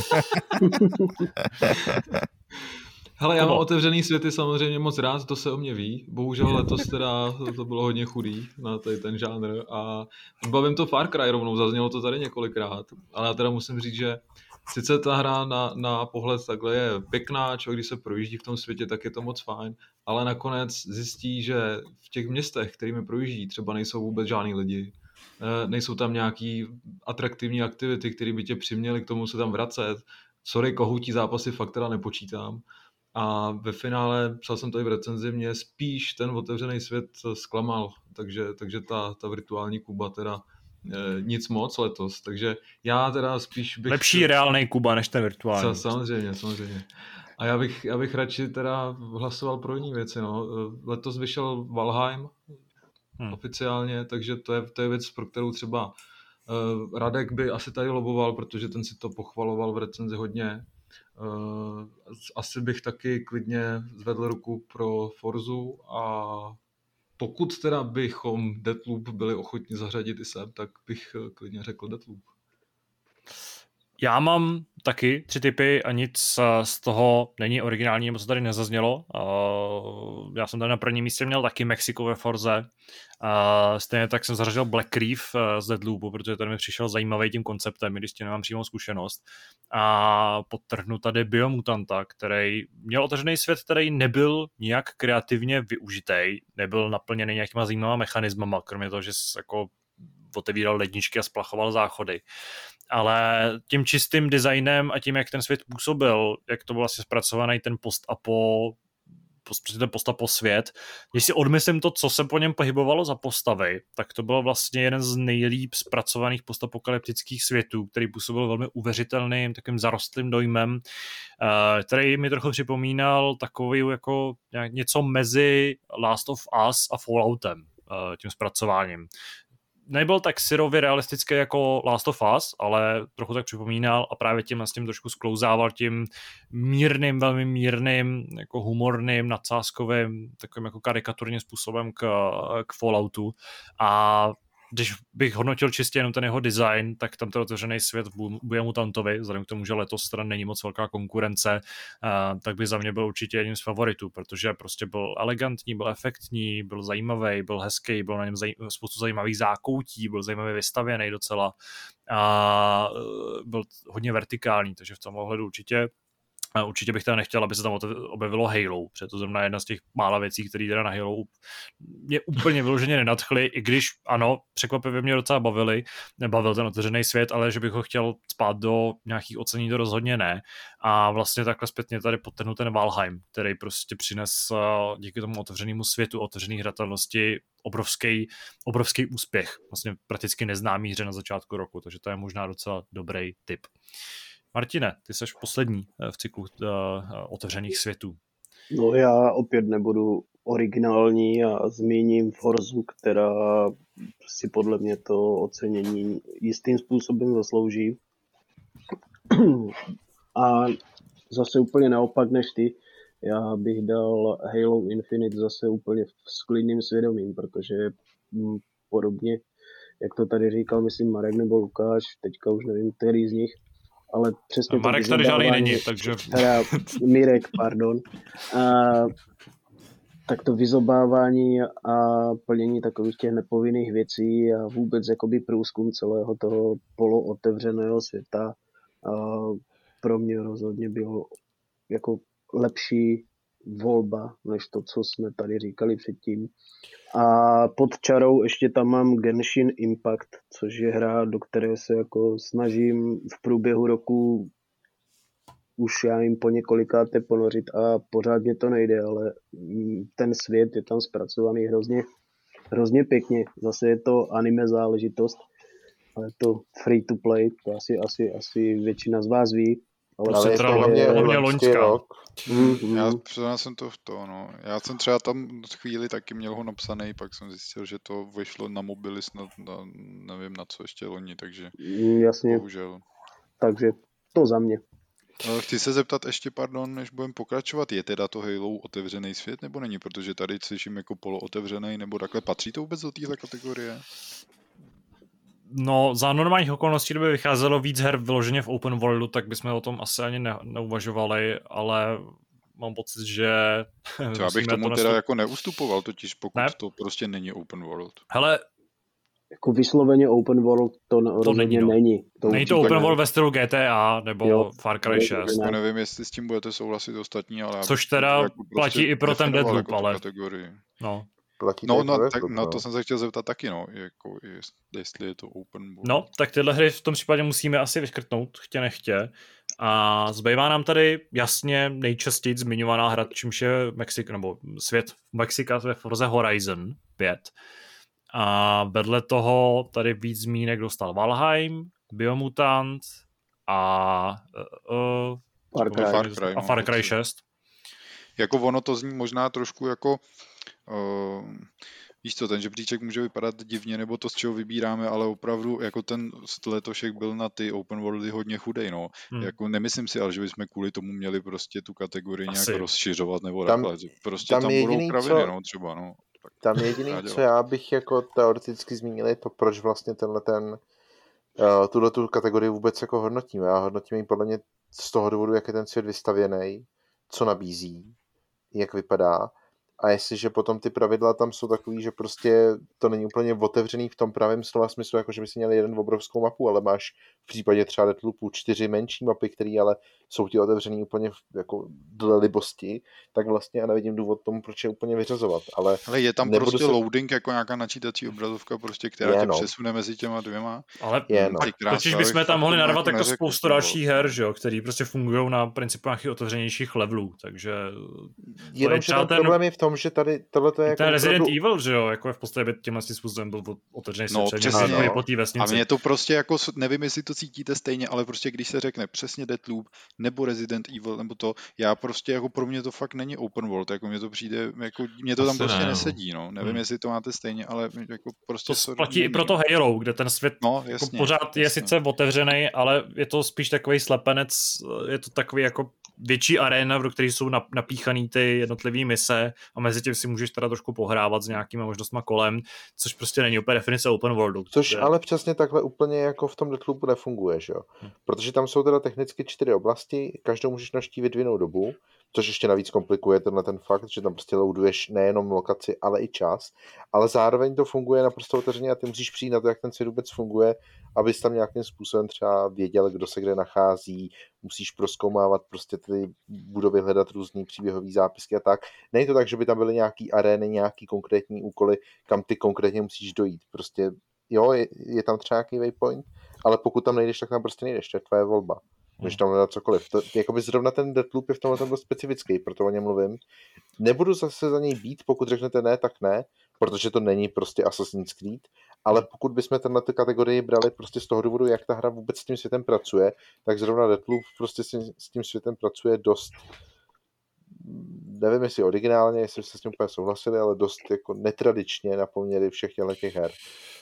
Hele, já mám otevřený světy samozřejmě moc rád, to se o mě ví. Bohužel letos teda to bylo hodně chudý na ten žánr a bavím to Far Cry rovnou, zaznělo to tady několikrát, ale já teda musím říct, že sice ta hra na pohled takhle je pěkná, člověk když se projíždí v tom světě, tak je to moc fajn, ale nakonec zjistí, že v těch městech, kterými projíždí, třeba nejsou vůbec žádný lidi, nejsou tam nějaký atraktivní aktivity, které by tě přiměly k tomu se tam vracet. Sorry, kohoutí zápasy fakt teda nepočítám. A ve finále, psal jsem tady v recenzi, mě spíš ten otevřený svět zklamal, takže ta virtuální Kuba teda nic moc letos, takže já teda spíš bych... Lepší reálnej Kuba než ten virtuální. Samozřejmě. A já bych radši teda hlasoval pro jiné věci, no. Letos vyšel Valheim oficiálně, takže to je věc, pro kterou třeba Radek by asi tady loboval, protože ten si to pochvaloval v recenzi hodně. Asi bych taky klidně zvedl ruku pro Forzu a pokud teda bychom Deathloop byli ochotni zařadit i sem, tak bych klidně řekl Deathloop. Já mám taky 3 tipy a nic z toho není originální, nebo co tady nezaznělo. Já jsem tady na prvním místě měl taky Mexiko ve Forze. Stejně tak jsem zařadil Black Reef z Deathloopu, protože tady mi přišel zajímavý tím konceptem, když tě nemám přímou zkušenost. A podtrhnu tady Biomutanta, který měl otevřený svět, který nebyl nijak kreativně využitý, nebyl naplněný nějakýma zajímavými mechanismama, kromě toho, že jako otevíral ledničky a splachoval záchody. Ale tím čistým designem a tím, jak ten svět působil, jak to byl vlastně zpracovaný ten post-apo svět, když si odmyslím to, co se po něm pohybovalo za postavy, tak to byl vlastně jeden z nejlíp zpracovaných postapokalyptických světů, který působil velmi uvěřitelným, takovým zarostlým dojmem, který mi trochu připomínal takový jako něco mezi Last of Us a Falloutem, tím zpracováním. Nebyl tak syrově realistický jako Last of Us, ale trochu tak připomínal a právě tím s tím trošku sklouzával tím mírným, velmi mírným, jako humorným, nadsázkovým, takovým jako karikaturním způsobem k Falloutu. A když bych hodnotil čistě jenom ten jeho design, tak tam ten otevřený svět v Biomutantovi, vzhledem k tomu, že letos teda není moc velká konkurence, tak by za mě byl určitě jedním z favoritů, protože prostě byl elegantní, byl efektní, byl zajímavý, byl hezký, byl na něm spoustu zajímavých zákoutí, byl zajímavě vystavěný docela a byl hodně vertikální, takže v tom ohledu určitě bych teda nechtěl, aby se tam objevilo Halo, protože to zrovna jedna z těch mála věcí, které teda na Halo mě úplně vyloženě nenadchly, i když ano, překvapivě mě docela nebavil ten otevřený svět, ale že bych ho chtěl spát do nějakých ocenění, to rozhodně ne. A vlastně takhle zpětně tady podtrhnu ten Valheim, který prostě přines díky tomu otevřenému světu, otevřený hratelnosti obrovský úspěch. Vlastně prakticky neznámý hře na začátku roku, takže to je možná docela dobrý tip. Martine, ty jsi poslední v cyklu otevřených světů. No já opět nebudu originální a zmíním Forzu, která si podle mě to ocenění jistým způsobem zaslouží. A zase úplně naopak než ty, já bych dal Halo Infinite zase úplně s klidným svědomím, protože podobně, jak to tady říkal, myslím Marek nebo Lukáš, teďka už nevím, který z nich, ale přesně to Marek tady žádný není, takže... Teda Mirek, pardon. Tak to vyzobávání a plnění takových těch nepovinných věcí a vůbec jakoby průzkum celého toho polootevřeného světa pro mě rozhodně bylo jako lepší volba, než to, co jsme tady říkali předtím. A pod čarou ještě tam mám Genshin Impact, což je hra, do které se jako snažím v průběhu roku už já jim po několikáté ponořit a pořád mě to nejde, ale ten svět je tam zpracovaný hrozně pěkně. Zase je to anime záležitost, ale je to free to play, to asi většina z vás ví. Ale je to hlavně loňská. Já jsem to no. Já jsem třeba tam chvíli taky měl ho napsaný, pak jsem zjistil, že to vyšlo na mobily snad, nevím na co ještě loni, takže jasně. bohužel. Takže To za mě. Chci se zeptat ještě, pardon, než budeme pokračovat, je teda to Halo otevřený svět nebo není? Protože tady slyším jako polootevřený nebo takhle. Patří to vůbec do téhle kategorie? No, za normálních okolností, kdyby vycházelo víc her vyloženě v open worldu, tak bychom o tom asi ani neuvažovali, ale mám pocit, že... Já bych tomu teda jako neustupoval, totiž pokud to prostě není open world. Hele, jako vysloveně open world to rozhodně není. Není to open world ve stylu GTA nebo Far Cry 6. Já nevím, jestli s tím budete souhlasit ostatní, ale... Což teda jako platí prostě i pro ten Deathloop, jako ale... No. To jsem se chtěl zeptat taky, no, jako jestli je to open world. No, tak tyhle hry v tom případě musíme asi vyškrtnout, chtě nechtě. A zbývá nám tady jasně nejčastěji zmiňovaná hra, čímž je nebo svět Mexika ve Forza Horizon 5. A vedle toho tady víc zmínek dostal Valheim, Biomutant a Far Cry 6. Jako ono to zní možná trošku jako víš co, ten žebříček může vypadat divně, nebo to, z čeho vybíráme, ale opravdu jako ten letošek byl na ty open worldy hodně chudej, no. Jako nemyslím si, ale že bychom kvůli tomu měli prostě tu kategorii nějak rozšiřovat, nebo takhle. Prostě tam budou kraviny, no, třeba, no. Tam jediný, co já bych jako teoreticky zmínil, je to, proč vlastně tuhletu kategorii vůbec jako hodnotíme. Já hodnotím ji podle mě z toho důvodu, jak je ten svět vystavěný, co nabízí, jak vypadá. A jestliže potom ty pravidla tam jsou takový, že prostě to není úplně otevřený v tom pravém slova smyslu, jako že by si měl jeden obrovskou mapu, ale máš v případě třeba Deathloopu 4 menší mapy, které ale jsou ti otevřený úplně jako dle libosti, tak vlastně já nevidím důvod tomu, proč je úplně vyřazovat. Ale je tam prostě loading, jako nějaká načítací obrazovka, prostě, která tě přesune mezi těma dvěma. Ale totiž bychom tam mohli narvat jako spoustu dalších her, že jo, který prostě fungují na principu nějakých otevřenějších levelů, takže jenomže ten problém je v tom, že tady tohleto je jako... Ten Resident Evil, že jo, jako v podstatě tímhle způsobem byl otevřený svět, po té vesnici. A mě to prostě jako, nevím, jestli to cítíte stejně, ale prostě když se řekne přesně Deathloop nebo Resident Evil, nebo to, já prostě jako pro mě to fakt není open world, jako mě to přijde, jako mě to tam prostě nesedí, no. Nevím, jestli to máte stejně, ale jako prostě... To platí i pro to Halo, kde ten svět jako pořád je sice otevřený, ale je to spíš takový slepenec, je to takový jako větší aréna, v které jsou napíchaný ty jednotlivé mise a mezi tím si můžeš teda trošku pohrávat s nějakýma možnostma kolem, což prostě není úplně definice open worldu. Což ale přesně takhle úplně jako v tom Deathloopu nefunguje, že jo? Protože tam jsou teda technicky 4 oblasti, každou můžeš navštívit v jinou dobu, což ještě navíc komplikuje ten fakt, že tam prostě loaduješ nejenom lokaci, ale i čas, ale zároveň to funguje naprosto otevřeně a ty musíš přijít na to, jak ten svět vůbec funguje, abys tam nějakým způsobem třeba věděl, kdo se kde nachází, musíš prozkoumávat prostě ty budovy, hledat různý příběhový zápisky a tak. Není to tak, že by tam byly nějaký arény, nějaký konkrétní úkoly, kam ty konkrétně musíš dojít. Prostě jo, je tam třeba nějaký waypoint, ale pokud tam nejdeš, tak tam prostě nejdeš, to je tvoje volba. Můžeš tam hledat cokoliv. Jakoby zrovna ten Deathloop je v tomhle byl specifický, proto o něm mluvím. Nebudu zase za něj být, pokud řeknete ne, tak ne, protože to není prostě Assassin's Creed, ale pokud bychom tenhle kategorii brali prostě z toho důvodu, jak ta hra vůbec s tím světem pracuje, tak zrovna Deathloop prostě s tím světem pracuje dost, nevím jestli originálně, jestli jste s tím úplně souhlasili, ale dost jako netradičně na poměry všech těch her.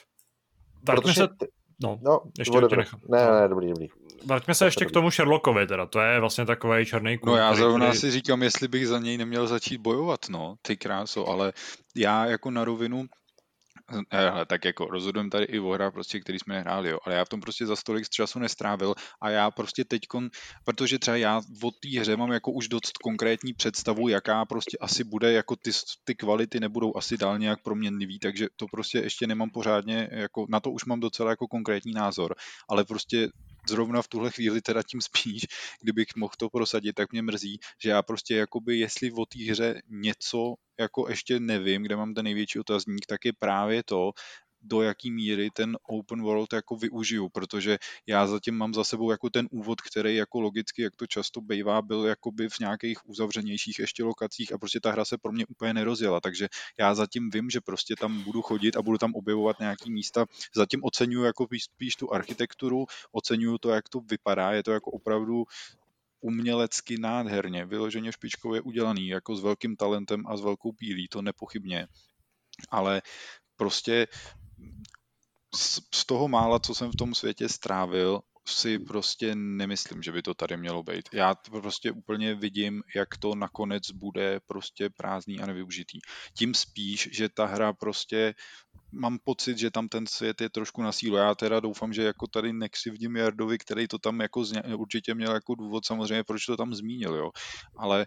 Dobrý. Vraťme se ještě k tomu Sherlockovi, teda, to je vlastně takový černý kůl. No já zrovna si říkám, jestli bych za něj neměl začít bojovat, no, ty kráso, ale já jako na rovinu, tak jako rozhodujeme tady i o hrách, prostě, který jsme nehráli, jo, ale já v tom prostě za stolik času nestrávil a já prostě teďkon, protože třeba já od té hře mám jako už dost konkrétní představu, jaká prostě asi bude, jako ty kvality nebudou asi dál nějak proměnlivý, takže to prostě ještě nemám pořádně, jako na to už mám docela jako konkrétní názor, ale prostě zrovna v tuhle chvíli teda tím spíš, kdybych mohl to prosadit, tak mě mrzí, že já prostě jakoby, jestli o té hře něco jako ještě nevím, kde mám ten největší otazník, tak je právě to, do jaký míry ten open world jako využiju, protože já zatím mám za sebou jako ten úvod, který jako logicky, jak to často bývá, byl jakoby v nějakých uzavřenějších ještě lokacích a prostě ta hra se pro mě úplně nerozjela, takže já zatím vím, že prostě tam budu chodit a budu tam objevovat nějaký místa, zatím oceňuju jako spíš tu architekturu, oceňuju to, jak to vypadá, je to jako opravdu umělecky nádherně, vyloženě špičkově udělaný, jako s velkým talentem a s velkou pílí, to nepochybně, ale prostě z toho mála, co jsem v tom světě strávil, si prostě nemyslím, že by to tady mělo být. Já prostě úplně vidím, jak to nakonec bude prostě prázdný a nevyužitý. Tím spíš, že ta hra prostě mám pocit, že tam ten svět je trošku na sílu. Já teda doufám, že jako tady nekřivdím Jardovi, který to tam jako určitě měl jako důvod samozřejmě, proč to tam zmínil, jo. Ale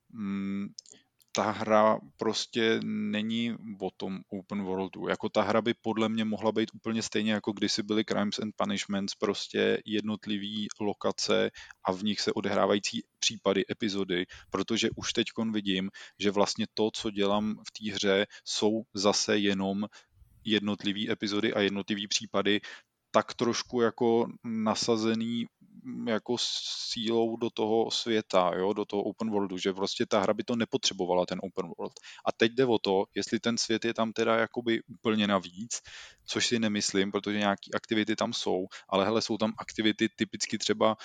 ta hra prostě není o tom open worldu. Jako ta hra by podle mě mohla být úplně stejně, jako kdysi byly Crimes and Punishments, prostě jednotlivý lokace a v nich se odehrávající případy, epizody, protože už teďkon vidím, že vlastně to, co dělám v té hře, jsou zase jenom jednotlivý epizody a jednotlivý případy, tak trošku jako nasazený jako sílou do toho světa, jo, do toho open worldu, že prostě ta hra by to nepotřebovala, ten open world. A teď jde o to, jestli ten svět je tam teda jakoby úplně navíc, což si nemyslím, protože nějaký aktivity tam jsou, ale hele, jsou tam aktivity typicky třeba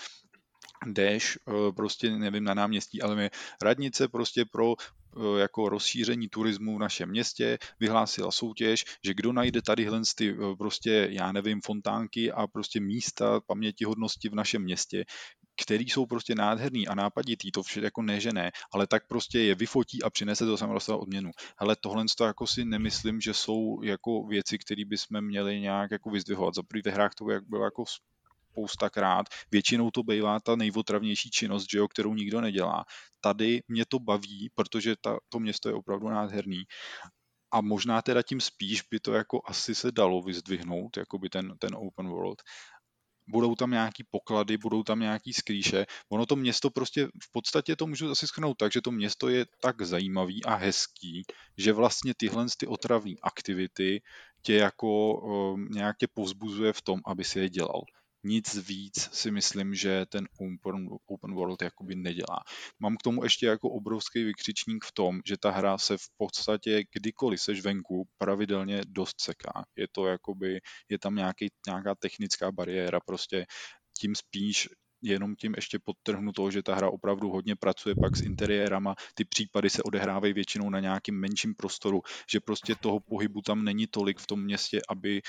jdeš prostě, nevím, na náměstí, ale je radnice prostě pro jako rozšíření turismu v našem městě vyhlásila soutěž, že kdo najde tadyhle ty prostě, já nevím, fontánky a prostě místa pamětihodnosti v našem městě, který jsou prostě nádherný a nápaditý, to vše jako ne, že ne, ale tak prostě je vyfotí a přinese to sam dostat odměnu. Hele, tohle to jako si nemyslím, že jsou jako věci, které bychom měli nějak jako vyzdvihovat. Za první ve hrách to bylo jako spoustakrát. Většinou to bývá ta nejotravnější činnost, že jo, kterou nikdo nedělá. Tady mě to baví, protože to město je opravdu nádherný. A možná teda tím spíš by to jako asi se dalo vyzdvihnout, jakoby ten open world. Budou tam nějaký poklady, budou tam nějaký skrýše. Ono to město prostě, v podstatě to můžu asi shrnout tak, že to město je tak zajímavý a hezký, že vlastně tyhle ty otravné aktivity tě jako nějak tě povzbuzuje v tom, aby si je dělal. Nic víc si myslím, že ten open world jakoby nedělá. Mám k tomu ještě jako obrovský vykřičník v tom, že ta hra se v podstatě kdykoliv seš venku pravidelně dost seká. Je to jakoby, je tam nějaká technická bariéra, prostě tím spíš jenom tím ještě podtrhnu to, že ta hra opravdu hodně pracuje pak s interiérama, ty případy se odehrávají většinou na nějakým menším prostoru, že prostě toho pohybu tam není tolik v tom městě, aby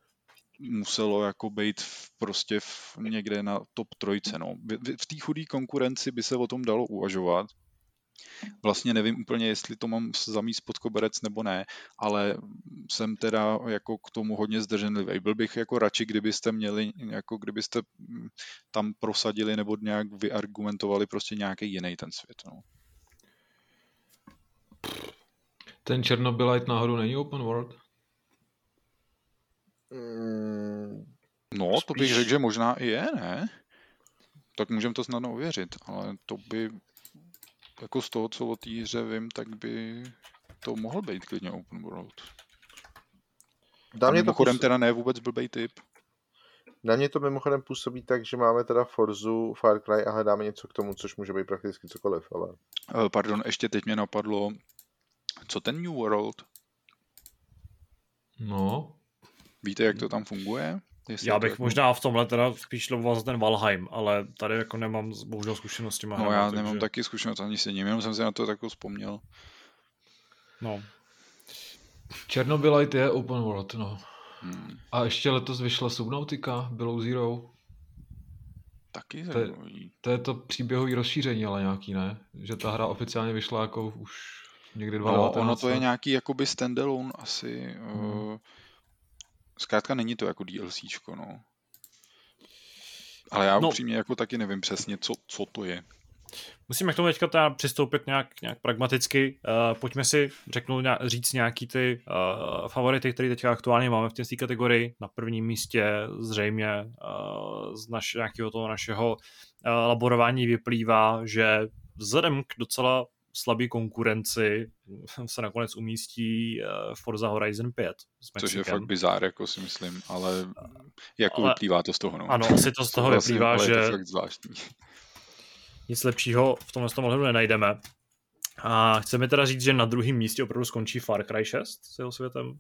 muselo jako být prostě někde na top 3. No. V té chudé konkurenci by se o tom dalo uvažovat. Vlastně nevím úplně, jestli to mám zamíst pod koberec nebo ne, ale jsem teda jako k tomu hodně zdrženlivý. Byl bych jako radši, kdybyste měli, jako kdybyste tam prosadili nebo nějak vyargumentovali prostě nějaký jiný ten svět. No. Ten Chernobylite náhodou není open world? No, to bych řekl, že možná i je, ne? Tak můžeme to snadno ověřit, ale to by, jako z toho, co o té hře vím, tak by to mohl být klidně open world. A mimochodem teda ne vůbec blbej typ. Na mě to mimochodem působí tak, že máme teda Forzu, Far Cry a hledáme něco k tomu, což může být prakticky cokoliv, ale... Pardon, ještě teď mě napadlo, co ten New World? No. Víte, jak to tam funguje? Já bych možná v tomhle teda spíš lovoval za ten Valheim, ale tady jako nemám bohužel zkušenost s těma hrama. No já nemám taky zkušenost ani s ním, jenom jsem si na to tak vzpomněl. No. Chernobylite je open world, no. A ještě letos vyšla Subnautica, Below Zero. Taky zajímavý. To je to příběhový rozšíření, ale nějaký, ne? Že ta hra oficiálně vyšla jako už někdy 2019. Ono to je nějaký jakoby standalone asi. Zkrátka není to jako DLCčko, no. Ale já upřímně jako taky nevím přesně, co to je. Musíme k tomu teďka teda přistoupit nějak pragmaticky. Pojďme si říct nějaký ty favority, které teďka aktuálně máme v té kategorii. Na prvním místě zřejmě z nějakého toho našeho laborování vyplývá, že vzhledem k docela slabý konkurenci se nakonec umístí Forza Horizon 5. Což je fakt bizár, jako si myslím, ale jako vyplývá to z toho. No. Ano, asi to z toho vyplývá, že je to fakt zvláštní. Nic lepšího v tomhle ohledu nenajdeme. A chceme teda říct, že na druhém místě opravdu skončí Far Cry 6 s jeho světem.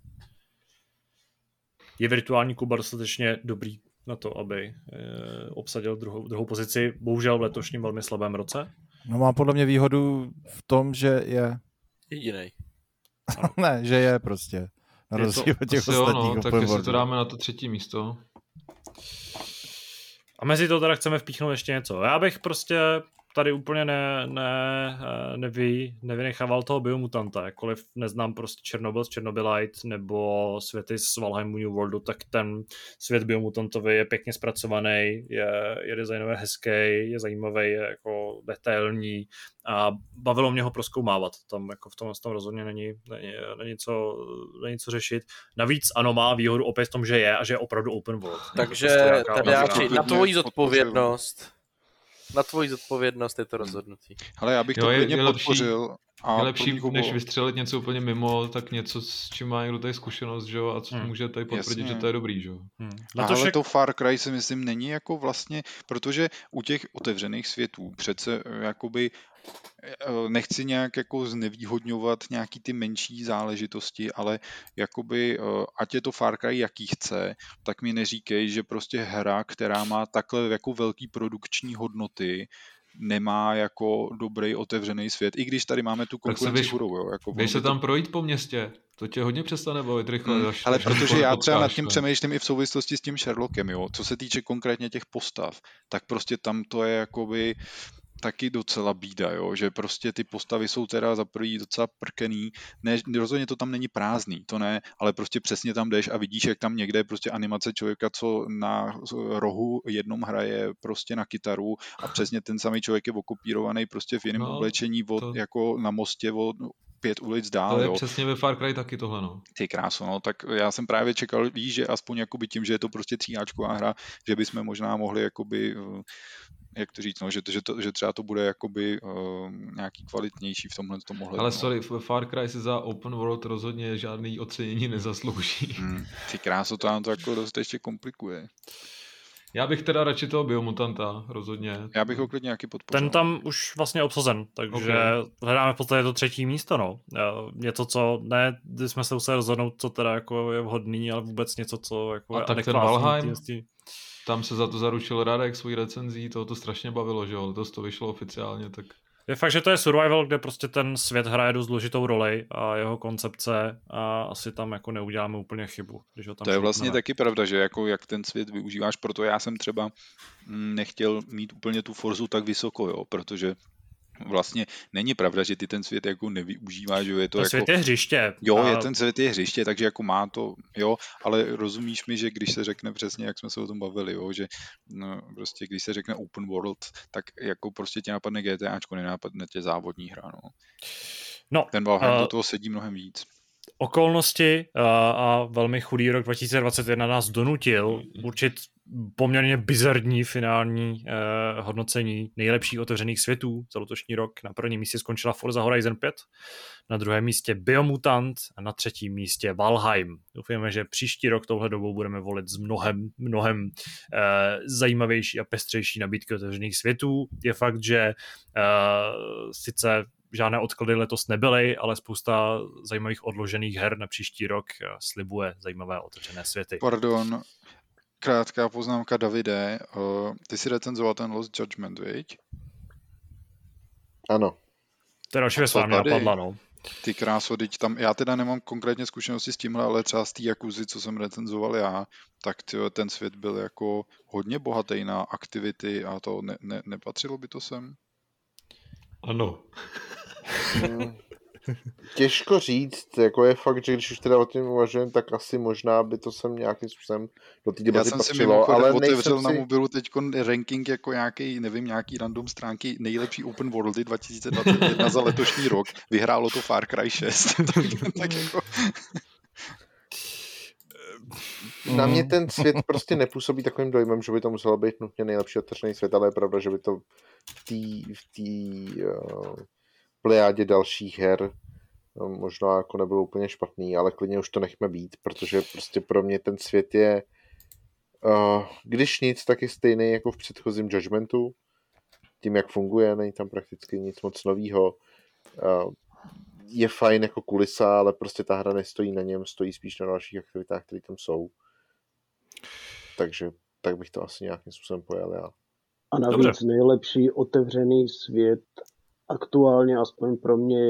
Je virtuální Kuba dostatečně dobrý na to, aby obsadil druhou pozici, bohužel v letošním velmi slabém roce? No má podle mě výhodu v tom, že je... Jedinej. Ne, že je prostě. Na rozdíl od těch ostatních. Tak jestli to dáme na to třetí místo. A mezi to teda chceme vpíchnout ještě něco. Já bych prostě tady úplně nevynechával toho biomutanta, jakkoliv neznám prostě Černobyl z Chernobylite nebo světy z Valheimu New Worldu, tak ten svět biomutantovi je pěkně zpracovaný, je designově hezký, je zajímavý, je jako detailní a bavilo mě ho prozkoumávat. Tam jako v tom rozhodně není co řešit. Navíc ano, má výhodu opět v tom, že je a že je opravdu open world. Takže Tadeáči, na tvoji zodpovědnost. Na tvoji zodpovědnost je to rozhodnutí. Ale já bych to klidně podpořil. Je lepší, než vystřelit něco úplně mimo, tak něco, s čím má někdo tady zkušenost, že jo, a co může tady potvrdit, že to je dobrý, že jo. Ale to Far Cry si myslím není jako vlastně, protože u těch otevřených světů přece jakoby nechci nějak jako znevýhodňovat nějaký ty menší záležitosti, ale jakoby ať je to Far Cry jaký chce, tak mi neříkej, že prostě hra, která má takhle jako velký produkční hodnoty, nemá jako dobrý otevřený svět, i když tady máme tu konkurenci budou. Jo, jako běž se tam projít po městě, to tě hodně přestane bavit rychle. Ale protože já třeba nad tím přemýšlím i v souvislosti s tím Sherlockem, jo, co se týče konkrétně těch postav, tak prostě tam to je jakoby taky docela bída, jo? Že prostě ty postavy jsou teda za prvý docela prkený, ne, rozhodně to tam není prázdný, to ne, ale prostě přesně tam jdeš a vidíš, jak tam někde je prostě animace člověka, co na rohu jednom hraje prostě na kytaru a přesně ten samý člověk je okopírovaný prostě v jiném oblečení jako na mostě od 5 ulic dál. To je přesně ve Far Cry taky tohle, no. Ty kráso, no, tak já jsem právě čekal, víš, že aspoň jakoby tím, že je to prostě 3áčková hra, že bychom možná mohli jakoby jak to říct, no, že třeba to bude jakoby nějaký kvalitnější v tomhle ohledu. Ale sorry, Far Cry si za open world rozhodně žádný ocenění nezaslouží. Ty kráso, to nám to jako dost ještě komplikuje. Já bych teda radši toho biomutanta, rozhodně. Já bych ho klidně nějaký podpořil. Ten tam už vlastně obsazen, takže hledáme v podstatě to třetí místo, no. Něco, co, ne, jsme se museli rozhodnout, co teda jako je vhodný, ale vůbec něco, co jako a je tak ten Valheim, tam se za to zaručil Radek svojí recenzí, to strašně bavilo, že jo, to vyšlo oficiálně, tak... Je fakt, že to je survival, kde prostě ten svět hraje dost důležitou roli a jeho koncepce a asi tam jako neuděláme úplně chybu. Když ho tam to je vlastně taky pravda, že jako jak ten svět využíváš, proto já jsem třeba nechtěl mít úplně tu forzu tak vysoko, jo, protože vlastně není pravda, že ty ten svět jako nevyužíváš, že je to jako... svět je hřiště. Jo, ten svět je hřiště, takže jako má to, jo, ale rozumíš mi, že když se řekne přesně, jak jsme se o tom bavili, jo, že no, prostě když se řekne open world, tak jako prostě tě napadne GTAčko, nenapadne tě závodní hra, no. Ten Valheim do toho sedí mnohem víc. Okolnosti a velmi chudý rok 2021 nás donutil určit poměrně bizarní finální hodnocení nejlepších otevřených světů za letošní rok. Na prvním místě skončila Forza Horizon 5, na druhém místě Biomutant a na třetím místě Valheim. Doufujeme, že příští rok touhle dobou budeme volit z mnohem zajímavější a pestřejší nabídky otevřených světů. Je fakt, že sice žádné odklady letos nebyly, ale spousta zajímavých odložených her na příští rok slibuje zajímavé otevřené světy. Pardon, krátká poznámka, Davide. Ty si recenzoval ten Lost Judgment, viď? Ano. To je další věc, mě napadla, no. Ty kráso, teď tam, já teda nemám konkrétně zkušenosti s tímhle, ale třeba z té Yakuzy, co jsem recenzoval já, tak ten svět byl jako hodně bohatý na aktivity a to nepatřilo by to sem? Ano. Těžko říct, jako je fakt, že když už teda o tím uvažujem, tak asi možná by to sem nějakým způsobem do té debaty patřilo. Já jsem si otevřel na mobilu teď ranking jako nějaký random stránky nejlepší open worldy 2021 za letošní rok. Vyhrálo to Far Cry 6. tak jako... Na mě ten svět prostě nepůsobí takovým dojmem, že by to muselo být nutně nejlepší otevřený svět, ale je pravda, že by to v té plejádě dalších her možná jako nebylo úplně špatný, ale klidně už to nechme být, protože prostě pro mě ten svět je když nic, tak je stejný jako v předchozím Judgmentu, tím jak funguje, není tam prakticky nic moc novýho. Je fajn jako kulisa, ale prostě ta hra nestojí na něm, stojí spíš na dalších aktivitách, které tam jsou. Takže tak bych to asi nějakým způsobem pojel já. A navíc nejlepší otevřený svět aktuálně, aspoň pro mě, je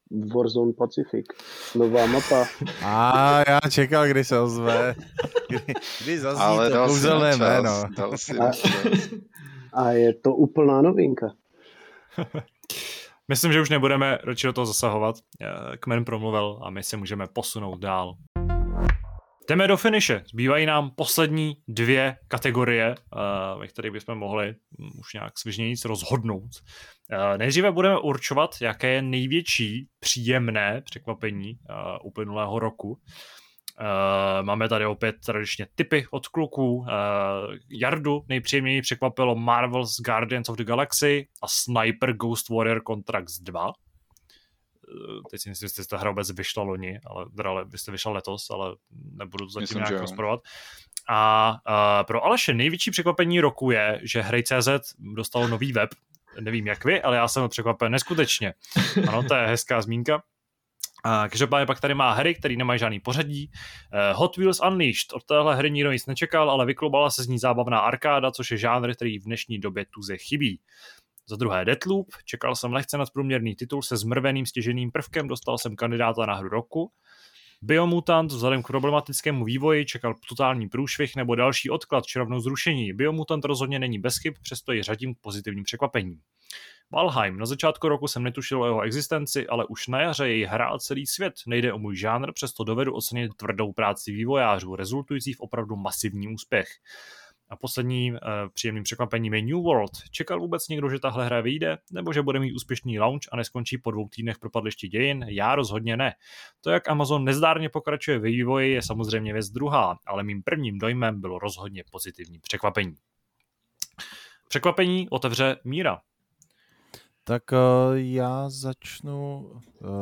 Warzone Pacific. Nová mapa. Já čekal, kdy se ozve. Kdy zazní Ale to dal si kouzelné na čas, jméno. dal si na čas. A je to úplná novinka. Myslím, že už nebudeme radši do toho zasahovat. Kmen promluvil a my se můžeme posunout dál. Jdeme do finiše. Zbývají nám poslední 2 kategorie, ve kterých bychom mohli už nějak svižnějíc rozhodnout. Nejdříve budeme určovat, jaké je největší příjemné překvapení uplynulého roku. Máme tady opět tradičně tipy od kluků. Jardu nejpříjemněji překvapilo Marvel's Guardians of the Galaxy a Sniper Ghost Warrior Contracts 2. Teď si myslím, že ta hra vůbec vyšla loni, ale vy jste vyšla letos, ale nebudu to zatím nějak rozporovat. A pro Aleše největší překvapení roku je, že Hry.cz dostalo nový web. Nevím jak vy, ale já jsem překvapen neskutečně. Ano, to je hezká zmínka. Každopádně pak tady má hry, které nemají žádný pořadí. Hot Wheels Unleashed. Od téhle hry nikdo nic nečekal, ale vyklubala se z ní zábavná arkáda, což je žánr, který v dnešní době tuze chybí. Za druhé Deathloop. Čekal jsem lehce nadprůměrný titul se zmrveným stěžejným prvkem, dostal jsem kandidáta na hru roku. Biomutant vzhledem k problematickému vývoji čekal totální průšvih nebo další odklad či rovnou zrušení. Biomutant rozhodně není bez chyb, přesto ji řadím k pozitivním překvapením. Valheim. Na začátku roku jsem netušil o jeho existenci, ale už na jaře jej hrál celý svět. Nejde o můj žánr, přesto dovedu ocenit tvrdou práci vývojářů, rezultující v opravdu masivní úspěch. A posledním příjemným překvapením je New World. Čekal vůbec někdo, že tahle hra vyjde, nebo že bude mít úspěšný launch a neskončí po 2 týdnech v propadlišti dějin? Já rozhodně ne. To, jak Amazon nezdárně pokračuje ve vývoji, je samozřejmě věc druhá, ale mým prvním dojmem bylo rozhodně pozitivní překvapení. Překvapení otevře Míra. Tak já začnu,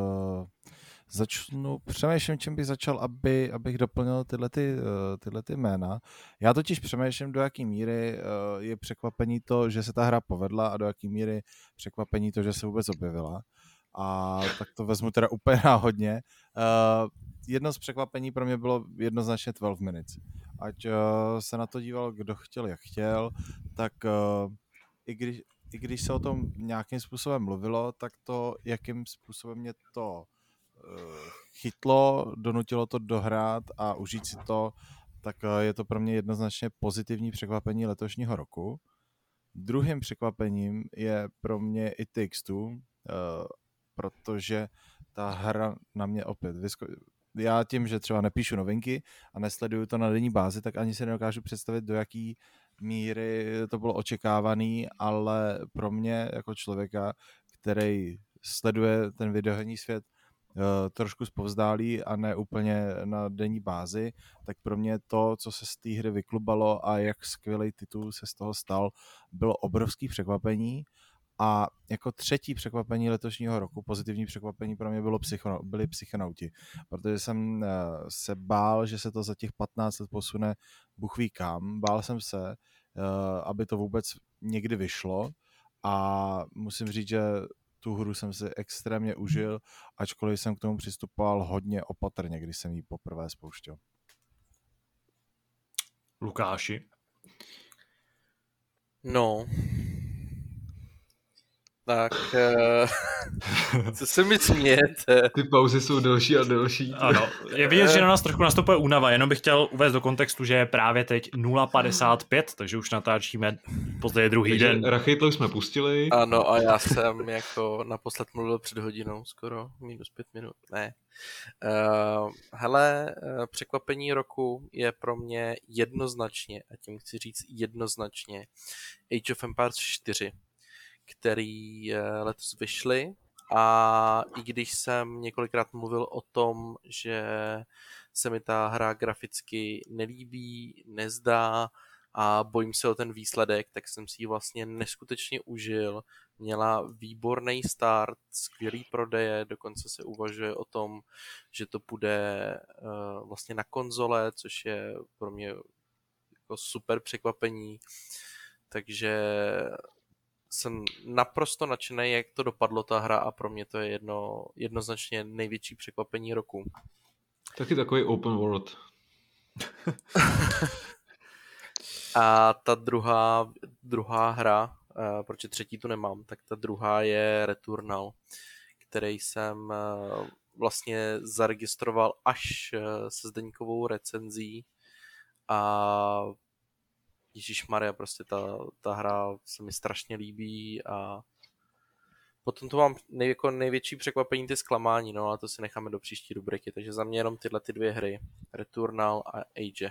přemýšlím, čím bych začal, abych doplnil tyhle jména. Já totiž přemýšlím, do jaký míry je překvapení to, že se ta hra povedla a do jaký míry překvapení to, že se vůbec objevila. A tak to vezmu teda úplně náhodně. Jedno z překvapení pro mě bylo jednoznačně 12 Minutes. Ať se na to díval, kdo chtěl, jak chtěl, tak i když se o tom nějakým způsobem mluvilo, tak to, jakým způsobem mě to chytlo, donutilo to dohrát a užít si to, tak je to pro mě jednoznačně pozitivní překvapení letošního roku. Druhým překvapením je pro mě i Takes-Two, protože ta hra na mě opět já tím, že třeba nepíšu novinky a nesleduju to na denní bázi, tak ani si nedokážu představit, do jaký míry to bylo očekávaný, ale pro mě jako člověka, který sleduje ten videoherní svět trošku zpovzdálí a ne úplně na denní bázi, tak pro mě to, co se z té hry vyklubalo a jak skvělý titul se z toho stal, bylo obrovský překvapení. A jako třetí překvapení letošního roku, pozitivní překvapení pro mě byli Psychonauti, protože jsem se bál, že se to za těch 15 let posune bůh ví kam. Bál jsem se, aby to vůbec někdy vyšlo a musím říct, že tu hru jsem si extrémně užil, ačkoliv jsem k tomu přistupoval hodně opatrně, když jsem ji poprvé spouštěl. Lukáši. No. Tak, co se mi smějete? Ty pauzy jsou delší a delší. Ano, je vidět, že na nás trošku nastupuje únava, jenom bych chtěl uvést do kontextu, že je právě teď 0:55, takže už natáčíme později druhý den. Rachejtlu jsme pustili. Ano, a já jsem jako naposled mluvil před hodinou, skoro -5 minut, ne. Hele, překvapení roku je pro mě jednoznačně, a tím chci říct jednoznačně, Age of Empires 4. který letos vyšly a i když jsem několikrát mluvil o tom, že se mi ta hra graficky nelíbí, nezdá a bojím se o ten výsledek, tak jsem si ji vlastně neskutečně užil. Měla výborný start, skvělý prodeje, dokonce se uvažuje o tom, že to bude vlastně na konzole, což je pro mě jako super překvapení. Takže jsem naprosto nadšený, jak to dopadlo ta hra a pro mě to je jednoznačně největší překvapení roku. Taky takový open world. A ta druhá hra, protože třetí tu nemám, tak ta druhá je Returnal, který jsem vlastně zaregistroval až se Zdeňkovou recenzí a ježišmarja, prostě ta hra se mi strašně líbí a potom to mám jako největší překvapení ty zklamání, no a to si necháme do příští rubriky, takže za mě jenom tyhle ty 2 hry, Returnal a Age.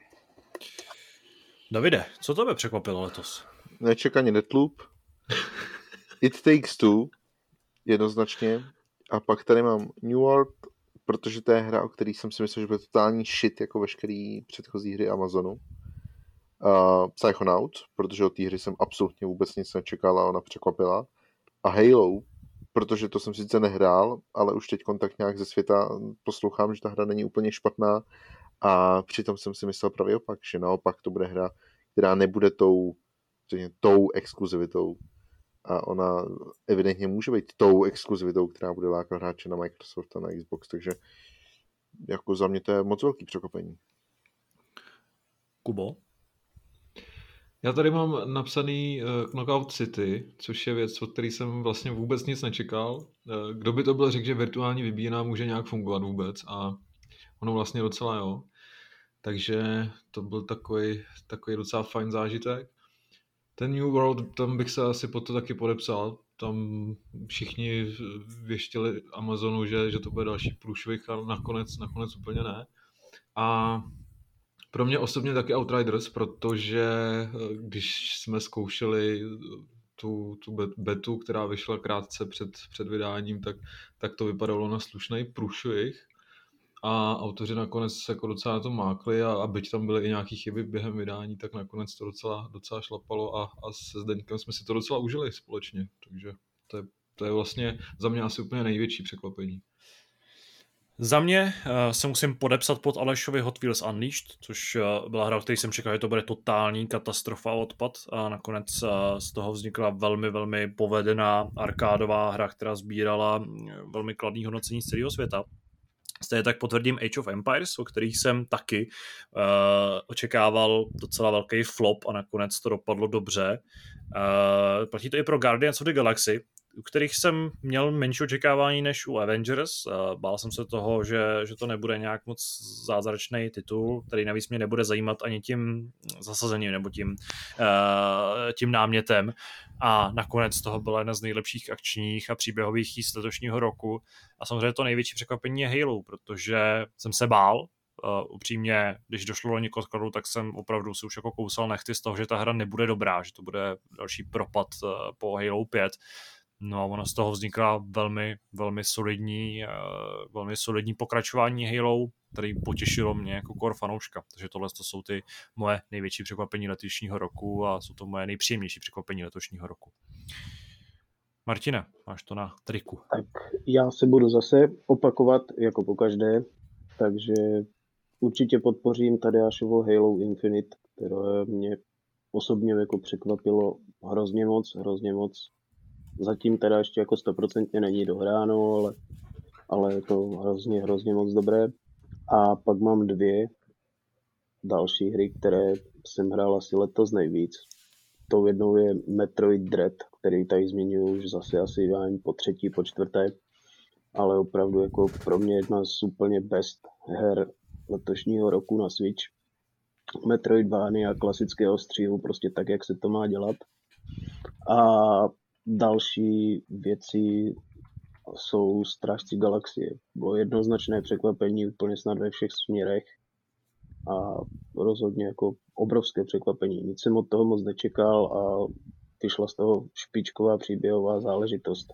Davide, co tebe překvapilo letos? Nečekaně Deathloop, It Takes Two, jednoznačně, a pak tady mám New World, protože to je hra, o který jsem si myslel, že bude totální shit, jako veškerý předchozí hry Amazonu. Psychonaut, protože od té hry jsem absolutně vůbec nic nečekal a ona překvapila. A Halo, protože to jsem sice nehrál, ale už teď tak nějak ze světa poslouchám, že ta hra není úplně špatná a přitom jsem si myslel pravý opak, že naopak to bude hra, která nebude tou exkluzivitou. A ona evidentně může být tou exkluzivitou, která bude lákat hráče na Microsoft a na Xbox, takže jako za mě to je moc velký překvapení. Kubo? Já tady mám napsaný Knockout City, což je věc, od který jsem vlastně vůbec nic nečekal. Kdo by to byl řekl, že virtuální vybíjená může nějak fungovat vůbec a ono vlastně docela jo. Takže to byl takový docela fajn zážitek. Ten New World, tam bych se asi pod to taky podepsal. Tam všichni věštili Amazonu, že to bude další průšvih a nakonec úplně ne. A pro mě osobně taky Outriders, protože když jsme zkoušeli tu betu, která vyšla krátce před vydáním, tak to vypadalo na slušný průšvih. A autoři nakonec jako docela na to mákli a byť tam byly i nějaké chyby během vydání, tak nakonec to docela šlapalo a se Zdeňkem jsme si to docela užili společně. Takže to je vlastně za mě asi úplně největší překvapení. Za mě se musím podepsat pod Alešovi Hot Wheels Unleashed, což byla hra, o které jsem čekal, že to bude totální katastrofa a odpad a nakonec z toho vznikla velmi, velmi povedená arkádová hra, která sbírala velmi kladný hodnocení z celého světa. Stejně tak potvrdím Age of Empires, o kterých jsem taky očekával docela velký flop a nakonec to dopadlo dobře. Platí to i pro Guardians of the Galaxy, u kterých jsem měl menší očekávání než u Avengers. Bál jsem se toho, že to nebude nějak moc zázračný titul, který navíc mě nebude zajímat ani tím zasazením nebo tím námětem. A nakonec toho byla jedna z nejlepších akčních a příběhových jízd letošního roku. A samozřejmě to největší překvapení je Halo, protože jsem se bál. Upřímně, když došlo do někoho odkladu, tak jsem opravdu si už jako kousal nechty z toho, že ta hra nebude dobrá, že to bude další propad po Halo 5. No a ono z toho vznikla velmi, velmi solidní pokračování Halo, který potěšilo mě jako core fanouška. Takže tohle to jsou ty moje největší překvapení letošního roku a jsou to moje nejpříjemnější překvapení letošního roku. Martine, máš to na triku. Tak já se budu zase opakovat jako pokaždé, takže určitě podpořím Tadeášovo Halo Infinite, které mě osobně jako překvapilo hrozně moc. Zatím teda ještě jako 100% není dohráno, ale je to hrozně moc dobré. A pak mám 2 další hry, které jsem hrál asi letos nejvíc. Tou jednou je Metroid Dread, který tady zmiňuji už zase asi po 3., po 4., ale opravdu jako pro mě jedna z úplně best her letošního roku na Switch. Metroidvania klasického střihu, prostě tak, jak se to má dělat. A další věci jsou Strážci galaxie. Bylo jednoznačné překvapení úplně snad ve všech směrech a rozhodně jako obrovské překvapení. Nic jsem od toho moc nečekal a vyšla z toho špičková příběhová záležitost.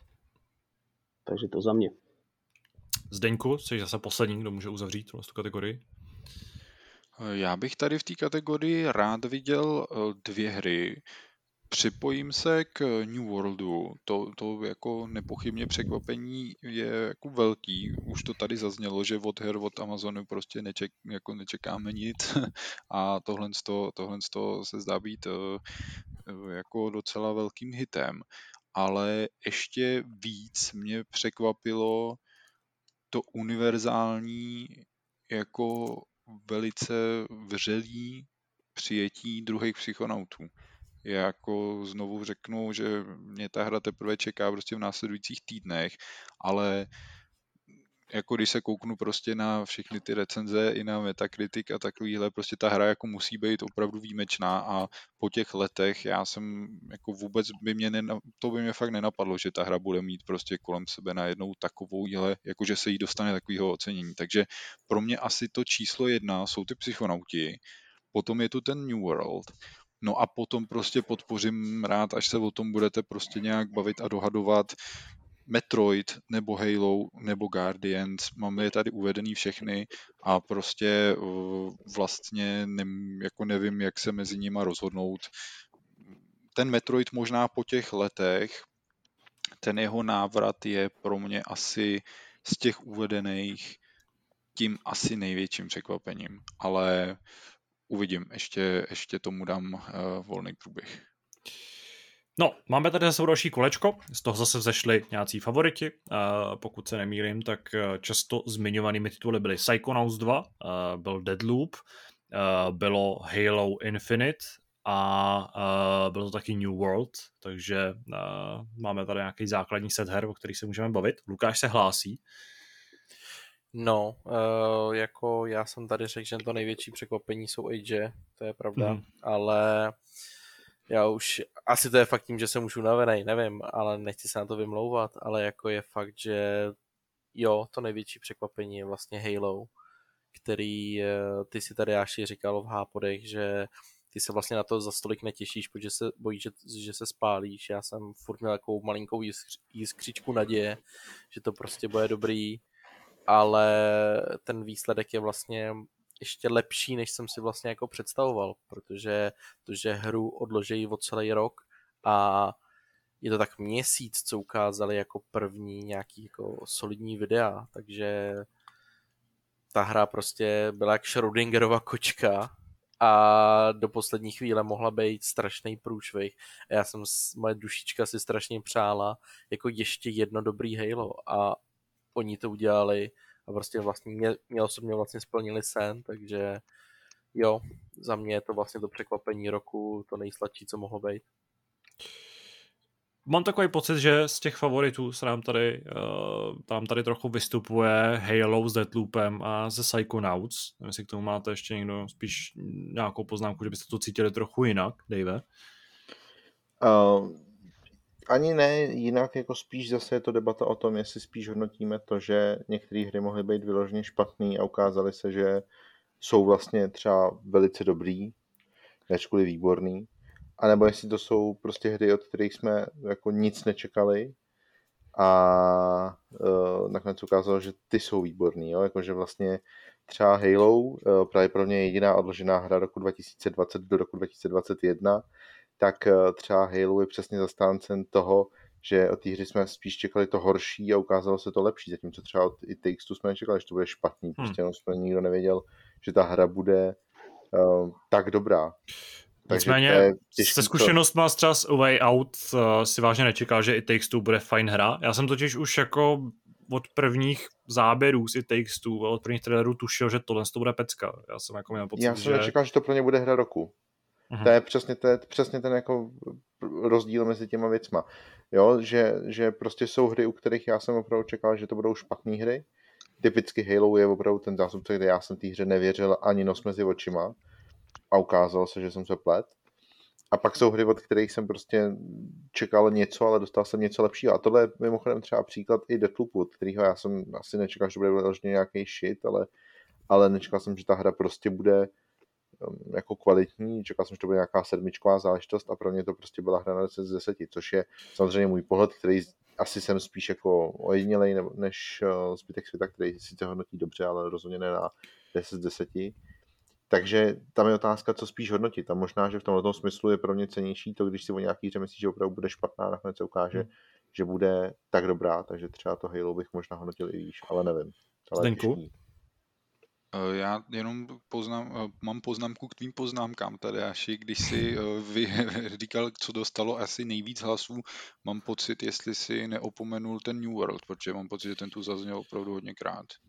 Takže to za mě. Zdeňku, jsi zase poslední, kdo může uzavřít tu kategorii? Já bych tady v té kategorii rád viděl 2 hry. Připojím se k New Worldu, to jako nepochybně překvapení je jako velký, už to tady zaznělo, že od her od Amazonu prostě nečekáme nic a tohle se zdá být jako docela velkým hitem, ale ještě víc mě překvapilo to univerzální jako velice vřelý přijetí druhých Psychonautů. jako znovu řeknu, že mě ta hra teprve čeká prostě v následujících týdnech, ale jako když se kouknu prostě na všechny ty recenze i na Metacritic a takovýhle, prostě ta hra jako musí být opravdu výjimečná a po těch letech já jsem jako vůbec to by mě fakt nenapadlo, že ta hra bude mít prostě kolem sebe najednou takovouhle, jakože se jí dostane takového ocenění. Takže pro mě asi to číslo 1 jsou ty Psychonauti, potom je tu ten New World, no a potom prostě podpořím rád, až se o tom budete prostě nějak bavit a dohadovat, Metroid, nebo Halo, nebo Guardians, máme je tady uvedený všechny a prostě vlastně jako nevím, jak se mezi nimi rozhodnout. Ten Metroid možná po těch letech, ten jeho návrat je pro mě asi z těch uvedených tím asi největším překvapením, ale uvidím, ještě tomu dám volný průběh. No, máme tady zase další kolečko, z toho zase vzešli nějací favoriti, pokud se nemýlím, tak často zmiňovanými tituly byly Psychonauts 2, byl Deadloop, bylo Halo Infinite a bylo to taky New World, takže máme tady nějaký základní set her, o kterých se můžeme bavit. Lukáš se hlásí. No, jako já jsem tady řekl, že to největší překvapení jsou Age, to je pravda, ale já už, asi to je fakt tím, že jsem už unavený, nevím, ale nechci se na to vymlouvat, ale jako je fakt, že jo, to největší překvapení je vlastně Halo, který ty si tady Jáši říkal v Hápodech, že ty se vlastně na to za stolik netěšíš, protože se bojíš, že se spálíš. Já jsem furt měl takovou malinkou jiskřičku naděje, že to prostě bude dobrý, ale ten výsledek je vlastně ještě lepší, než jsem si vlastně jako představoval, protože to, že hru odloží o celý rok a je to tak měsíc, co ukázali jako první nějaký jako solidní videa, takže ta hra prostě byla jak Schrödingerova kočka a do poslední chvíle mohla být strašný průšvih. A moje dušička si strašně přála jako ještě jedno dobrý Halo a oni to udělali a prostě vlastně mě osobně vlastně splnili sen, takže jo, za mě je to vlastně to překvapení roku, to nejsladší, co mohlo být. Mám takový pocit, že z těch favoritů se nám tady trochu vystupuje Halo s Deathloopem a ze Psychonauts. Nevím, jestli k tomu máte ještě někdo spíš nějakou poznámku, že byste to cítili trochu jinak, Dave? Ani ne jinak, jako spíš zase je to debata o tom, jestli spíš hodnotíme to, že některé hry mohly být vyloženě špatný a ukázaly se, že jsou vlastně třeba velice dobrý, nečkoliv výborný, anebo jestli to jsou prostě hry, od kterých jsme jako nic nečekali a nakonec ukázalo, že ty jsou výborný, jo? Jakože vlastně třeba Halo, právě pro mě jediná odložená hra roku 2020 do roku 2021, tak třeba Halo je přesně zastáncem toho, že od té hry jsme spíš čekali to horší a ukázalo se to lepší, zatímco třeba od It Takes Two jsme nečekali, že to bude špatný, prostě jenom jsme nikdo nevěděl, že ta hra bude tak dobrá. Nicméně se zkušenostma třeba z A Way Out si vážně nečekal, že It Takes Two bude fajn hra. Já jsem totiž už jako od prvních záběrů z It Takes Two, od prvních trailerů tušil, že tohle to bude pecka. Já jsem jako měl pocit, Já jsem nečekal, že to pro ně bude hra roku. To je přesně ten jako rozdíl mezi těma věcma. Jo, že prostě jsou hry, u kterých já jsem opravdu čekal, že to budou špatné hry. Typicky Halo je opravdu ten zástupce, kde já jsem té hře nevěřil ani nos mezi očima a ukázalo se, že jsem se plet. A pak jsou hry, od kterých jsem prostě čekal něco, ale dostal jsem něco lepšího. A tohle je mimochodem třeba příklad i Deathloopu, od kterého já jsem asi nečekal, že bude vyloženě nějaký shit, ale nečekal jsem, že ta hra prostě bude jako kvalitní, čekal jsem, že to bude nějaká 7čková záležitost a pro mě to prostě byla hra na 10 z 10, což je samozřejmě můj pohled, který asi jsem spíš jako ojedinělej než zbytek světa, který sice hodnotí dobře, ale rozhodně ne na 10 z 10. Takže tam je otázka, co spíš hodnotit. A možná, že v tomto smyslu je pro mě cennější to, když si o nějaký hře myslíš, že opravdu bude špatná, nakonec se ukáže, že bude tak dobrá, takže třeba to Halo bych možná hodnotil i výš, ale nevím. Zdenku? Já jenom mám poznámku k tvým poznámkám tady, Aši, když si říkal, co dostalo asi nejvíc hlasů, mám pocit, jestli si neopomenul ten New World, protože mám pocit, že ten tu zazněl opravdu hodněkrát.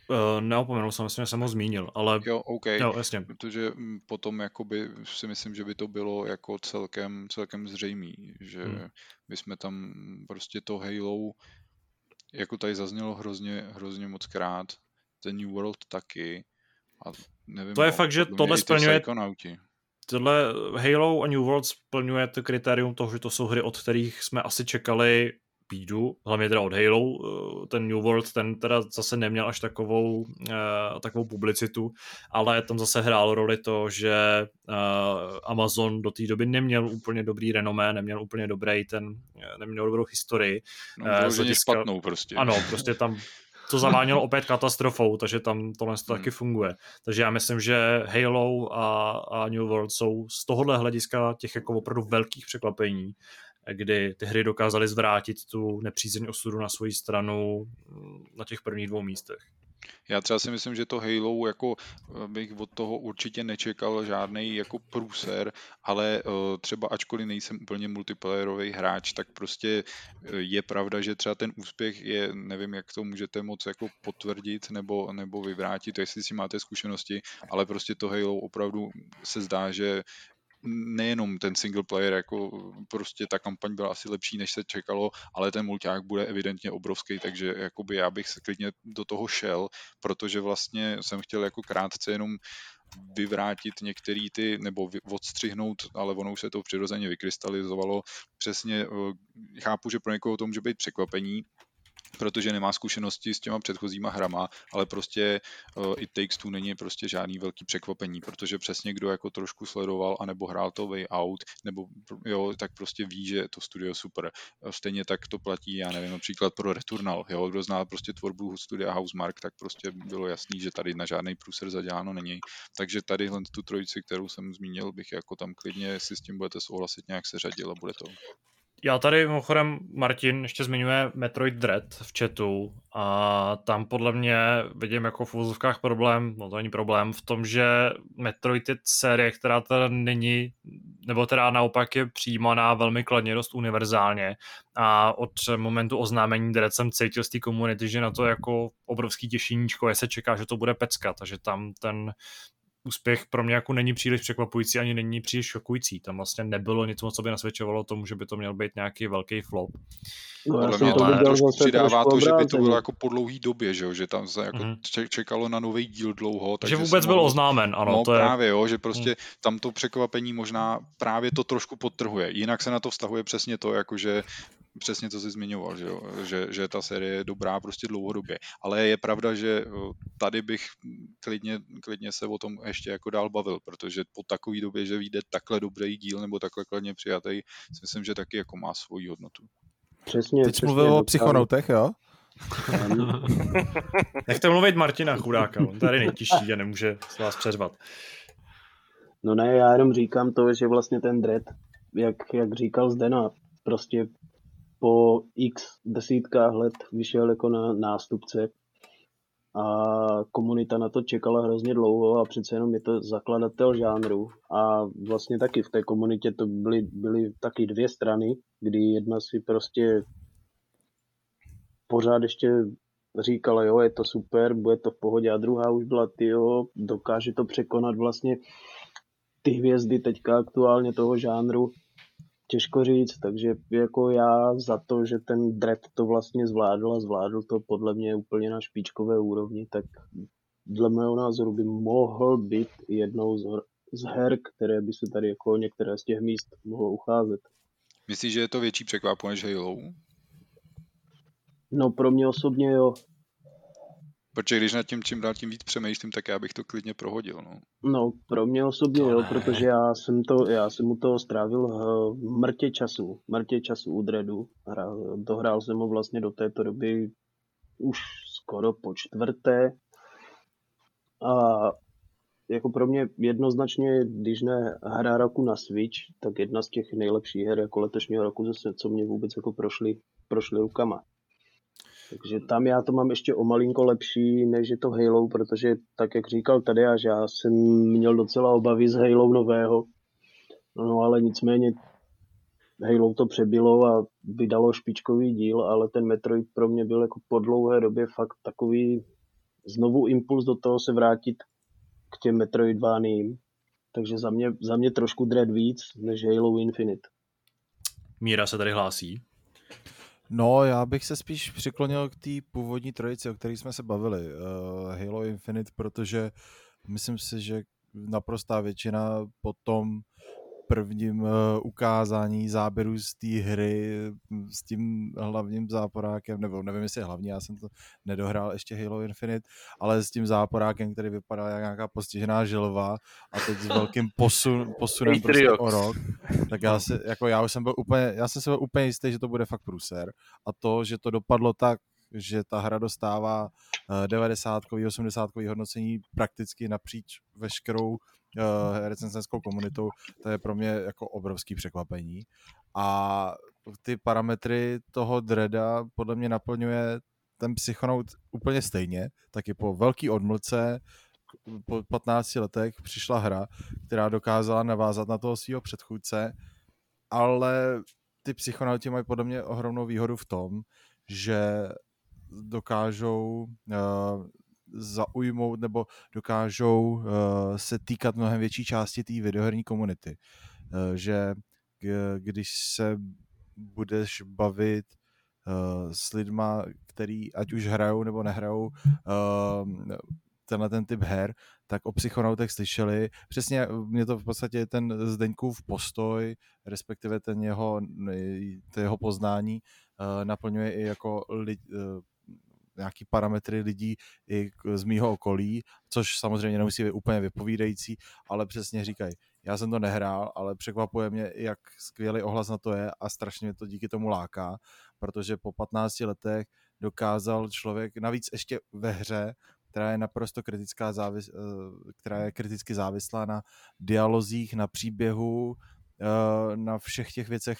Neopomenul jsem, myslím, že jsem ho zmínil, ale Jo, OK, jo, jasně. protože potom jakoby si myslím, že by to bylo jako celkem zřejmý, že bychom tam prostě to Halo, jako tady zaznělo hrozně moc krát, ten New World taky, a nevím, To je fakt, že podle mě tohle i ty splňuje, Psychonauti. tohle Halo a New World splňuje to kritérium toho, že to jsou hry, od kterých jsme asi čekali bídu, hlavně teda od Halo, ten New World, ten teda zase neměl až takovou publicitu, ale tam zase hrálo roli to, že Amazon do té doby neměl úplně dobrý renomé, neměl úplně neměl dobrou historii. No, vyloženě špatnou prostě. Ano, prostě tam to zavánělo opět katastrofou, takže tam tohle taky funguje. Takže já myslím, že Halo a New World jsou z tohohle hlediska těch jako opravdu velkých překvapení, kdy ty hry dokázaly zvrátit tu nepřízeň osudu na svoji stranu na těch prvních 2 místech. Já třeba si myslím, že to Halo, jako bych od toho určitě nečekal žádnej jako průser, ale třeba ačkoliv nejsem úplně multiplayerový hráč, tak prostě je pravda, že třeba ten úspěch je, nevím, jak to můžete moc jako potvrdit nebo vyvrátit, jestli si máte zkušenosti, ale prostě to Halo opravdu se zdá, že nejenom ten single player, jako prostě ta kampaň byla asi lepší, než se čekalo, ale ten mulťák bude evidentně obrovský, takže jakoby já bych se klidně do toho šel, protože vlastně jsem chtěl jako krátce jenom vyvrátit některý nebo odstřihnout, ale ono už se to přirozeně vykrystalizovalo. Přesně chápu, že pro někoho to může být překvapení, protože nemá zkušenosti s těma předchozíma hrama, ale prostě It Takes Two není prostě žádný velký překvapení, protože přesně kdo jako trošku sledoval anebo hrál to Way Out, nebo jo, tak prostě ví, že je to studio super. Stejně tak to platí, já nevím, například pro Returnal, jo, kdo zná prostě tvorbu studia Housemarque, tak prostě bylo jasný, že tady na žádný průser zaděláno není. Takže tady tu trojici, kterou jsem zmínil, bych jako tam klidně, jestli s tím budete souhlasit, nějak seřadil a bude to. Já tady mimochodem, Martin ještě zmiňuje Metroid Dread v chatu a tam podle mě vidím jako v úvozovkách problém, no to není problém, v tom, že Metroid je série, která teda není, nebo teda naopak je přijímaná velmi kladně, dost univerzálně a od momentu oznámení Dread jsem cítil z té komunity, že na to jako obrovský těšeníčko, se čeká, že to bude pecka, takže tam ten úspěch pro mě jako není příliš překvapující, ani není příliš šokující. Tam vlastně nebylo nic moc, co by nasvědčovalo tomu, že by to měl být nějaký velký flop. No, podle mě to trošku přidává to, že by to bylo jako po dlouhý době, že tam se jako čekalo na nový díl dlouho. Že vůbec byl oznámen, ano. No to právě, jo, že prostě tam to překvapení možná právě to trošku podtrhuje. Jinak se na to vztahuje přesně to, jakože přesně co jsi zmiňoval, že ta série je dobrá prostě dlouhodobě. Ale je pravda, že tady bych klidně se o tom ještě jako dál bavil, protože po takové době, že vyjde takhle dobrý díl nebo takhle kladně přijatý, si myslím, že taky jako má svoji hodnotu. Přesně. Teď mluvil o Psychonautech, jo? Nechte mluvit Martina chudáka, on tady nejtižší a nemůže s vás přeřvat. No ne, já jenom říkám to, že vlastně ten Dread, jak říkal Zdena, prostě po x desítkách let vyšel jako na nástupce a komunita na to čekala hrozně dlouho a přece jenom je to zakladatel žánru a vlastně taky v té komunitě to byly taky 2 strany, kdy jedna si prostě pořád ještě říkala, jo, je to super, bude to v pohodě a druhá už byla, tyjo, dokáže to překonat vlastně ty hvězdy teďka aktuálně toho žánru. Těžko říct, takže jako já za to, že ten Dread to vlastně zvládl a zvládl to podle mě úplně na špičkové úrovni, tak dle mého názoru by mohl být jednou z her, které by se tady jako některé z těch míst mohlo ucházet. Myslíš, že je to větší překvapení než Halo? No pro mě osobně jo. Protože když nad tím čím dál tím víc přemýšlím, tak já bych to klidně prohodil. No pro mě osobně jo, protože já jsem u toho strávil mrtě času u Dreadu. Dohrál jsem ho vlastně do této doby už skoro po 4. A jako pro mě jednoznačně, když ne hra roku na Switch, tak jedna z těch nejlepších her jako letošního roku zase, co mě vůbec jako prošly rukama. Takže tam já to mám ještě o malinko lepší, než je to Halo, protože tak, jak říkal Tadeáš, já jsem měl docela obavy z Halo nového, no ale nicméně Halo to přebylo a vydalo špičkový díl, ale ten Metroid pro mě byl jako po dlouhé době fakt takový znovu impuls do toho se vrátit k těm Metroidváním. Takže za mě trošku Dread víc než Halo Infinite. Míra se tady hlásí. No, já bych se spíš přiklonil k té původní trojici, o které jsme se bavili. Halo Infinite, protože myslím si, že naprostá většina po tom prvním ukázání záběru z té hry s tím hlavním záporákem, nebo nevím, jestli je hlavní, já jsem to nedohrál ještě Halo Infinite, ale s tím záporákem, který vypadá jak nějaká postižená želva a teď s velkým posunem prostě o rok, tak já jsem se byl úplně jistý, že to bude fakt průser a to, že to dopadlo tak, že ta hra dostává 90, 80 hodnocení prakticky napříč veškerou recenzenskou komunitou, to je pro mě jako obrovský překvapení. A ty parametry toho Dreada podle mě naplňuje ten Psychonaut úplně stejně, taky po velký odmlce po 15 letech přišla hra, která dokázala navázat na toho svého předchůdce, ale ty Psychonauti mají podle mě ohromnou výhodu v tom, že dokážou zaujmout nebo dokážou se týkat mnohem větší části té videoherní komunity. Že když se budeš bavit s lidma, který ať už hrajou nebo nehrajou tenhle ten typ her, tak o Psychonautech slyšeli. Přesně mě to v podstatě ten Zdeňkův postoj, respektive ten jeho poznání naplňuje i jako nějaký parametry lidí i z mýho okolí, což samozřejmě nemusí být úplně vypovídající, ale přesně říkají, já jsem to nehrál, ale překvapuje mě, jak skvělý ohlas na to je a strašně mě to díky tomu láká, protože po 15 letech dokázal člověk, navíc ještě ve hře, která je naprosto která je kriticky závislá na dialozích, na příběhu, na všech těch věcech,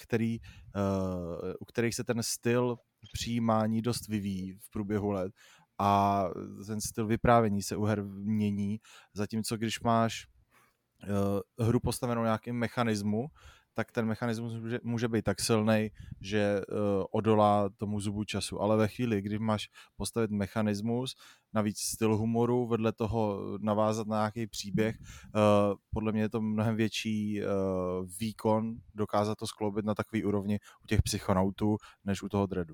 u kterých se ten styl přijímání dost vyvíjí v průběhu let a ten styl vyprávění se u her mění, zatímco když máš hru postavenou nějakým mechanismu, tak ten mechanismus může být tak silný, že odolá tomu zubu času. Ale ve chvíli, kdy máš postavit mechanismus, navíc styl humoru, vedle toho navázat na nějaký příběh, podle mě je to mnohem větší výkon dokázat to skloubit na takový úrovni u těch Psychonautů, než u toho Dreadu.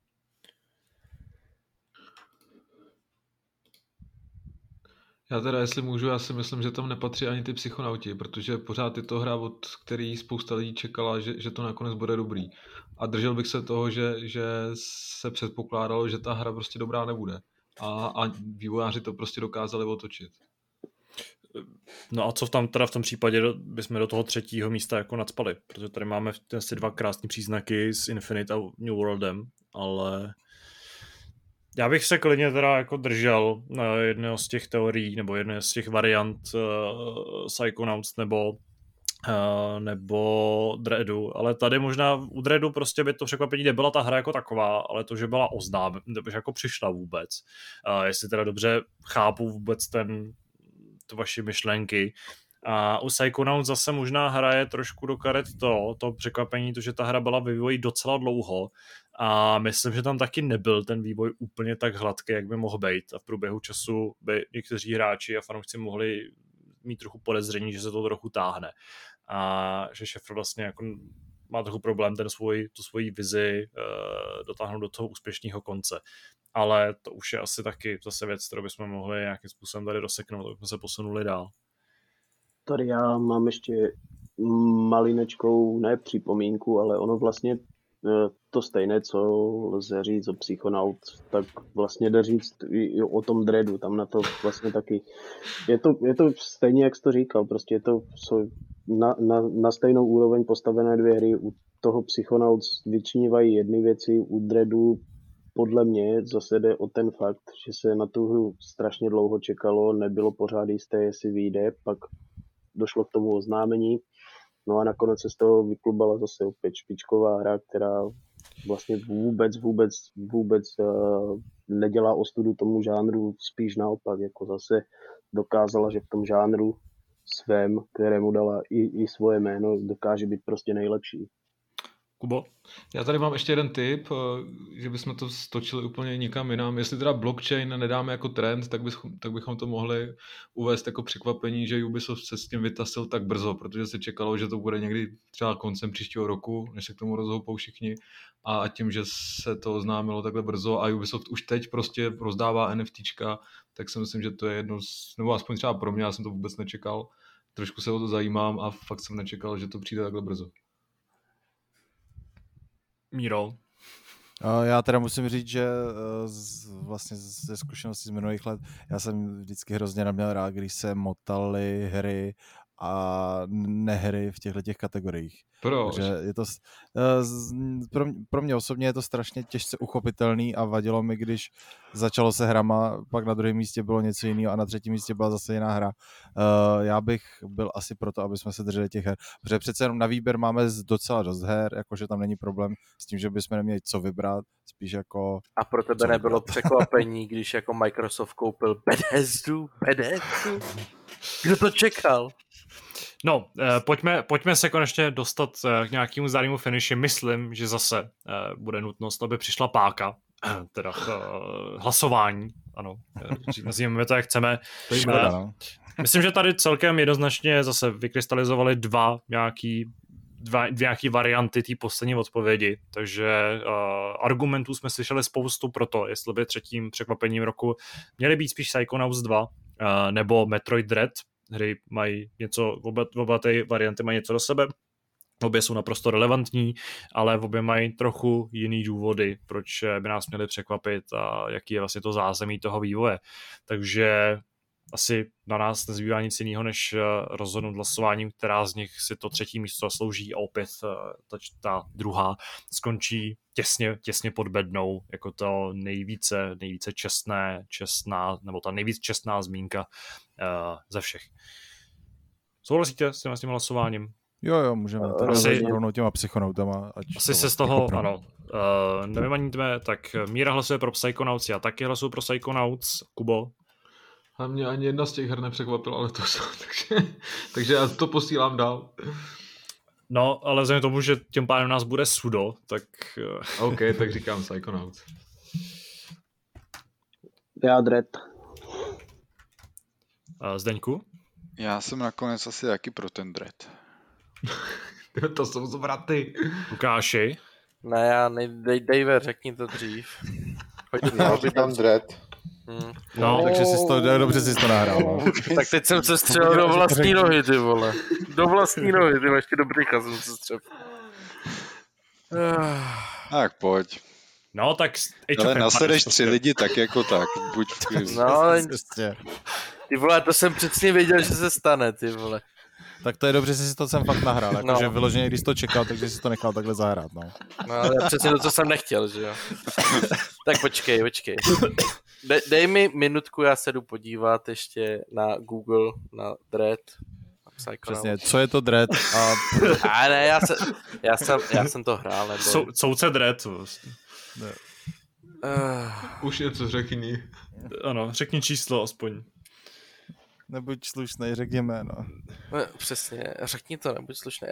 Já teda, jestli můžu, já si myslím, že tam nepatří ani ty Psychonauti, protože pořád je to hra, od který spousta lidí čekala, že to nakonec bude dobrý. A držel bych se toho, že se předpokládalo, že ta hra prostě dobrá nebude. A vývojáři to prostě dokázali otočit. No a co tam teda v tom případě bychom do toho 3. místa jako nacpali, protože tady máme asi 2 krásné příznaky s Infinite a New Worldem, ale já bych se klidně teda jako držel jedného z těch teorií nebo jedné z těch variant Psychonauts nebo Dreadu, ale tady možná u Dreadu prostě by to překvapení nebyla ta hra jako taková, ale to, že byla oznámena, že jako přišla vůbec. Jestli teda dobře chápu vůbec to vaše myšlenky. A u Psychonauts zase možná hraje trošku do karet to překvapení, to, že ta hra byla ve vývoji docela dlouho a myslím, že tam taky nebyl ten vývoj úplně tak hladký, jak by mohl být a v průběhu času by někteří hráči a fanoušci mohli mít trochu podezření, že se to trochu táhne a že Schaffer vlastně jako má trochu problém tu svoji vizi dotáhnout do toho úspěšného konce. Ale to už je asi taky zase věc, kterou bychom mohli nějakým způsobem tady rozseknout, abychom se posunuli dál. Tady já mám ještě malinečkou, ne připomínku, ale ono vlastně to stejné, co lze říct o Psychonaut, tak vlastně jde říct i o tom Dreadu, tam na to vlastně taky. Je to stejně, jak jsi to říkal, prostě je to na stejnou úroveň postavené 2 hry. U toho Psychonauts vyčnívají jedny věci, u Dreadu podle mě zase jde o ten fakt, že se na tu hru strašně dlouho čekalo, nebylo pořád jisté, jestli vyjde, pak došlo k tomu oznámení, no a nakonec se z toho vyklubala zase opět špičková hra, která vlastně vůbec nedělá ostudu tomu žánru, spíš naopak, jako zase dokázala, že v tom žánru svém, kterému dala i svoje jméno, dokáže být prostě nejlepší. Kubo? Já tady mám ještě jeden tip, že bychom to stočili úplně nikam jinam. Jestli teda blockchain nedáme jako trend, tak bychom to mohli uvést jako překvapení, že Ubisoft se s tím vytasil tak brzo, protože se čekalo, že to bude někdy třeba koncem příštího roku, než se k tomu rozhoupou všichni. A tím, že se to oznámilo takhle brzo a Ubisoft už teď prostě rozdává NFTčka, tak si myslím, že to je jedno nebo aspoň třeba pro mě, já jsem to vůbec nečekal. Trošku se o to zajímám a fakt jsem nečekal, že to přijde takhle brzo. Míro? Já teda musím říct, že vlastně ze zkušeností z minulých let, já jsem vždycky hrozně neměl rád, když se motaly hry a nehry v těchto kategoriích. Proč? Takže je to, pro mě osobně je to strašně těžce uchopitelný a vadilo mi, když začalo se hrama, pak na druhém místě bylo něco jiného a na třetím místě byla zase jiná hra. Já bych byl asi proto, aby jsme se drželi těch her, protože přece jenom na výběr máme docela dost her, jakože tam není problém s tím, že bychom neměli co vybrat, spíš jako... A pro tebe nebylo překvapení, když jako Microsoft koupil Bethesdu? Kdo to čekal? No, pojďme se konečně dostat k nějakému zdarému finiši. Myslím, že zase bude nutnost, aby přišla páka, teda hlasování, ano, nazýváme to, jak chceme. Myslím, že tady celkem jednoznačně zase vykrystalizovali dvě nějaký varianty té poslední odpovědi, takže argumentů jsme slyšeli spoustu pro to, jestli by třetím překvapením roku měly být spíš Psychonauts 2 nebo Metroid Dread. Hry mají něco, oba ty varianty mají něco do sebe, obě jsou naprosto relevantní, ale obě mají trochu jiný důvody, proč by nás měly překvapit a jaký je vlastně to zázemí toho vývoje. Takže asi na nás nezbývá nic jiného, než rozhodnout hlasováním, která z nich si to třetí místo zaslouží a opět ta druhá skončí těsně pod bednou, jako to nejvíce čestná, nebo ta nejvíc čestná zmínka ze všech. Souhlasíte s tím hlasováním? Jo, můžeme. Rovnou těma psychonautama. Asi se z toho, ano. Nevymaníme, tak Míra hlasuje pro Psychonauts, já taky hlasuju pro Psychonauts. Kubo? A mě ani jedna z těch her nepřekvapila letos, takže já to posílám dál. No, ale vzhledem tomu, že tím pádem nás bude sudo, tak... OK, tak říkám Psychonauts. Já Dread. Zdeňku? Já jsem nakonec asi taky pro ten Dread. To jsou zvraty. Lukáši? Ne, Dave, řekni to dřív. Já říkám Dread. No, takže dobře jsi to nahrál. No. Tak teď jsem se střelil do vlastní nohy, ty vole. Do vlastní nohy, ty ještě do brycha jsem se střelil. Tak pojď. No, tak... Ale nasedeš 3 lidi tak jako tak. Buď no, ty vole, to jsem přesně věděl, že se stane, ty vole. Tak to je dobře, že jsi to sem fakt nahrál, jakože vyloženě, když to čekal, takže jsi to nechal takhle zahrát, no. No, ale přesně to, co jsem nechtěl, že jo. Tak počkej. Dej mi minutku, já se jdu podívat ještě na Google, na Dread. Přesně, co je to Dread? A ne, já jsem to hrál, nebo... Soudce Dread. Už něco řekni. Ano, řekni číslo aspoň. Nebuď slušnej, řekni jméno. Přesně, řekni to, nebuď slušnej.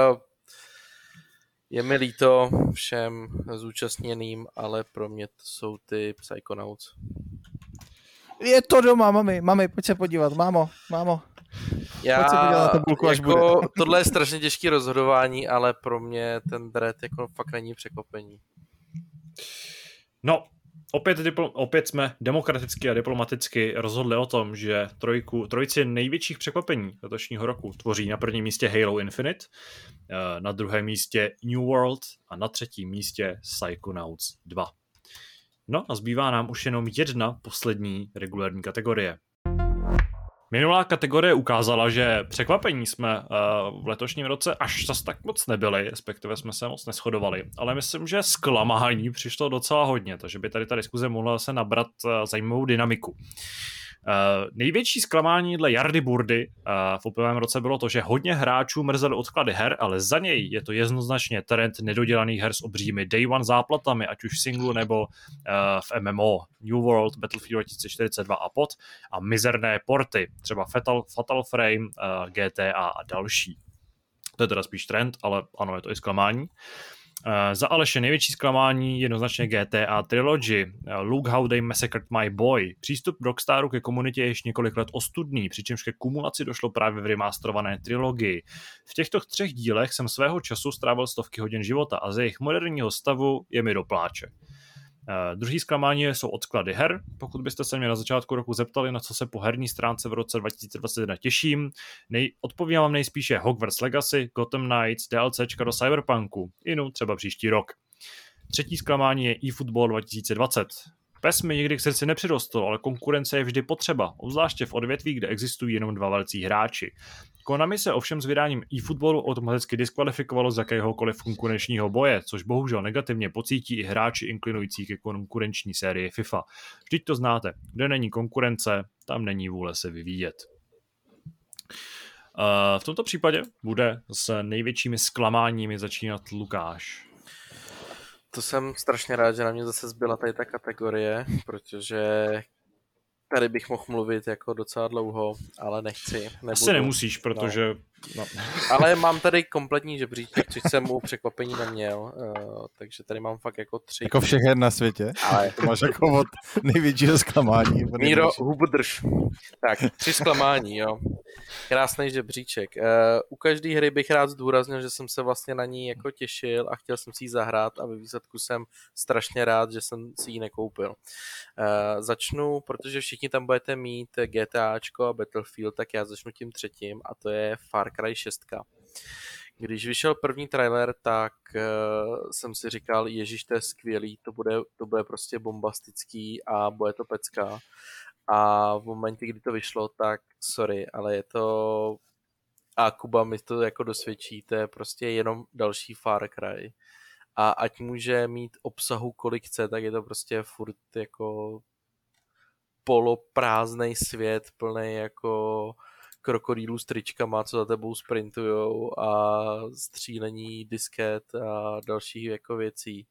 Je mi líto všem zúčastněným, ale pro mě to jsou ty Psychonauts. Je to doma, mami, pojď se podívat, mámo. Pojď se podívat na tabulku, až bude. Tohle je strašně těžké rozhodování, ale pro mě ten Dread jako fakt není překvapení. No, opět jsme demokraticky a diplomaticky rozhodli o tom, že trojici největších překvapení letošního roku tvoří na prvním místě Halo Infinite, na druhém místě New World a na třetím místě Psychonauts 2. No a zbývá nám už jenom jedna poslední regulární kategorie. Minulá kategorie ukázala, že překvapení jsme v letošním roce až zas tak moc nebyli, respektive jsme se moc neshodovali, ale myslím, že zklamání přišlo docela hodně, takže by tady ta diskuze mohla se nabrat zajímavou dynamiku. Největší zklamání dle Jardy Burdy v uplynulém roce bylo to, že hodně hráčů mrzeli odklady her, ale za něj je to jednoznačně trend nedodělaných her s obřími Day One záplatami, ať už v singlu nebo v MMO, New World, Battlefield 2042 a pod, a mizerné porty, třeba Fatal Frame, GTA a další. To je teda spíš trend, ale ano, je to i zklamání. Za Aleše největší zklamání jednoznačně GTA Trilogy, Look How They Massacred My Boy. Přístup Rockstaru ke komunitě je již několik let ostudný, přičemž ke kumulaci došlo právě v remasterované trilogii. V těchto 3 dílech jsem svého času strávil stovky hodin života a ze jejich moderního stavu je mi do pláče. Druhý zklamání jsou odklady her. Pokud byste se mě na začátku roku zeptali, na co se po herní stránce v roce 2021 těším, odpovím vám nejspíše Hogwarts Legacy, Gotham Knights, DLCčka do Cyberpunku, třeba příští rok. Třetí zklamání je eFootball 2020. PES mi nikdy k srdci nepřirostl, ale konkurence je vždy potřeba, obzvláště v odvětví, kde existují jenom 2 velcí hráči. Konami se ovšem s vydáním eFootballu automaticky diskvalifikovalo z jakéhokoliv konkurenčního boje, což bohužel negativně pocítí i hráči inklinující ke konkurenční sérii FIFA. Vždyť to znáte, kde není konkurence, tam není vůle se vyvíjet. V tomto případě bude s největšími zklamáními začínat Lukáš. To jsem strašně rád, že na mě zase zbyla tady ta kategorie, protože tady bych mohl mluvit jako docela dlouho, ale nechci. Asi nemusíš, protože... No. Ale mám tady kompletní žebříček, což jsem u překvapení neměl, takže tady mám fakt jako 3. Jako všech her na světě? Ale... To máš jako od největšího zklamání. Míro, hubu drž. Tak, 3 zklamání, jo. Krásný žebříček. U každé hry bych rád zdůraznil, že jsem se vlastně na ní jako těšil a chtěl jsem si ji zahrát a ve výsledku jsem strašně rád, že jsem si ji nekoupil. Začnu, protože všichni tam budete mít GTAčko a Battlefield, tak já začnu tím 3. a to je Far Cry 6. Když vyšel první trailer, tak jsem si říkal, ježiš, to je skvělý, to bude prostě bombastický a bude to pecka. A v momentě, kdy to vyšlo, tak sorry, ale je to... A Kuba mi to jako dosvědčí, to je prostě jenom další Far Cry. A ať může mít obsahu kolik chce, tak je to prostě furt jako poloprázdnej svět, plný jako krokodýlů s tričkama, co za tebou sprintujou a střílení disket a dalších jako věcí.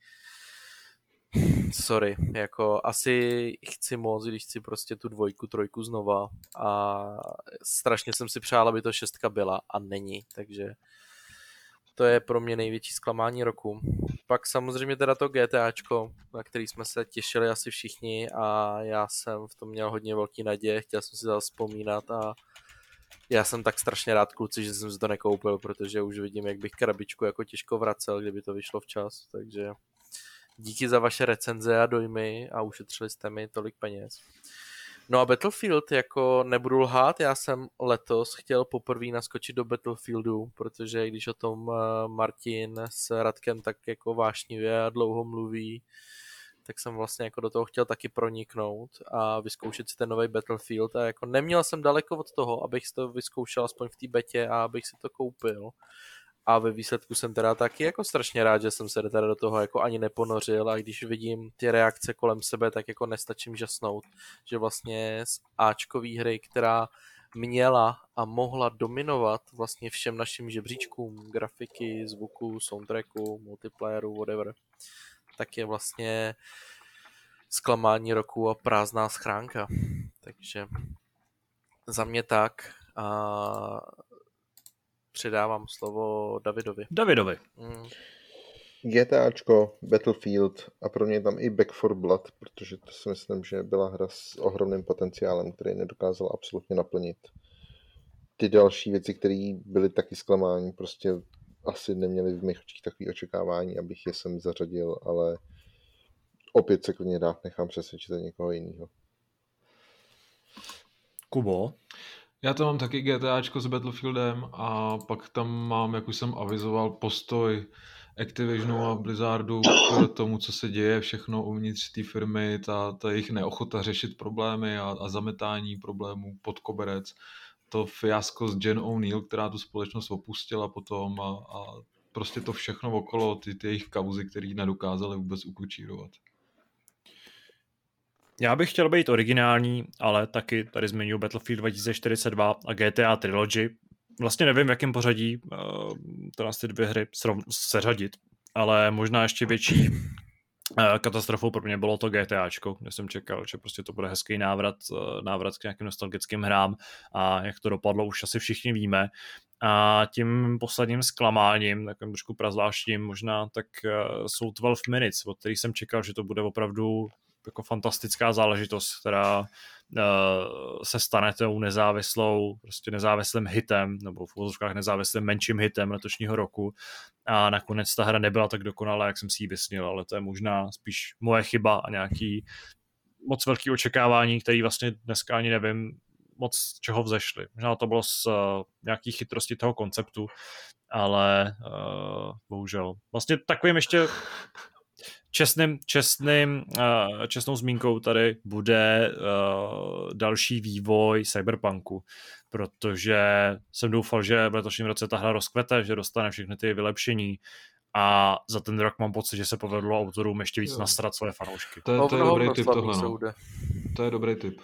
Sorry, jako asi chci moc, když chci prostě tu 2, 3 znova a strašně jsem si přál, aby to 6 byla a není, takže to je pro mě největší zklamání roku. Pak samozřejmě teda to GTAčko, na který jsme se těšili asi všichni a já jsem v tom měl hodně velký naděje, chtěl jsem si zase vzpomínat a já jsem tak strašně rád, kluci, že jsem si to nekoupil, protože už vidím, jak bych krabičku jako těžko vracel, kdyby to vyšlo včas, takže díky za vaše recenze a dojmy a ušetřili jste mi tolik peněz. No a Battlefield, jako nebudu lhát, já jsem letos chtěl poprvé naskočit do Battlefieldu, protože když o tom Martin s Radkem tak jako vášnivě a dlouho mluví, tak jsem vlastně jako do toho chtěl taky proniknout a vyzkoušet si ten nový Battlefield a jako neměl jsem daleko od toho, abych si to vyzkoušel aspoň v té betě a abych si to koupil. A ve výsledku jsem teda taky jako strašně rád, že jsem se teda do toho jako ani neponořil a když vidím ty reakce kolem sebe, tak jako nestačím žasnout, že vlastně z Ačkový hry, která měla a mohla dominovat vlastně všem našim žebříčkům, grafiky, zvuku, soundtracku, multiplayeru, whatever, tak je vlastně zklamání roku a prázdná schránka. Takže za mě tak a předávám slovo Davidovi. GTAčko, Battlefield a pro mě je tam i Back 4 Blood, protože to si myslím, že byla hra s ohromným potenciálem, který nedokázal absolutně naplnit. Ty další věci, které byly taky zklamání, prostě asi neměly v mých očích takové očekávání, abych je sem zařadil, ale opět se klidně rád nechám přesvědčit za někoho jiného. Kubo? Já tam mám taky GTAčko s Battlefieldem a pak tam mám, jak už jsem avizoval, postoj Activisionu a Blizzardu k tomu, co se děje všechno uvnitř té firmy, ta jejich neochota řešit problémy a zametání problémů pod koberec. To fiasko s Jen O'Neill, která tu společnost opustila potom a prostě to všechno okolo, ty jejich kauzy, které nedokázali vůbec ukočírovat. Já bych chtěl být originální, ale taky tady zmiňuji Battlefield 2042 a GTA Trilogy. Vlastně nevím, v jakém pořadí to nás ty 2 hry seřadit, ale možná ještě větší katastrofou pro mě bylo to GTAčko, kde jsem čekal, že prostě to bude hezký návrat k nějakým nostalgickým hrám a jak to dopadlo, už asi všichni víme. A tím posledním zklamáním, takovým trošku prazvláštním možná, tak jsou 12 Minutes, od kterých jsem čekal, že to bude opravdu jako fantastická záležitost, která se stane tou nezávislým hitem, nebo v uvozovkách nezávislým menším hitem letošního roku. A nakonec ta hra nebyla tak dokonalá, jak jsem si ji vysnil, ale to je možná spíš moje chyba a nějaký moc velký očekávání, který vlastně dneska ani nevím moc čeho vzešly. Možná to bylo z nějaký chytrosti toho konceptu, ale bohužel. Vlastně takovým ještě čestnou zmínkou tady bude další vývoj Cyberpunku, protože jsem doufal, že v letošním roce ta hra rozkvete, že dostane všechny ty vylepšení a za ten rok mám pocit, že se povedlo autorům ještě víc nasrat své fanoušky. To je dobrý tip tohle, no. To je dobrý tip.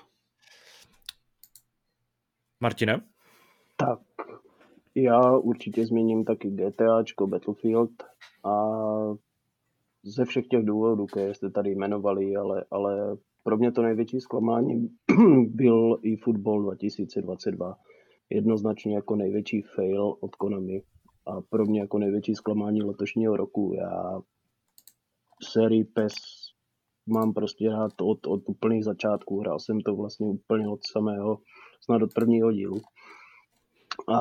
Martine? Tak, já určitě změním taky GTAčko, Battlefield a ze všech těch důvodů, které jste tady jmenovali, ale pro mě to největší zklamání byl i Football 2022. Jednoznačně jako největší fail od Konami a pro mě jako největší zklamání letošního roku. Já sérii PES mám prostě rád od úplných začátků. Hrál jsem to vlastně úplně od samého, snad od prvního dílu. A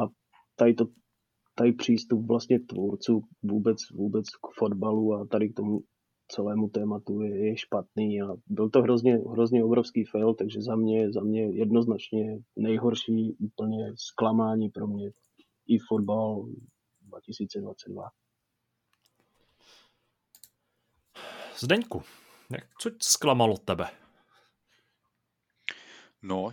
tady přístup vlastně tvůrců vůbec k fotbalu a tady k tomu celému tématu je špatný a byl to hrozně obrovský fail, takže za mě jednoznačně nejhorší úplně zklamání pro mě i fotbal 2022. Zdeňku, co zklamalo tebe? No,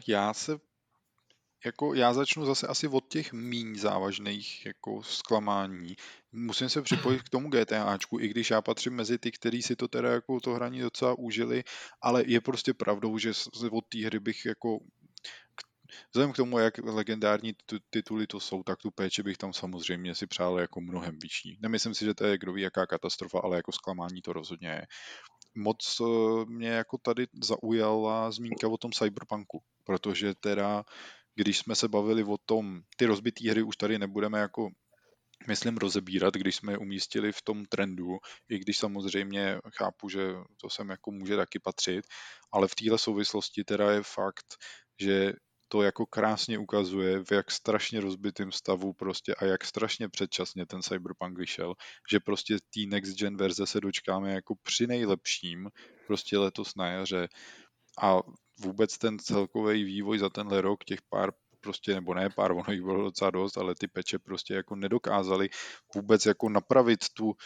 já začnu zase asi od těch míň závažných jako zklamání. Musím se připojit k tomu GTAčku, i když já patřím mezi ty, kteří si to teda jako to hraní docela užili, ale je prostě pravdou, že od té hry bych jako vzhledem k tomu, jak legendární tituly to jsou, tak tu péči bych tam samozřejmě si přál jako mnohem vyšší. Nemyslím si, že to je kdo ví jaká katastrofa, ale jako zklamání to rozhodně je. Moc mě jako tady zaujala zmínka o tom Cyberpunku, protože teda, když jsme se bavili o tom, ty rozbitý hry už tady nebudeme jako myslím rozebírat, když jsme je umístili v tom trendu, i když samozřejmě chápu, že to sem jako může taky patřit, ale v téhle souvislosti teda je fakt, že to jako krásně ukazuje, v jak strašně rozbitým stavu prostě a jak strašně předčasně ten Cyberpunk vyšel, že prostě tý next gen verze se dočkáme jako při nejlepším prostě letos na jaře a vůbec ten celkový vývoj za tenhle rok, těch pár prostě, nebo ne pár, ono jich bylo docela dost, ale ty peče prostě jako nedokázali vůbec jako napravit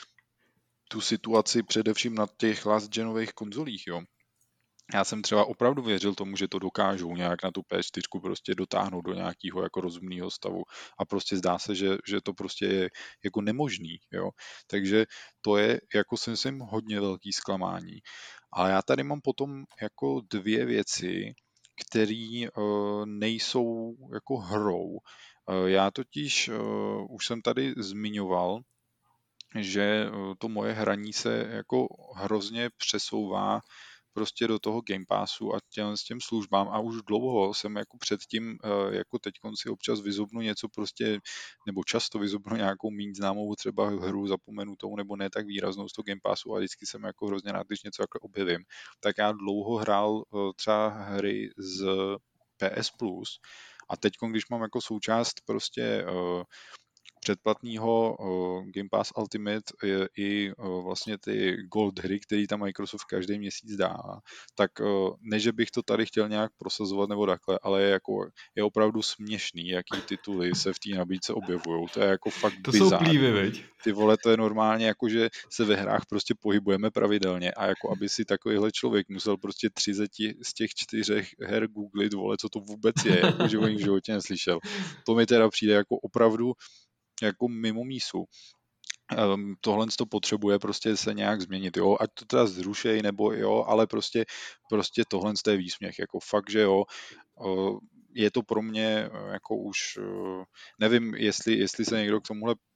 tu situaci především na těch last genových konzolích, jo. Já jsem třeba opravdu věřil tomu, že to dokážou nějak na tu PS4 prostě dotáhnout do nějakého jako rozumného stavu a prostě zdá se, že to prostě je jako nemožný, jo. Takže to je jako si myslím hodně velký zklamání. Ale já tady mám potom jako dvě věci, které nejsou jako hrou. Já totiž už jsem tady zmiňoval, že to moje hraní se jako hrozně přesouvá prostě do toho Game Passu a s těm službám a už dlouho jsem jako předtím, jako teďkon si občas vyzobnu něco prostě, nebo často vyzobnu nějakou méně známou třeba hru zapomenutou nebo ne tak výraznou z toho Game Passu a vždycky jsem jako hrozně rád, když něco takhle objevím. Tak já dlouho hrál třeba hry z PS Plus a teďkon, když mám jako součást prostě předplatného Game Pass Ultimate i vlastně ty Gold hry, který tam Microsoft každý měsíc dá, tak ne, že bych to tady chtěl nějak prosazovat nebo takhle, ale je opravdu směšný, jaký tituly se v té nabídce objevují. To je jako fakt to bizár. To jsou plívy, viď? Ty vole, to je normálně jako, že se ve hrách prostě pohybujeme pravidelně a jako aby si takovýhle člověk musel prostě 30 z těch 4 her googlit, vole, co to vůbec je, jako, že o nich v životě neslyšel. To mi teda přijde jako opravdu jako mimo mísu. Tohle to potřebuje prostě se nějak změnit, jo, ať to teda zrušej, nebo jo, ale prostě tohle je výsměch, jako fakt, že jo, je to pro mě jako už, nevím, jestli se někdo k tomuhle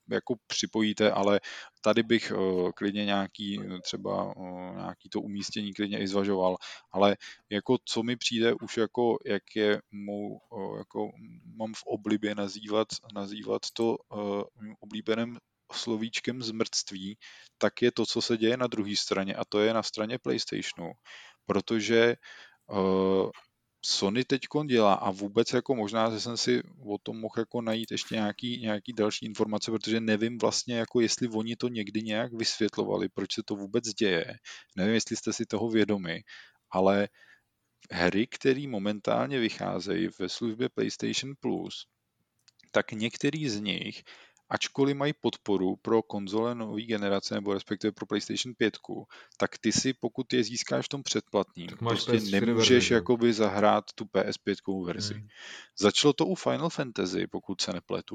jako připojíte, ale tady bych klidně nějaký třeba nějaký to umístění klidně i zvažoval, ale jako co mi přijde už jako, jak je jako mám v oblibě nazývat to mým oblíbeným slovíčkem zmrtství, tak je to, co se děje na druhé straně, a to je na straně PlayStationu, protože Sony teďkon dělá a vůbec jako možná, že jsem si o tom mohl jako najít ještě nějaký další informace, protože nevím vlastně jako jestli oni to někdy nějak vysvětlovali, proč se to vůbec děje. Nevím, jestli jste si toho vědomi, ale hry, které momentálně vycházejí ve službě PlayStation Plus, tak některý z nich, ačkoliv mají podporu pro konzole nové generace, nebo respektive pro PlayStation 5, tak ty si, pokud je získáš v tom předplatním, prostě nemůžeš jakoby zahrát tu PS5 verzi. Začalo to u Final Fantasy, pokud se nepletu,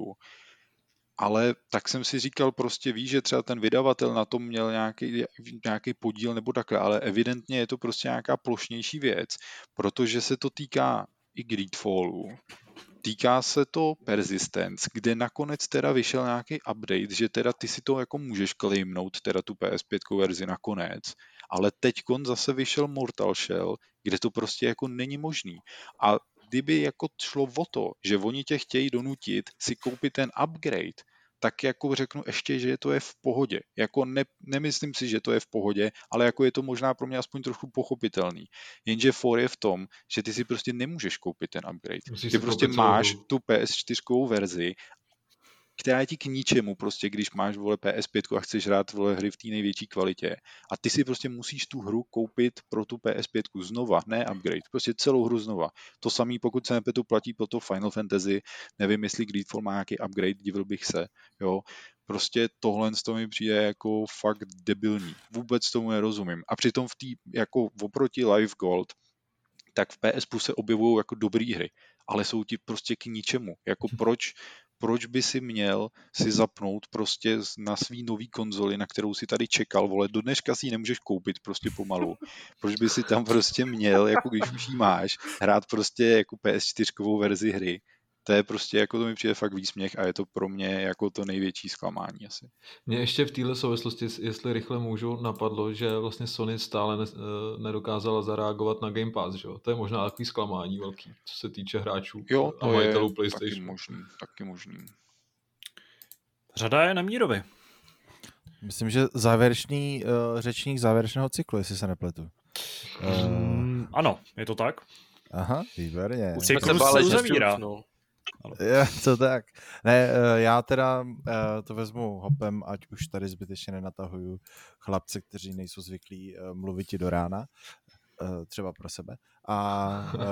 ale tak jsem si říkal, prostě víš, že třeba ten vydavatel na tom měl nějaký podíl nebo takhle, ale evidentně je to prostě nějaká plošnější věc, protože se to týká i Greedfallu, týká se to Persistence, kde nakonec teda vyšel nějaký update, že teda ty si to jako můžeš claimnout, teda tu PS5 verzi nakonec, ale teďkon zase vyšel Mortal Shell, kde to prostě jako není možný. A kdyby jako šlo o to, že oni tě chtějí donutit si koupit ten upgrade, tak jako řeknu ještě, že to je v pohodě. Jako nemyslím si, že to je v pohodě, ale jako je to možná pro mě aspoň trochu pochopitelný. Jenže for je v tom, že ty si prostě nemůžeš koupit ten upgrade. Ty prostě máš tu PS4 verzi, která je ti k ničemu prostě, když máš vole PS5 a chceš hrát vole hry v té největší kvalitě. A ty si prostě musíš tu hru koupit pro tu PS5 znova, ne upgrade, prostě celou hru znova. To samý, pokud se nepletu, platí pro to Final Fantasy, nevím, jestli Greedfall má nějaký upgrade, divil bych se, jo. Prostě tohle z toho mi přijde jako fakt debilní. Vůbec tomu nerozumím. A přitom v té, jako oproti Live Gold, tak v PS Plus se objevují jako dobrý hry, ale jsou ti prostě k ničemu. Jako proč by si měl si zapnout prostě na svý nový konzoli, na kterou si tady čekal, vole, do dneška si ji nemůžeš koupit prostě pomalu. Proč by si tam prostě měl, jako když už ji máš, hrát prostě jako PS4 verzi hry. To je prostě, jako to mi přijde fakt výsměch a je to pro mě jako to největší zklamání asi. Mě ještě v téhle souvislosti, jestli rychle můžu, napadlo, že vlastně Sony stále nedokázala zareagovat na Game Pass, že jo? To je možná takový zklamání velký, co se týče hráčů a majitelů PlayStation. Taky možný. Řada je na Mírovi. Myslím, že závěrečný řečník závěrečného cyklu, jestli se nepletu. Ano, je to tak. Aha, výborně. Už se bále, že uzavírá. Je to tak. Ne, já teda to vezmu hopem, ať už tady zbytečně nenatahuju chlapce, kteří nejsou zvyklí mluvit do rána, třeba pro sebe. A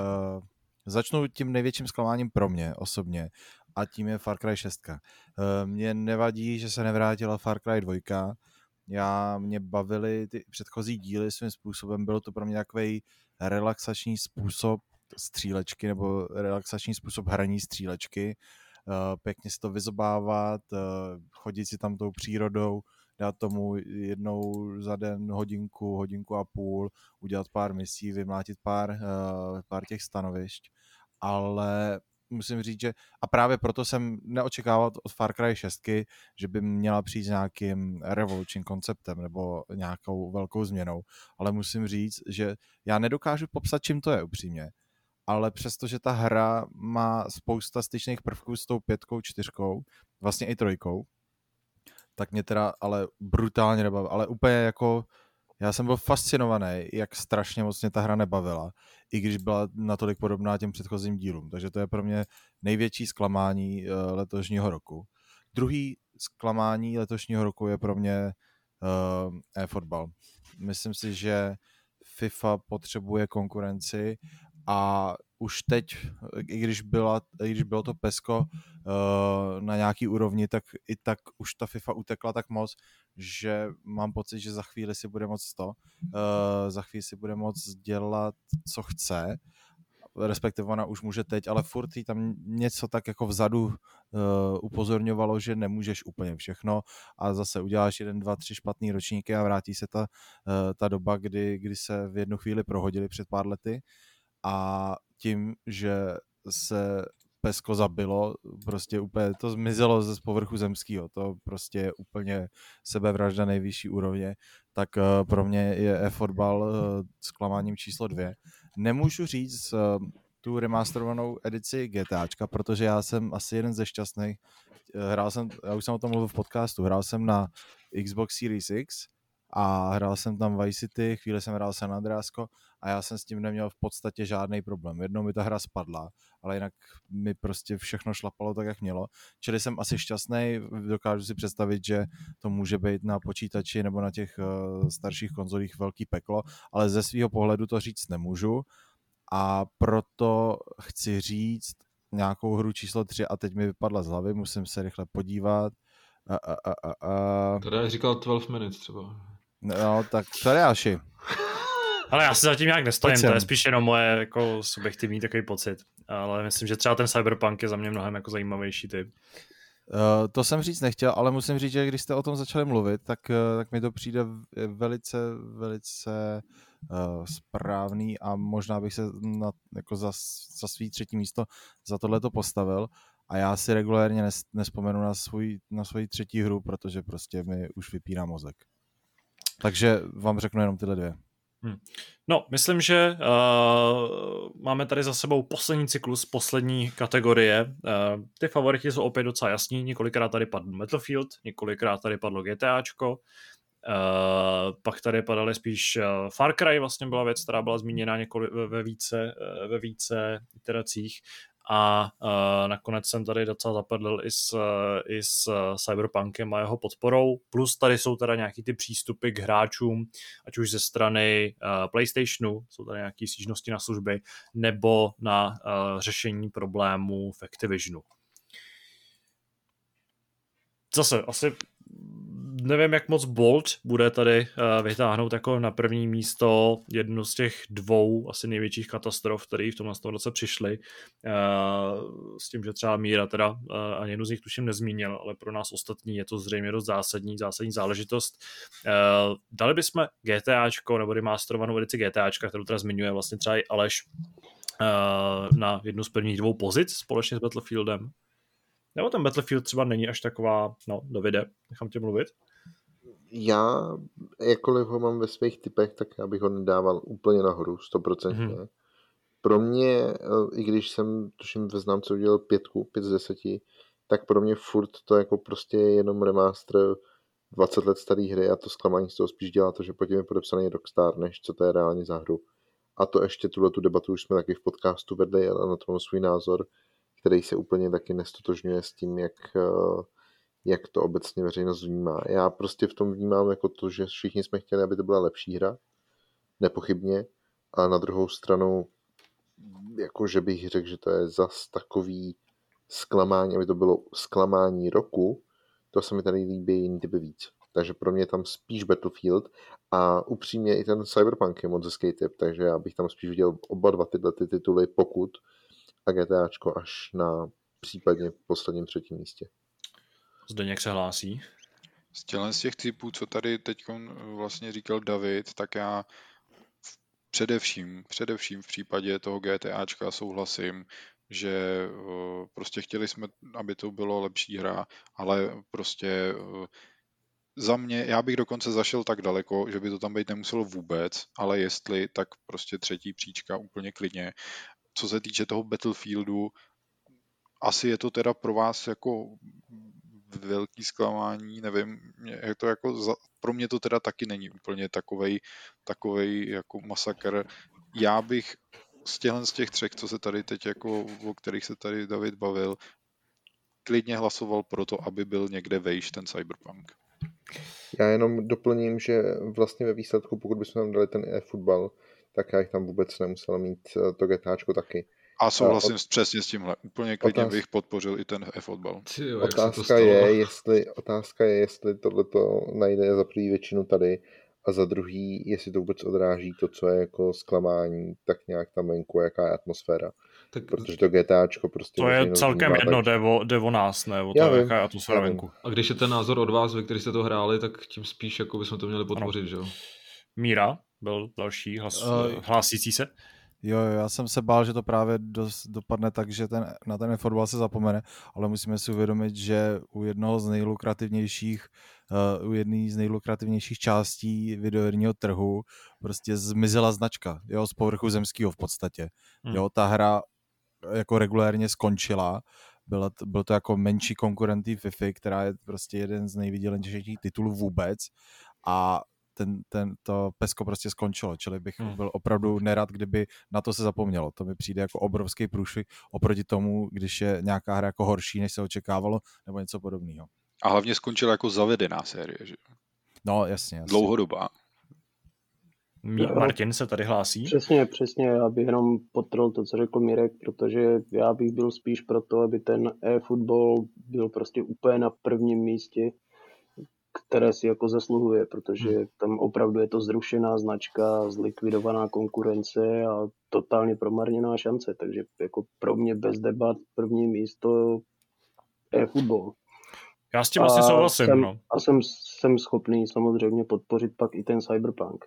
začnu tím největším zklamáním pro mě osobně a tím je Far Cry 6. Mně nevadí, že se nevrátila Far Cry 2. Mě bavily ty předchozí díly svým způsobem, bylo to pro mě takový relaxační způsob střílečky nebo relaxační způsob hraní střílečky, pěkně si to vyzobávat, chodit si tam tou přírodou, dát tomu jednou za den hodinku a půl, udělat pár misí, vymlátit pár těch stanovišť, ale musím říct, že a právě proto jsem neočekával od Far Cry 6, že by měla přijít s nějakým revolučním konceptem nebo nějakou velkou změnou, ale musím říct, že já nedokážu popsat, čím to je upřímně, ale přestože ta hra má spousta styčných prvků s tou 5, 4, vlastně i 3, tak mě teda ale brutálně nebavila, ale úplně jako já jsem byl fascinovaný, jak strašně moc mě ta hra nebavila, i když byla natolik podobná těm předchozím dílům, takže to je pro mě největší zklamání letošního roku. Druhý zklamání letošního roku je pro mě e-fotbal. Myslím si, že FIFA potřebuje konkurenci a už teď, i když bylo to PESCO na nějaký úrovni, tak i tak už ta FIFA utekla tak moc, že mám pocit, že za chvíli si bude moct dělat, co chce, respektive ona už může teď, ale furt jí tam něco tak jako vzadu upozorňovalo, že nemůžeš úplně všechno a zase uděláš 1, 2, 3 špatný ročníky a vrátí se ta doba, kdy se v jednu chvíli prohodili před pár lety. A tím, že se pesko zabilo, prostě úplně to zmizelo z povrchu zemského, to prostě je úplně sebevražda nejvyšší úrovně, tak pro mě je eFootball zklamáním číslo 2. Nemůžu říct tu remasterovanou edici GTAčka, protože já jsem asi jeden ze šťastných. Já už jsem o tom mluvil v podcastu, hrál jsem na Xbox Series X a hrál jsem tam Vice City, chvíli jsem hrál San Andreasko a já jsem s tím neměl v podstatě žádný problém. Jednou mi ta hra spadla, ale jinak mi prostě všechno šlapalo tak, jak mělo. Čili jsem asi šťastný, dokážu si představit, že to může být na počítači nebo na těch starších konzolích velký peklo, ale ze svého pohledu to říct nemůžu a proto chci říct nějakou hru číslo 3 a teď mi vypadla z hlavy, musím se rychle podívat. Tady říkal 12 minutes třeba. No, tak Tadeáši. Ale já si zatím nějak nestojím, to je spíš jenom moje jako subjektivní takový pocit. Ale myslím, že třeba ten Cyberpunk je za mě mnohem jako zajímavější typ. To jsem říct nechtěl, ale musím říct, že když jste o tom začali mluvit, tak mi to přijde velice správný a možná bych se jako za svý 3. místo za tohleto postavil. A já si regulérně nespomenu na svoji 3. hru, protože prostě mi už vypíná mozek. Takže vám řeknu jenom tyhle 2. No, myslím, že máme tady za sebou poslední cyklus, poslední kategorie. Ty favoriti jsou opět docela jasní. Několikrát tady padl Battlefield, několikrát tady padlo GTAčko, pak tady padaly spíš Far Cry, vlastně byla věc, která byla zmíněna ve více iteracích. A nakonec jsem tady docela zapadl i s Cyberpunkem a jeho podporou, plus tady jsou teda nějaký ty přístupy k hráčům, ať už ze strany PlayStationu, jsou tady nějaké stížnosti na služby, nebo na řešení problémů v Activisionu. Zase, asi nevím, jak moc Bolt bude tady vytáhnout jako na první místo jednu z těch 2 asi největších katastrof, které v tomhle roce přišly. S tím, že třeba Míra teda ani jednu z nich tuším nezmínil, ale pro nás ostatní je to zřejmě dost zásadní záležitost. Dali bychom GTAčko nebo remasterovanou edici GTAčka, kterou teda zmiňuje vlastně třeba i Aleš, na jednu z prvních 2 pozic společně s Battlefieldem. Nebo ten Battlefield třeba není až taková, no, Davide, nechám tě mluvit. Já, jakkoliv ho mám ve svých typech, tak já bych ho nedával úplně nahoru, 100%. Pro mě, i když jsem, tuším ve známce udělal 5 z 10, tak pro mě furt to jako prostě je jenom remaster 20 let starý hry a to zklamání z toho spíš dělá to, že pod tím je podepsaný Rockstar, než co to je reálně za hru. A to ještě tu debatu už jsme taky v podcastu vedli a na to mám svůj názor, který se úplně taky nestotožňuje s tím, jak to obecně veřejnost vnímá. Já prostě v tom vnímám jako to, že všichni jsme chtěli, aby to byla lepší hra, nepochybně, a na druhou stranu, jako že bych řekl, že to je zas takový zklamání, aby to bylo zklamání roku, to se mi tady líbí jiný typy víc. Takže pro mě je tam spíš Battlefield a upřímně i ten Cyberpunk je moc hezký typ, takže já bych tam spíš viděl oba 2 tyhle ty tituly, pokud a GTAčko až na případně posledním 3. místě. Zdeněk se hlásí. Z těch typů, co tady teď vlastně říkal David, tak já především v případě toho GTAčka souhlasím, že prostě chtěli jsme, aby to bylo lepší hra, ale prostě za mě, já bych dokonce zašel tak daleko, že by to tam být nemuselo vůbec, ale jestli, tak prostě 3. příčka úplně klidně. Co se týče toho Battlefieldu, asi je to teda pro vás jako velký zklamání, nevím, je to jako pro mě to teda taky není úplně takovej jako masakr. Já bych z těch 3, co se tady teď jako, o kterých se tady David bavil, klidně hlasoval pro to, aby byl někde vejš ten Cyberpunk. Já jenom doplním, že vlastně ve výsledku, pokud bychom tam dali ten e-football, tak já jich tam vůbec nemusel mít to GTAčko taky. A souhlasím přesně s tímhle. Úplně klidně bych podpořil i ten e-fotbal. Otázka je, jestli tohleto najde za první většinu tady a za druhý, jestli to vůbec odráží to, co je jako zklamání, tak nějak tam venku, jaká je atmosféra. Tak, protože to GTAčko prostě... To je celkem jedno, jde o nás, ne? O to, jaká je atmosféra venku. A když je ten názor od vás, ve který jste to hráli, tak tím spíš jako bychom to měli podpořit, že jo? Míra byl další hlásící se. Jo, já jsem se bál, že to právě dopadne tak, že na ten fotbal se zapomene, ale musíme si uvědomit, že u jedné z nejlukrativnějších částí videoherního trhu prostě zmizela značka, jo, z povrchu zemského v podstatě. Jo, ta hra jako regulérně skončila, byl to jako menší konkurent FIFA, která je prostě jeden z nejvydělenějších titulů vůbec a to PESko prostě skončilo, čili bych byl opravdu nerad, kdyby na to se zapomnělo. To mi přijde jako obrovský průšvih oproti tomu, když je nějaká hra jako horší, než se očekávalo, nebo něco podobného. A hlavně skončila jako zavedená série, že? No, jasně. Dlouhodobá. Martin se tady hlásí. Přesně, já bych jenom podtrhl to, co řekl Mirek, protože já bych byl spíš proto, aby ten e-football byl prostě úplně na prvním místě, které si jako zasluhuje, protože tam opravdu je to zrušená značka, zlikvidovaná konkurence a totálně promarněná šance, takže jako pro mě bez debat první místo je fotbal. Já s tím asi souhlasím. A jsem schopný samozřejmě podpořit pak i ten Cyberpunk.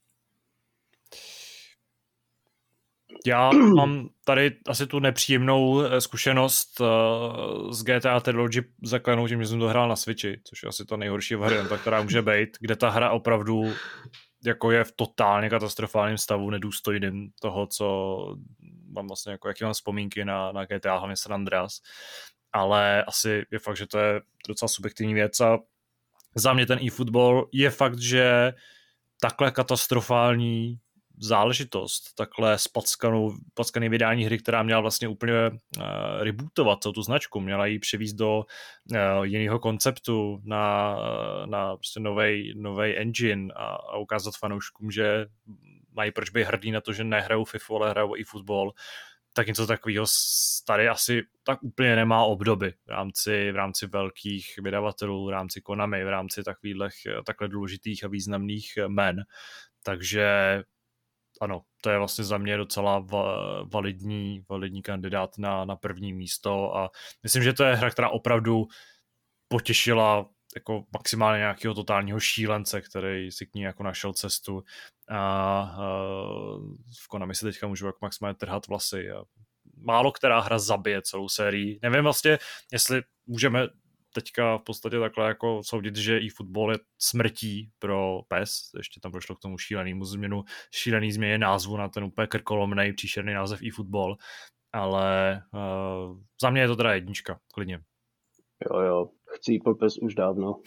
Já mám tady asi tu nepříjemnou zkušenost s GTA Trilogy zaklenou tím, že jsem to hrál na Switchi, což je asi ta nejhorší varianta, která může být, kde ta hra opravdu jako je v totálně katastrofálním stavu, nedůstojným toho, co mám vlastně, jako jaký mám vzpomínky na GTA, hlavně San Andreas. Ale asi je fakt, že to je docela subjektivní věc a za mě ten eFootball je fakt, že takhle katastrofální záležitost, takhle spackaný vydání hry, která měla vlastně úplně rebootovat celou tu značku, měla ji přivést do jiného konceptu na prostě novej engine a ukázat fanouškům, že mají proč být hrdí na to, že nehrajou FIFA, ale hrajou i fotbal, tak něco takového tady asi tak úplně nemá obdoby v rámci velkých vydavatelů, v rámci Konami, v rámci takhle důležitých a významných jmen. Takže ano, to je vlastně za mě docela validní kandidát na první místo a myslím, že to je hra, která opravdu potěšila jako maximálně nějakého totálního šílence, který si k ní jako našel cestu a v Konami se teďka můžu jako maximálně trhat vlasy a málo která hra zabije celou sérii. Nevím vlastně, jestli můžeme teďka v podstatě takhle jako soudit, že eFootball je smrtí pro PES, ještě tam došlo k tomu šílený změně názvu na ten úplně krkolomnej příšerný název eFootball, ale za mě je to teda jednička, klidně. Jo, chci jít po PES už dávno.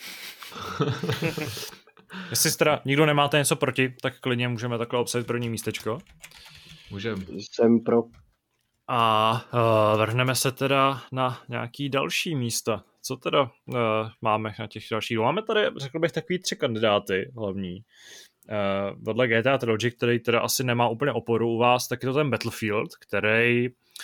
Jestli teda nikdo nemáte něco proti, tak klidně můžeme takhle obsadit první místečko. Můžeme. Jsem pro. A vrhneme se teda na nějaký další místa. Co teda máme na těch dalších? Máme tady, řekl bych, takový 3 kandidáty hlavní. Vedle GTA Trilogy, který teda asi nemá úplně oporu u vás, tak je to ten Battlefield, který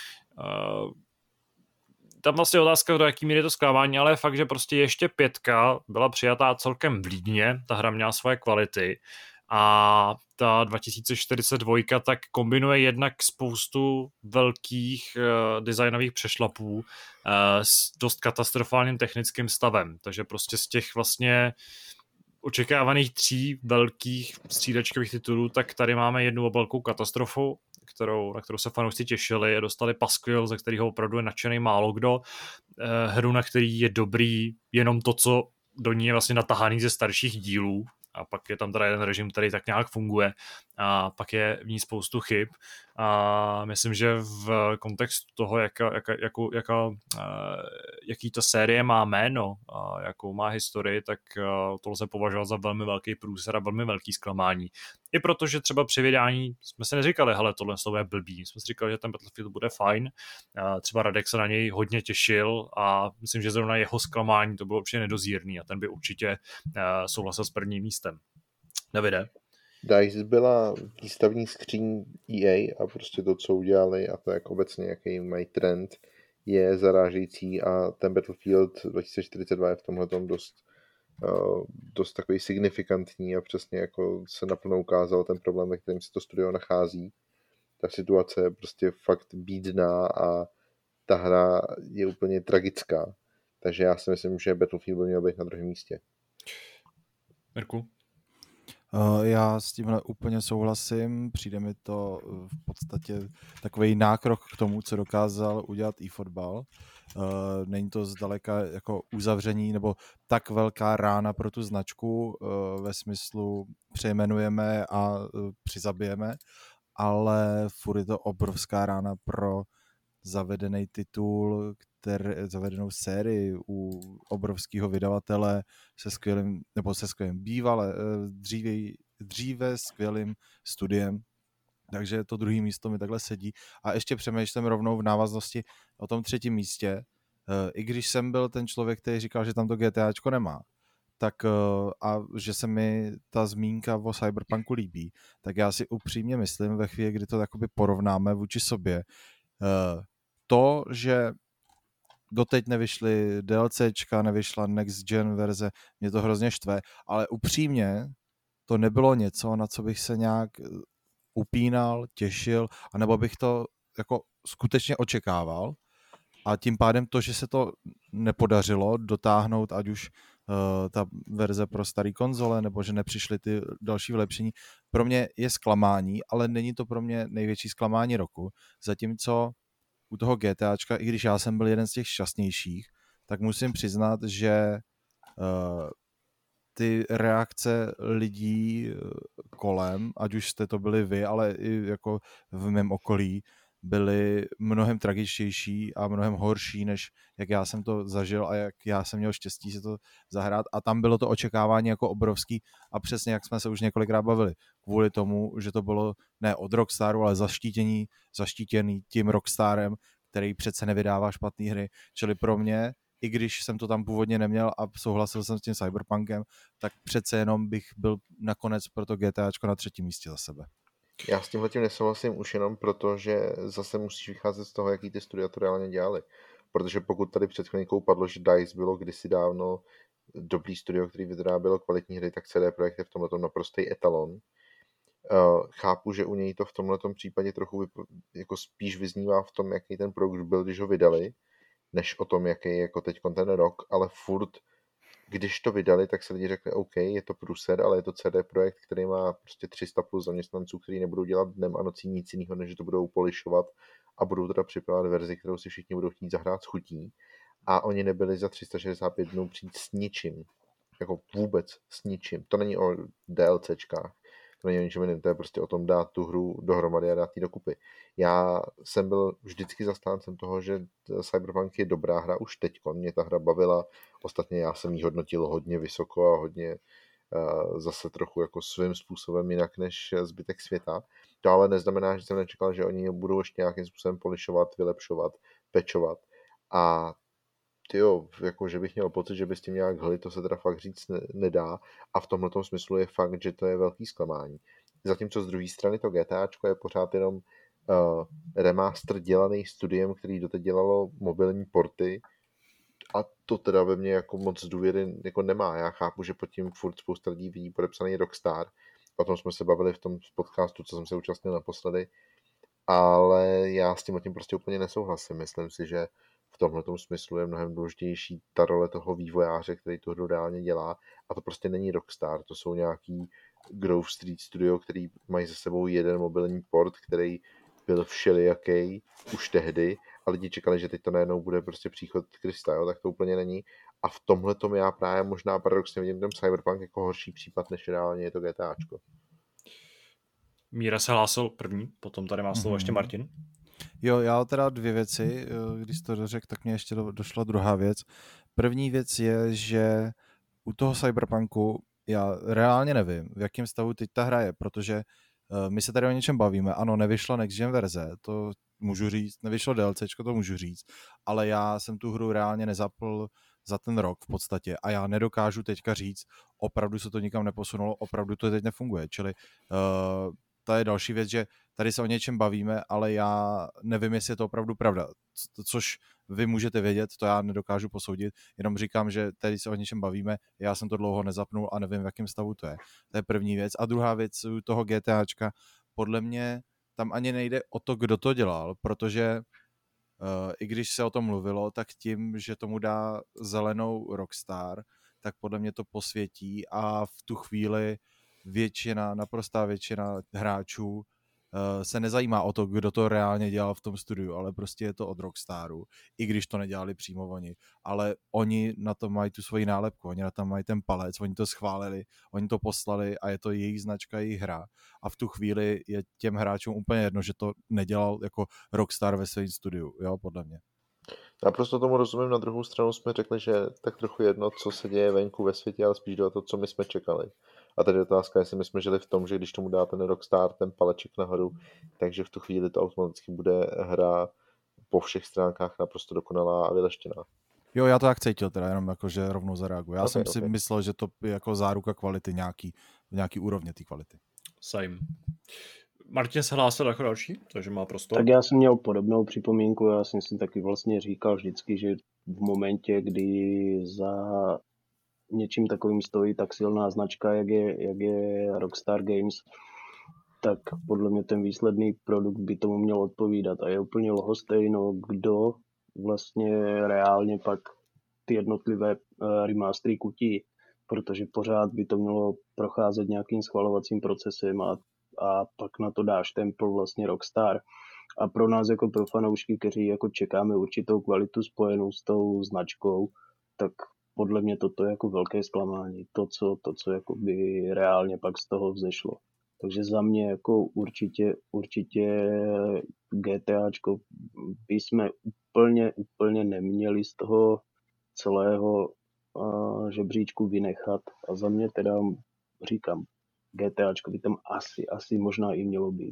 tam vlastně otázka, do jaký míry je to zklamání, ale je fakt, že prostě ještě 5 byla přijatá celkem vlídně, ta hra měla svoje kvality a ta 2042 tak kombinuje jednak spoustu velkých designových přešlapů s dost katastrofálním technickým stavem, takže prostě z těch vlastně očekávaných 3 velkých střídačkových titulů, tak tady máme jednu velkou katastrofu, na kterou se fanoušci těšili, dostali paskvil, ze kterého opravdu je nadšený málo kdo, hru, na který je dobrý jenom to, co do ní je vlastně natahaný ze starších dílů, a pak je tam teda jeden režim, který tak nějak funguje a pak je v ní spoustu chyb a myslím, že v kontextu toho, jaký ta série má jméno a jakou má historii, tak to lze považovat za velmi velký průser a velmi velký zklamání. I protože třeba při vydání jsme si neříkali, hele, tohle slovo je blbý, jsme si říkali, že ten Battlefield bude fajn, třeba Radek se na něj hodně těšil a myslím, že zrovna jeho zklamání to bylo určitě nedozírný a ten by určitě souhlasil s prvním místem. Davide? DICE byla výstavní skříň EA a prostě to, co udělali a to jak obecně, jaký mají trend, je zarážející a ten Battlefield 2042 je v tomhletom dost takový signifikantní a přesně jako se naplno ukázal ten problém, ve kterém se to studio nachází. Ta situace je prostě fakt bídná a ta hra je úplně tragická. Takže já si myslím, že Battlefield by měl být na druhém místě. Mirku? Já s tímhle úplně souhlasím, přijde mi to v podstatě takový nákrok k tomu, co dokázal udělat eFootball. Není to zdaleka jako uzavření nebo tak velká rána pro tu značku ve smyslu přejmenujeme a přizabijeme, ale furt je to obrovská rána pro zavedený titul, zavedenou sérii u obrovského vydavatele se skvělým, bývale, dříve skvělým studiem. Takže to druhé místo mi takhle sedí. A ještě přemýšlím rovnou v návaznosti o tom třetím místě. I když jsem byl ten člověk, který říkal, že tam to GTAčko nemá, tak a že se mi ta zmínka o Cyberpunku líbí, tak já si upřímně myslím ve chvíli, kdy to takoby porovnáme vůči sobě, to, že doteď nevyšly DLCčka, nevyšla next gen verze, mě to hrozně štve, ale upřímně to nebylo něco, na co bych se nějak upínal, těšil, anebo bych to jako skutečně očekával. A tím pádem to, že se to nepodařilo dotáhnout, ať už ta verze pro staré konzole, nebo že nepřišly ty další vylepšení, pro mě je zklamání, ale není to pro mě největší zklamání roku. Zatímco u toho GTAčka, i když já jsem byl jeden z těch šťastnějších, tak musím přiznat, že ty reakce lidí kolem, ať už jste to byli vy, ale i jako v mém okolí, byly mnohem tragičtější a mnohem horší, než jak já jsem to zažil a jak já jsem měl štěstí si to zahrát. A tam bylo to očekávání jako obrovský a přesně jak jsme se už několikrát bavili, kvůli tomu, že to bylo ne od Rockstaru, ale zaštítěný tím Rockstarem, který přece nevydává špatné hry. Čili pro mě, i když jsem to tam původně neměl a souhlasil jsem s tím Cyberpunkem, tak přece jenom bych byl nakonec pro to GTAčko na třetím místě za sebe. Já s tímhletím nesouhlasím už jenom proto, že zase musíš vycházet z toho, jaký ty studia to reálně dělali. Protože pokud tady před chvílinkou padlo, že DICE bylo kdysi dávno dobrý studio, který vyrábělo kvalitní hry, tak CD Projekt je v tomhletom naprostý etalon. Chápu, že u něj to v tomhletom případě trochu jako spíš vyznívá v tom, jaký ten produkt byl, když ho vydali, než o tom, jaký je jako teď ten rok, ale furt, když to vydali, tak se lidi řekli, OK, je to průser, ale je to CD Projekt, který má prostě 300 plus zaměstnanců, kteří nebudou dělat dnem a nocí nic jiného, než to budou polišovat a budou teda připravovat verzi, kterou si všichni budou chtít zahrát s chutí. A oni nebyli za 365 dnů přijít s ničím. Jako vůbec s ničím. To není o DLCčkách. To není o ničem jiném. To je prostě o tom dát tu hru dohromady a dát ji dokupy. Já jsem byl vždycky zastáncem toho, že Cyberpunk je dobrá hra už teďko. Mě ta hra bavila. Ostatně já jsem ji hodnotil hodně vysoko a hodně zase trochu jako svým způsobem jinak než zbytek světa. To ale neznamená, že jsem nečekal, že oni budou ještě nějakým způsobem polišovat, vylepšovat, pečovat. A tyjo, jako že bych měl pocit, že by s tím nějak hli, to se teda fakt říct nedá. A v tomhletom smyslu je fakt, že to je velký zklamání. Zatímco z druhé strany to GTAčko je pořád jenom remaster dělaný studiem, který doteď dělalo mobilní porty, a to teda ve mně jako moc důvěry jako nemá. Já chápu, že pod tím furt spousta lidí vidí podepsaný Rockstar. O tom jsme se bavili v tom podcastu, co jsem se účastnil naposledy. Ale já s tím prostě úplně nesouhlasím. Myslím si, že v tomhletom smyslu je mnohem důležitější ta role toho vývojáře, který tu hru reálně dělá. A to prostě není Rockstar. To jsou nějaký Grove Street Studio, který mají za sebou jeden mobilní port, který byl všelijaký už tehdy a lidi čekali, že teď to najednou bude prostě příchod Krista, jo? Tak to úplně není. A v tomhletom já právě možná paradoxně vidím ten Cyberpunk jako horší případ, než reálně je to GTAčko. Míra se hlásil první, potom tady má slovo ještě Martin. Jo, já teda dvě věci, když to dořekl, tak mě ještě došla druhá věc. První věc je, že u toho Cyberpunku já reálně nevím, v jakém stavu teď ta hra je, protože my se tady o něčem bavíme. Ano, nevyšla next gen verze, to můžu říct, nevyšlo DLCčko, to můžu říct, ale já jsem tu hru reálně nezapl za ten rok v podstatě a já nedokážu teďka říct, opravdu se to nikam neposunulo, opravdu to teď nefunguje, čili to je další věc, že tady se o něčem bavíme, ale já nevím, jestli je to opravdu pravda, což vy můžete vědět, to já nedokážu posoudit, jenom říkám, že tady se o něčem bavíme, já jsem to dlouho nezapnul a nevím, v jakém stavu to je. To je první věc. A druhá věc u toho GTAčka, podle mě tam ani nejde o to, kdo to dělal, protože i když se o tom mluvilo, tak tím, že tomu dá zelenou Rockstar, tak podle mě to posvětí a v tu chvíli naprostá většina hráčů se nezajímá o to, kdo to reálně dělal v tom studiu, ale prostě je to od Rockstaru, i když to nedělali přímo oni. Ale oni na to mají tu svoji nálepku, oni na tam mají ten palec, oni to schválili, oni to poslali a je to jejich značka, jejich hra. A v tu chvíli je těm hráčům úplně jedno, že to nedělal jako Rockstar ve svém studiu, jo, podle mě. Já prostě tomu rozumím, na druhou stranu jsme řekli, že tak trochu jedno, co se děje venku ve světě, ale spíš do to, co my jsme čekali. A tady je otázka, jestli my jsme žili v tom, že když tomu dá ten Rockstar, ten paleček nahoru, takže v tu chvíli to automaticky bude hra po všech stránkách naprosto dokonalá a vyleštěná. Jo, já to tak cítil, teda jenom jako, že rovnou zareaguju. Já jsem si myslel, že to je jako záruka kvality nějaký úrovně té kvality. Same. Martin se hlásil jako další, takže má prostor. Tak já jsem měl podobnou připomínku, já jsem si taky vlastně říkal vždycky, že v momentě, kdy za něčím takovým stojí tak silná značka, jak je Rockstar Games, tak podle mě ten výsledný produkt by tomu měl odpovídat. A je úplně lhostejno, kdo vlastně reálně pak ty jednotlivé remastery kutí, protože pořád by to mělo procházet nějakým schvalovacím procesem a pak na to dáš templ vlastně Rockstar. A pro nás jako pro fanoušky, kteří jako čekáme určitou kvalitu spojenou s tou značkou, tak podle mě toto je jako velké zklamání. To, co jako by reálně pak z toho vzešlo. Takže za mě jako určitě GTAčko bychom úplně neměli z toho celého žebříčku vynechat. A za mě teda říkám, GTAčko by tam asi možná i mělo být.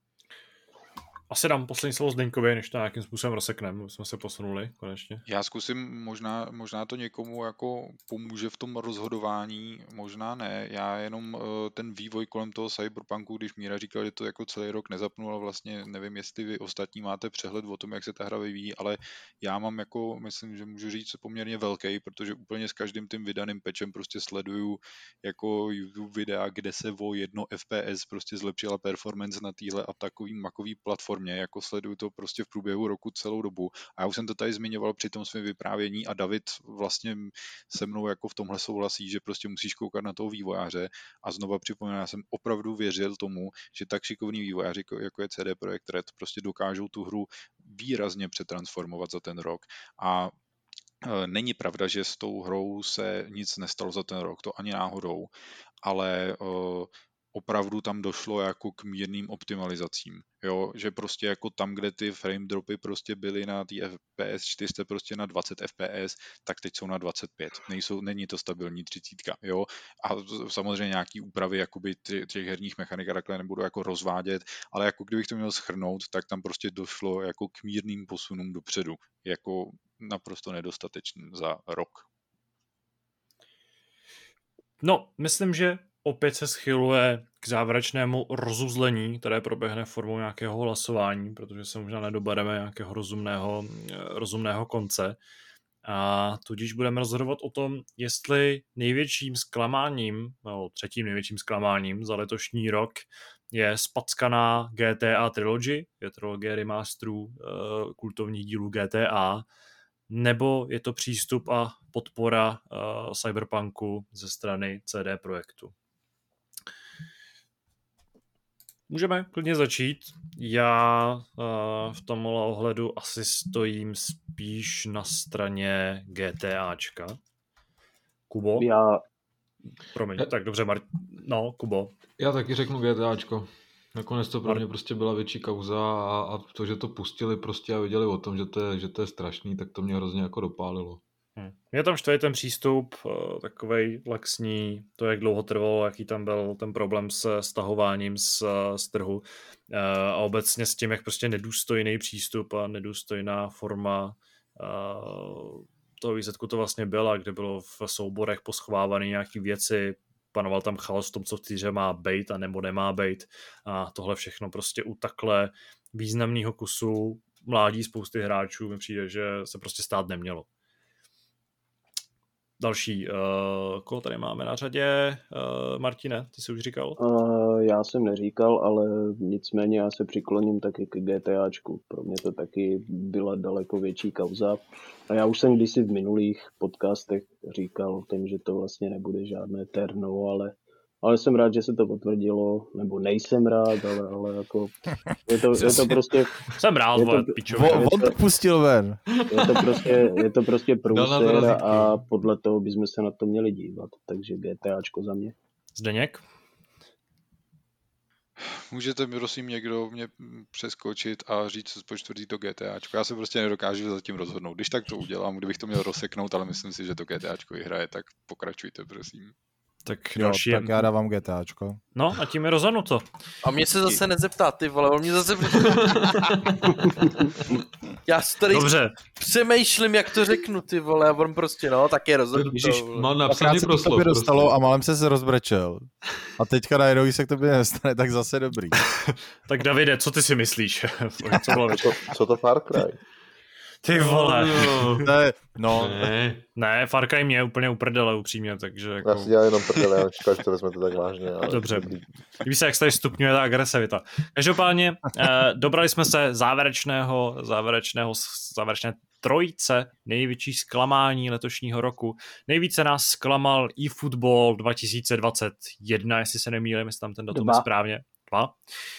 Asi dám poslední slovo Zdeňkovi, než to nějakým způsobem rozsekneme, jsme se posunuli konečně. Já zkusím, možná to někomu jako pomůže v tom rozhodování, možná ne. Já jenom ten vývoj kolem toho Cyberpunku, když Míra říkal, že to jako celý rok nezapnul, vlastně nevím, jestli vy ostatní máte přehled o tom, jak se ta hra vyvíjí, ale já mám jako, myslím, že můžu říct, poměrně velký, protože úplně s každým tím vydaným patchem prostě sleduju jako YouTube videa, kde se o 1 FPS prostě zlepšila performance na téhle a takový makový platformě, jako sleduju to prostě v průběhu roku celou dobu. A já už jsem to tady zmiňoval při tom svém vyprávění a David vlastně se mnou jako v tomhle souhlasí, že prostě musíš koukat na toho vývojáře a znova připomínám, já jsem opravdu věřil tomu, že tak šikovní vývojáři, jako je CD Projekt Red, prostě dokážou tu hru výrazně přetransformovat za ten rok. A není pravda, že s tou hrou se nic nestalo za ten rok, to ani náhodou, ale opravdu tam došlo jako k mírným optimalizacím, jo, že prostě jako tam, kde ty frame dropy prostě byly na té FPS 4 prostě na 20 FPS, tak teď jsou na 25, není to stabilní 30, jo, a samozřejmě nějaký úpravy jakoby těch herních mechanik a takhle nebudu jako rozvádět, ale jako kdybych to měl shrnout, tak tam prostě došlo jako k mírným posunům dopředu, jako naprosto nedostatečný za rok. No, myslím, že opět se schyluje k závěrečnému rozuzlení, které proběhne formou nějakého hlasování, protože se možná nedobereme nějakého rozumného konce. A tudíž budeme rozhodovat o tom, jestli největším zklamáním, nebo třetím největším zklamáním za letošní rok je spackaná GTA Trilogy, je trilogie remasterů kultovních dílů GTA, nebo je to přístup a podpora Cyberpunku ze strany CD Projektu. Můžeme klidně začít. Já v tomhle ohledu asi stojím spíš na straně GTAčka. Kubo? Promiň, tak dobře, Kubo. Já taky řeknu GTAčko. Nakonec to pro mě prostě byla větší kauza a to, že to pustili prostě a věděli o tom, že to je strašný, tak to mě hrozně jako dopálilo. Mě tam štve ten přístup, takovej laxní, to jak dlouho trvalo, jaký tam byl ten problém s stahováním z trhu a obecně s tím, jak prostě nedůstojný přístup a nedůstojná forma toho výsledku to vlastně byla, kde bylo v souborech poschovávané nějaké věci, panoval tam chaos v tom, co v týře má bejt a nebo nemá bejt a tohle všechno prostě u takhle významného kusu mládí spousty hráčů mi přijde, že se prostě stát nemělo. Další, koho tady máme na řadě? Martine, ty jsi už říkal? Já jsem neříkal, ale nicméně já se přikloním taky k GTAčku. Pro mě to taky byla daleko větší kauza. A já už jsem kdysi v minulých podcastech říkal o tom, že to vlastně nebude žádné terno, ale jsem rád, že se to potvrdilo, nebo nejsem rád, ale jako je to prostě... Jsem rád, vole, pičové. On to pustil ven. Je to prostě průser a podle toho bychom se na to měli dívat, takže GTAčko za mě. Zdeněk? Můžete mi prosím někdo mě přeskočit a říct, proč tvrdí to GTAčko. Já se prostě nedokážu zatím rozhodnout. Když tak to udělám, kdybych to měl rozseknout, ale myslím si, že to GTAčko hraje, tak pokračujte, prosím. Tak jo, tak já dávám GTAčko. No a tím je rozhodnuto. A mě se zase nezeptá, ty vole, on mě zase... Já si tady přemýšlím, jak to řeknu, ty vole, a on prostě, no, tak je rozhodnuto. Ježíš, má napsaný to proslov. Tobě dostalo a málem se rozbrečel. A teďka najednou, když se k tobě nestane, tak zase dobrý. Tak Davide, co ty si myslíš? Co to Far Cry? Ty vole. Ne, Far Cry mě úplně uprdele upřímně, takže jako... Já si dělám jenom prdele, já čekám, že to vezmete tak vážně. Ale dobře. Víš se, jak se tady stupňuje ta agresivita. Každopádně dobrali jsme se závěrečné trojce největší zklamání letošního roku. Nejvíce nás zklamal eFootball 2021, jestli se nemýlím, jestli tam ten datum je správně. 2.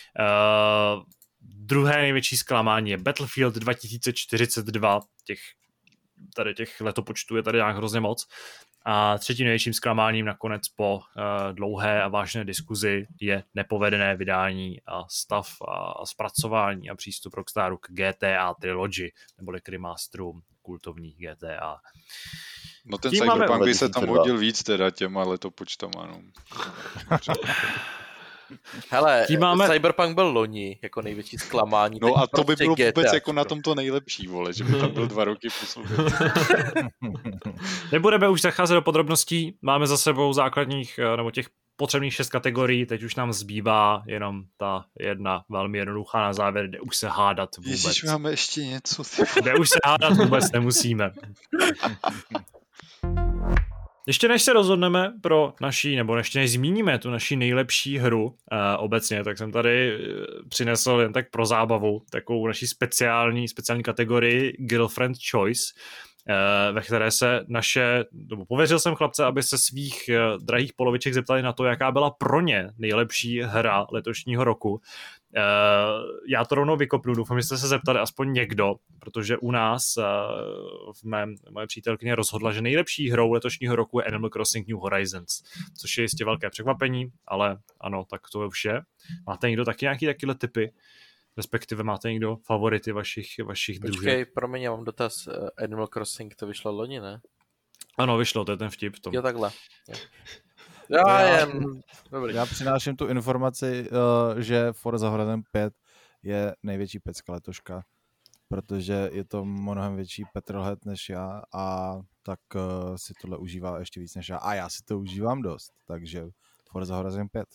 Druhé největší zklamání je Battlefield 2042, těch letopočtů je tady nějak hrozně moc. A třetím největším zklamáním nakonec po dlouhé a vážné diskuzi je nepovedené vydání a stav a zpracování a přístup Rockstaru k GTA Trilogy, neboli k remasterům kultovních GTA. No ten Cyberpunk by se tam hodil víc teda těma letopočtama, no. Hele, Cyberpunk byl loni jako největší zklamání. No a to prostě by bylo GTA, vůbec jako na tom to nejlepší, vole, že by tam byl 2 roky poslouchat. Nebudeme už zacházet do podrobností, máme za sebou základních, nebo těch potřebných 6 kategorií, teď už nám zbývá jenom ta jedna velmi jednoduchá na závěr, kde už se hádat vůbec. Ježíš, máme ještě něco. Kde už se hádat vůbec nemusíme. Ještě než se rozhodneme pro naší, nebo ještě než zmíníme tu naši nejlepší hru obecně, tak jsem tady přinesl jen tak pro zábavu takovou naši speciální kategorii Girlfriend Choice, ve které se pověřil jsem chlapce, aby se svých drahých poloviček zeptali na to, jaká byla pro ně nejlepší hra letošního roku. Já to rovnou vykopnu, doufám, že jste se zeptali aspoň někdo, protože u nás moje přítelkyně rozhodla, že nejlepší hrou letošního roku je Animal Crossing New Horizons, což je jistě velké překvapení, ale ano, tak to už je. Máte někdo taky nějaký takové typy? Respektive máte někdo favority vašich družů? Počkej, promiň, já mám dotaz. Animal Crossing to vyšlo loni, ne? Ano, vyšlo, to je ten vtip v tom. Jo, takhle. Já přináším tu informaci, že Forza Horizon 5 je největší pecka letoška, protože je to mnohem větší petrolhead než já a tak si tohle užívá ještě víc než já. A já si to užívám dost, takže Forza Horizon 5.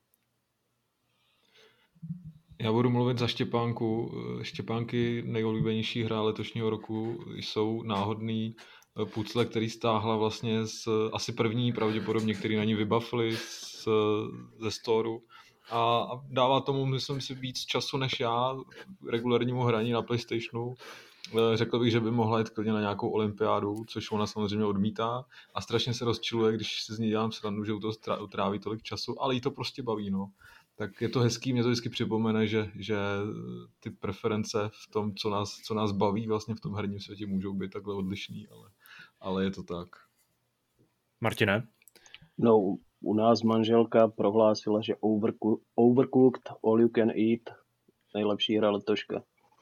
Já budu mluvit za Štěpánku. Štěpánky nejoblíbenější hra letošního roku jsou náhodný pucle, který stáhla vlastně asi první pravděpodobně, který na ní vybafli ze storu. A dává tomu, myslím si, víc času než já regulárnímu hraní na PlayStationu. Řekl bych, že by mohla jít klidně na nějakou olympiádu, což ona samozřejmě odmítá a strašně se rozčiluje, když si z ní dělám srandu, že u toho tráví tolik času, ale jí to prostě baví, no. Tak je to hezký, mě to vždycky připomene, že ty preference v tom, co nás baví vlastně v tom herním světě, můžou být takhle odlišný, ale je to tak. Martine? No, u nás manželka prohlásila, že Overcooked All You Can Eat nejlepší hra letoška.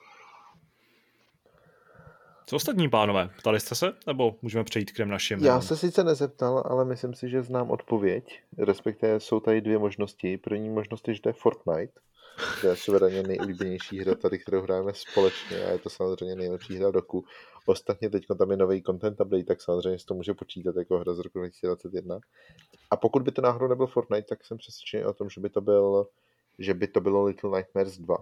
Co ostatní, pánové? Ptali jste se? Nebo můžeme přejít k těm našim? Já se sice nezeptal, ale myslím si, že znám odpověď. Respektive jsou tady 2 možnosti. První možnost je, že to je Fortnite. To je suverénně nejoblíbenější hra tady, kterou hrajeme společně a je to samozřejmě nejlepší hra roku. Ostatně teď tam je nový content update, tak samozřejmě se to může počítat jako hra z roku 2021. A pokud by to náhodou nebyl Fortnite, tak jsem přesvědčený o tom, že by to bylo Little Nightmares 2.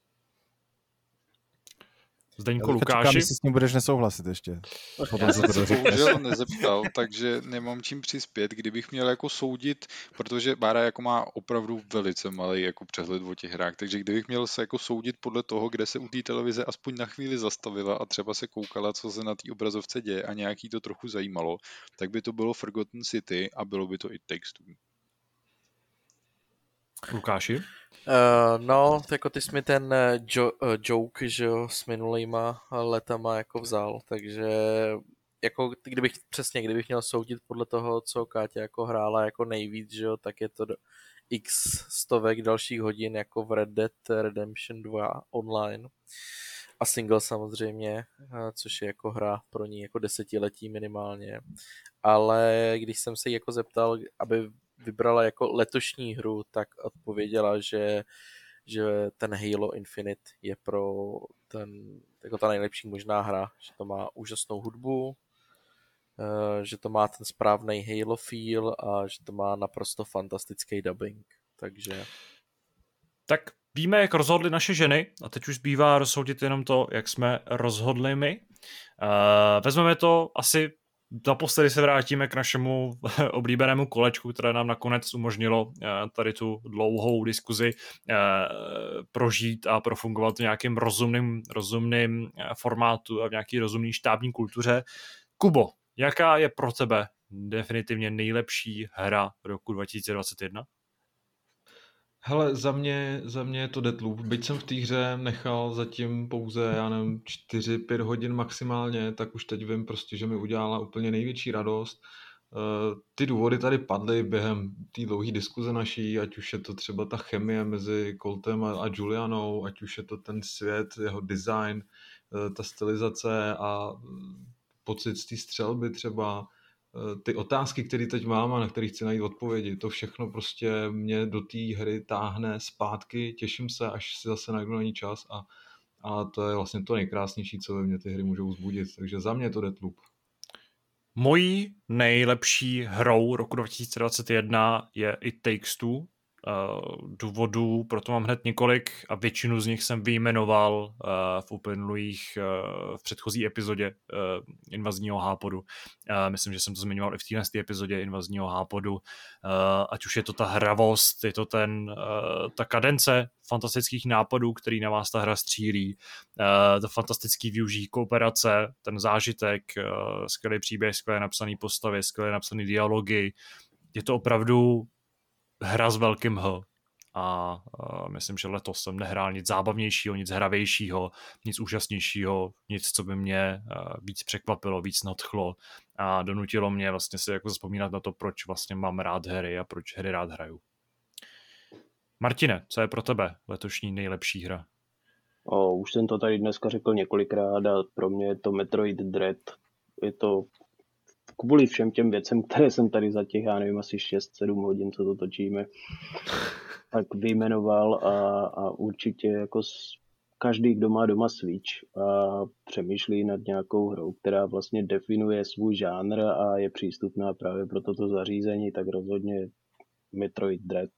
Zdeňku, Lukáši? Jestli s tím budeš nesouhlasit ještě. Já jsem se bohužel nezeptal, takže nemám čím přispět, kdybych měl jako soudit, protože Bára jako má opravdu velice malý jako přehled o těch hrách, takže kdybych měl se jako soudit podle toho, kde se u té televize aspoň na chvíli zastavila a třeba se koukala, co se na té obrazovce děje a nějaký to trochu zajímalo, tak by to bylo Forgotten City a bylo by to i Takes Two. Lukáši? No, jako ty jsi mi ten joke, že jo, s minulýma letama jako vzal, takže jako kdybych měl soudit podle toho, co Káťa jako hrála jako nejvíc, že jo, tak je to x stovek dalších hodin jako v Red Dead Redemption 2 online a single samozřejmě, což je jako hra pro ní jako desetiletí minimálně, ale když jsem se jí jako zeptal, aby vybrala jako letošní hru, tak odpověděla, že ten Halo Infinite je pro jako ta nejlepší možná hra, že to má úžasnou hudbu, že to má ten správný Halo feel a že to má naprosto fantastický dubbing, takže... Tak víme, jak rozhodly naše ženy a teď už zbývá rozsoudit jenom to, jak jsme rozhodli my. Vezmeme to asi naposledy se vrátíme k našemu oblíbenému kolečku, které nám nakonec umožnilo tady tu dlouhou diskuzi prožít a profungovat v nějakém rozumným formátu a v nějaký rozumný štábní kultuře. Kubo, jaká je pro tebe definitivně nejlepší hra roku 2021? Hele, za mě je to Deathloop. Byť jsem v té hře nechal zatím pouze, já nevím, 4-5 hodin maximálně, tak už teď vím prostě, že mi udělala úplně největší radost. Ty důvody tady padly během té dlouhé diskuze naší, ať už je to třeba ta chemie mezi Coltem a Julianou, ať už je to ten svět, jeho design, ta stylizace a pocit z té střelby třeba, ty otázky, které teď mám a na které chci najít odpovědi, to všechno prostě mě do té hry táhne zpátky, těším se, až si zase najdu na ní čas a to je vlastně to nejkrásnější, co ve mně ty hry můžou vzbudit, takže za mě je to Deathloop. Mojí nejlepší hrou roku 2021 je It Takes Two. Důvodů, proto mám hned několik a většinu z nich jsem vyjmenoval v předchozí epizodě Invazního hápodu. Myslím, že jsem to zmiňoval i v této epizodě Invazního hápodu. Ať už je to ta hravost, je to ta kadence fantastických nápadů, který na vás ta hra střílí, to fantastický využití kooperace, ten zážitek, skvělý příběh, skvěle napsaný postavy, skvěle napsaný dialogy. Je to opravdu hra s velkým H. A myslím, že letos jsem nehrál nic zábavnějšího, nic hravějšího, nic úžasnějšího, nic, co by mě víc překvapilo, víc nadchlo a donutilo mě vlastně si jako vzpomínat na to, proč vlastně mám rád hry a proč hry rád hraju. Martine, co je pro tebe letošní nejlepší hra? Už jsem to tady dneska řekl několikrát a pro mě je to Metroid Dread. Je to kvůli všem těm věcem, které jsem tady za těch, já nevím, asi 6-7 hodin, co to točíme, tak vyjmenoval a určitě jako každý, kdo má doma Switch a přemýšlí nad nějakou hrou, která vlastně definuje svůj žánr a je přístupná právě pro toto zařízení, tak rozhodně Metroid Dread.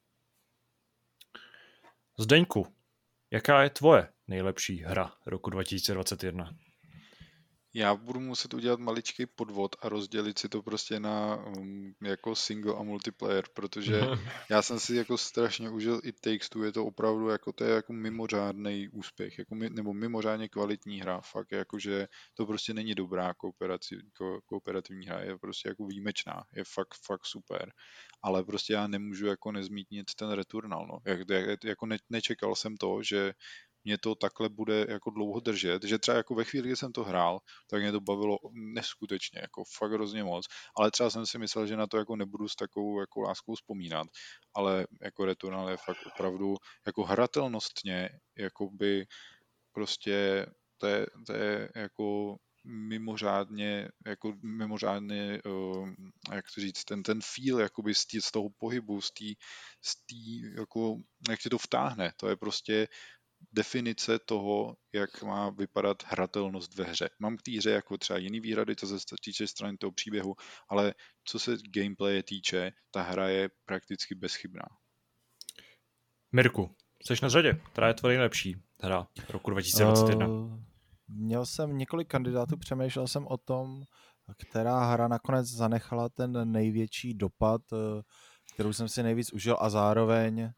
Zdeňku, jaká je tvoje nejlepší hra roku 2021? Já budu muset udělat maličký podvod a rozdělit si to prostě na jako single a multiplayer, protože já jsem si jako strašně užil It Takes Two, je to opravdu jako, to je jako mimořádný úspěch, jako nebo mimořádně kvalitní hra, fakt jako, že to prostě není dobrá kooperativní hra, je prostě jako výjimečná, je fakt super, ale prostě já nemůžu jako nezmítnit ten Returnal, no. Jako nečekal jsem to, že mě to takhle bude jako dlouho držet, že třeba jako ve chvíli, kdy jsem to hrál, tak mě to bavilo neskutečně, jako fakt hrozně moc, ale třeba jsem si myslel, že na to jako nebudu s takovou jako láskou vzpomínat, ale jako Returnal je fakt opravdu jako hratelnostně, jako by prostě to je jako mimořádně, jak to říct, ten feel jakoby z toho pohybu, z té jako, jak tě to vtáhne, to je prostě definice toho, jak má vypadat hratelnost ve hře. Mám k té hře jako třeba jiný výhrady, co se týče strany toho příběhu, ale co se gameplaye týče, ta hra je prakticky bezchybná. Mirku, jsi na řadě, která je tvoje nejlepší hra roku 2021? Měl jsem několik kandidátů, přemýšlel jsem o tom, která hra nakonec zanechala ten největší dopad, kterou jsem si nejvíc užil a zároveň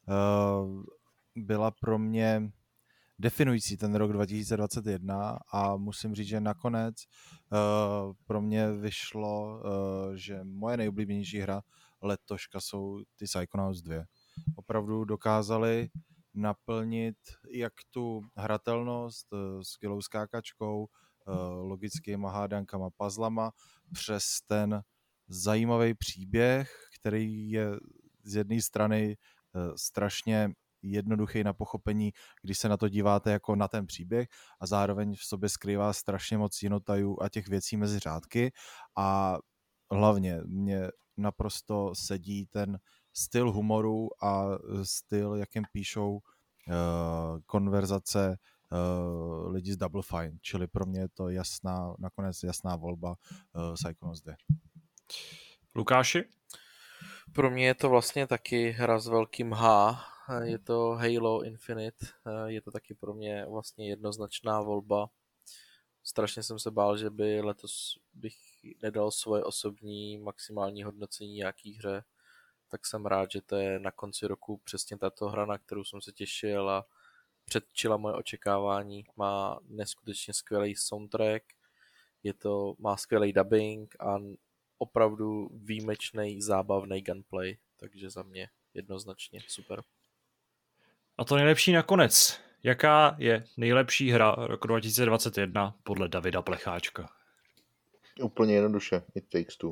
byla pro mě definující ten rok 2021 a musím říct, že nakonec pro mě vyšlo, že moje nejoblíbenější hra letoška jsou ty Psychonauts 2. opravdu dokázali naplnit jak tu hratelnost skvělou skákačkou, logickýma hádankama, puzzlama, přes ten zajímavý příběh, který je z jedné strany strašně jednoduchý na pochopení, když se na to díváte jako na ten příběh, a zároveň v sobě skrývá strašně moc jinotajů a těch věcí mezi řádky, a hlavně mě naprosto sedí ten styl humoru a styl, jakým píšou konverzace lidi z Double Fine, čili pro mě je to nakonec jasná volba Psychonauts 2. Lukáši? Pro mě je to vlastně taky hra s velkým H, je to Halo Infinite, je to taky pro mě vlastně jednoznačná volba. Strašně jsem se bál, že by letos bych nedal svoje osobní maximální hodnocení nějaký hře, tak jsem rád, že to je na konci roku přesně tato hra, na kterou jsem se těšil a předčila moje očekávání. Má neskutečně skvělý soundtrack, má skvělý dubbing a opravdu výjimečný, zábavný gunplay, takže za mě jednoznačně super. A to nejlepší nakonec. Jaká je nejlepší hra roku 2021 podle Davida Plecháčka? Úplně jednoduše, It Takes Two.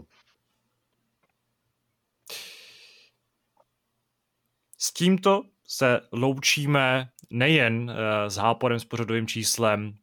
S tímto se loučíme nejen s Háporem s pořadovým číslem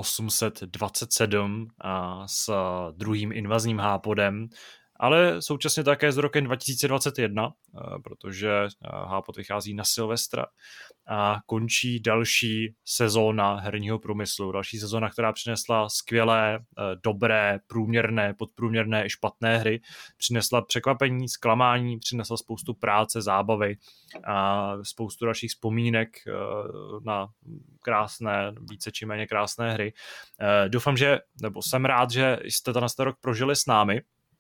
827 a s druhým invazním Hápodem, ale současně také s rokem 2021, protože Hápod vychází na Silvestra a končí další sezóna herního průmyslu. Další sezóna, která přinesla skvělé, dobré, průměrné, podprůměrné i špatné hry. Přinesla překvapení, zklamání, přinesla spoustu práce, zábavy a spoustu dalších vzpomínek na krásné, více či méně krásné hry. Doufám, nebo jsem rád, že jste ten rok prožili s námi.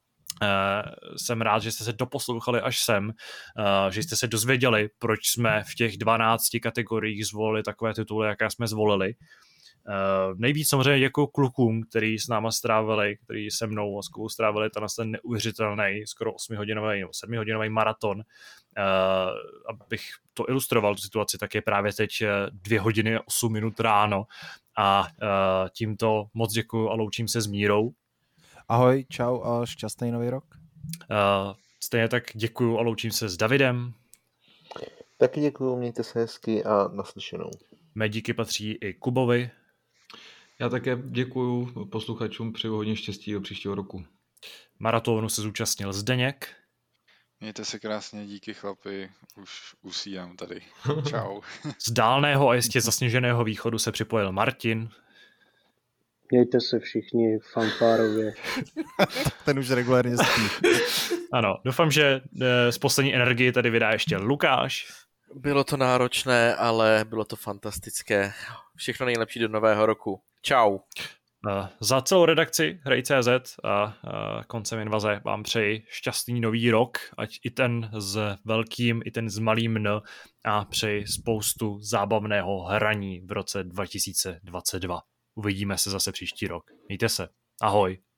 Jsem rád, že jste se doposlouchali až sem, že jste se dozvěděli, proč jsme v těch 12 kategoriích zvolili takové tituly, jaké jsme zvolili. Nejvíc samozřejmě děkuji klukům, který s náma strávili, který se mnou a s Kubou strávili ten neuvěřitelný, skoro 8hodinový nebo 7hodinový maraton. Abych to ilustroval, tu situaci, tak je právě teď 2 hodiny a 8 minut ráno a tímto moc děkuji a loučím se s Mírou. Ahoj, čau a šťastný nový rok. Stejně tak děkuju a loučím se s Davidem. Taky děkuju, mějte se hezky a naslyšenou. Mé díky patří i Kubovi. Já také děkuju posluchačům, přeju hodně štěstí do příštího roku. Maratonu se zúčastnil Zdeněk. Mějte se krásně, díky chlapi, už usíjám tady. Čau. Z dálného a jistě zasněženého východu se připojil Martin. Mějte se všichni fanfárově. Ten už regulárně spí. Ano, doufám, že z poslední energie tady vydá ještě Lukáš. Bylo to náročné, ale bylo to fantastické. Všechno nejlepší do nového roku. Čau. Za celou redakci Hrej.cz a koncem invaze vám přeji šťastný nový rok, ať i ten s velkým, i ten s malým N, a přeji spoustu zábavného hraní v roce 2022. Uvidíme se zase příští rok. Mějte se. Ahoj.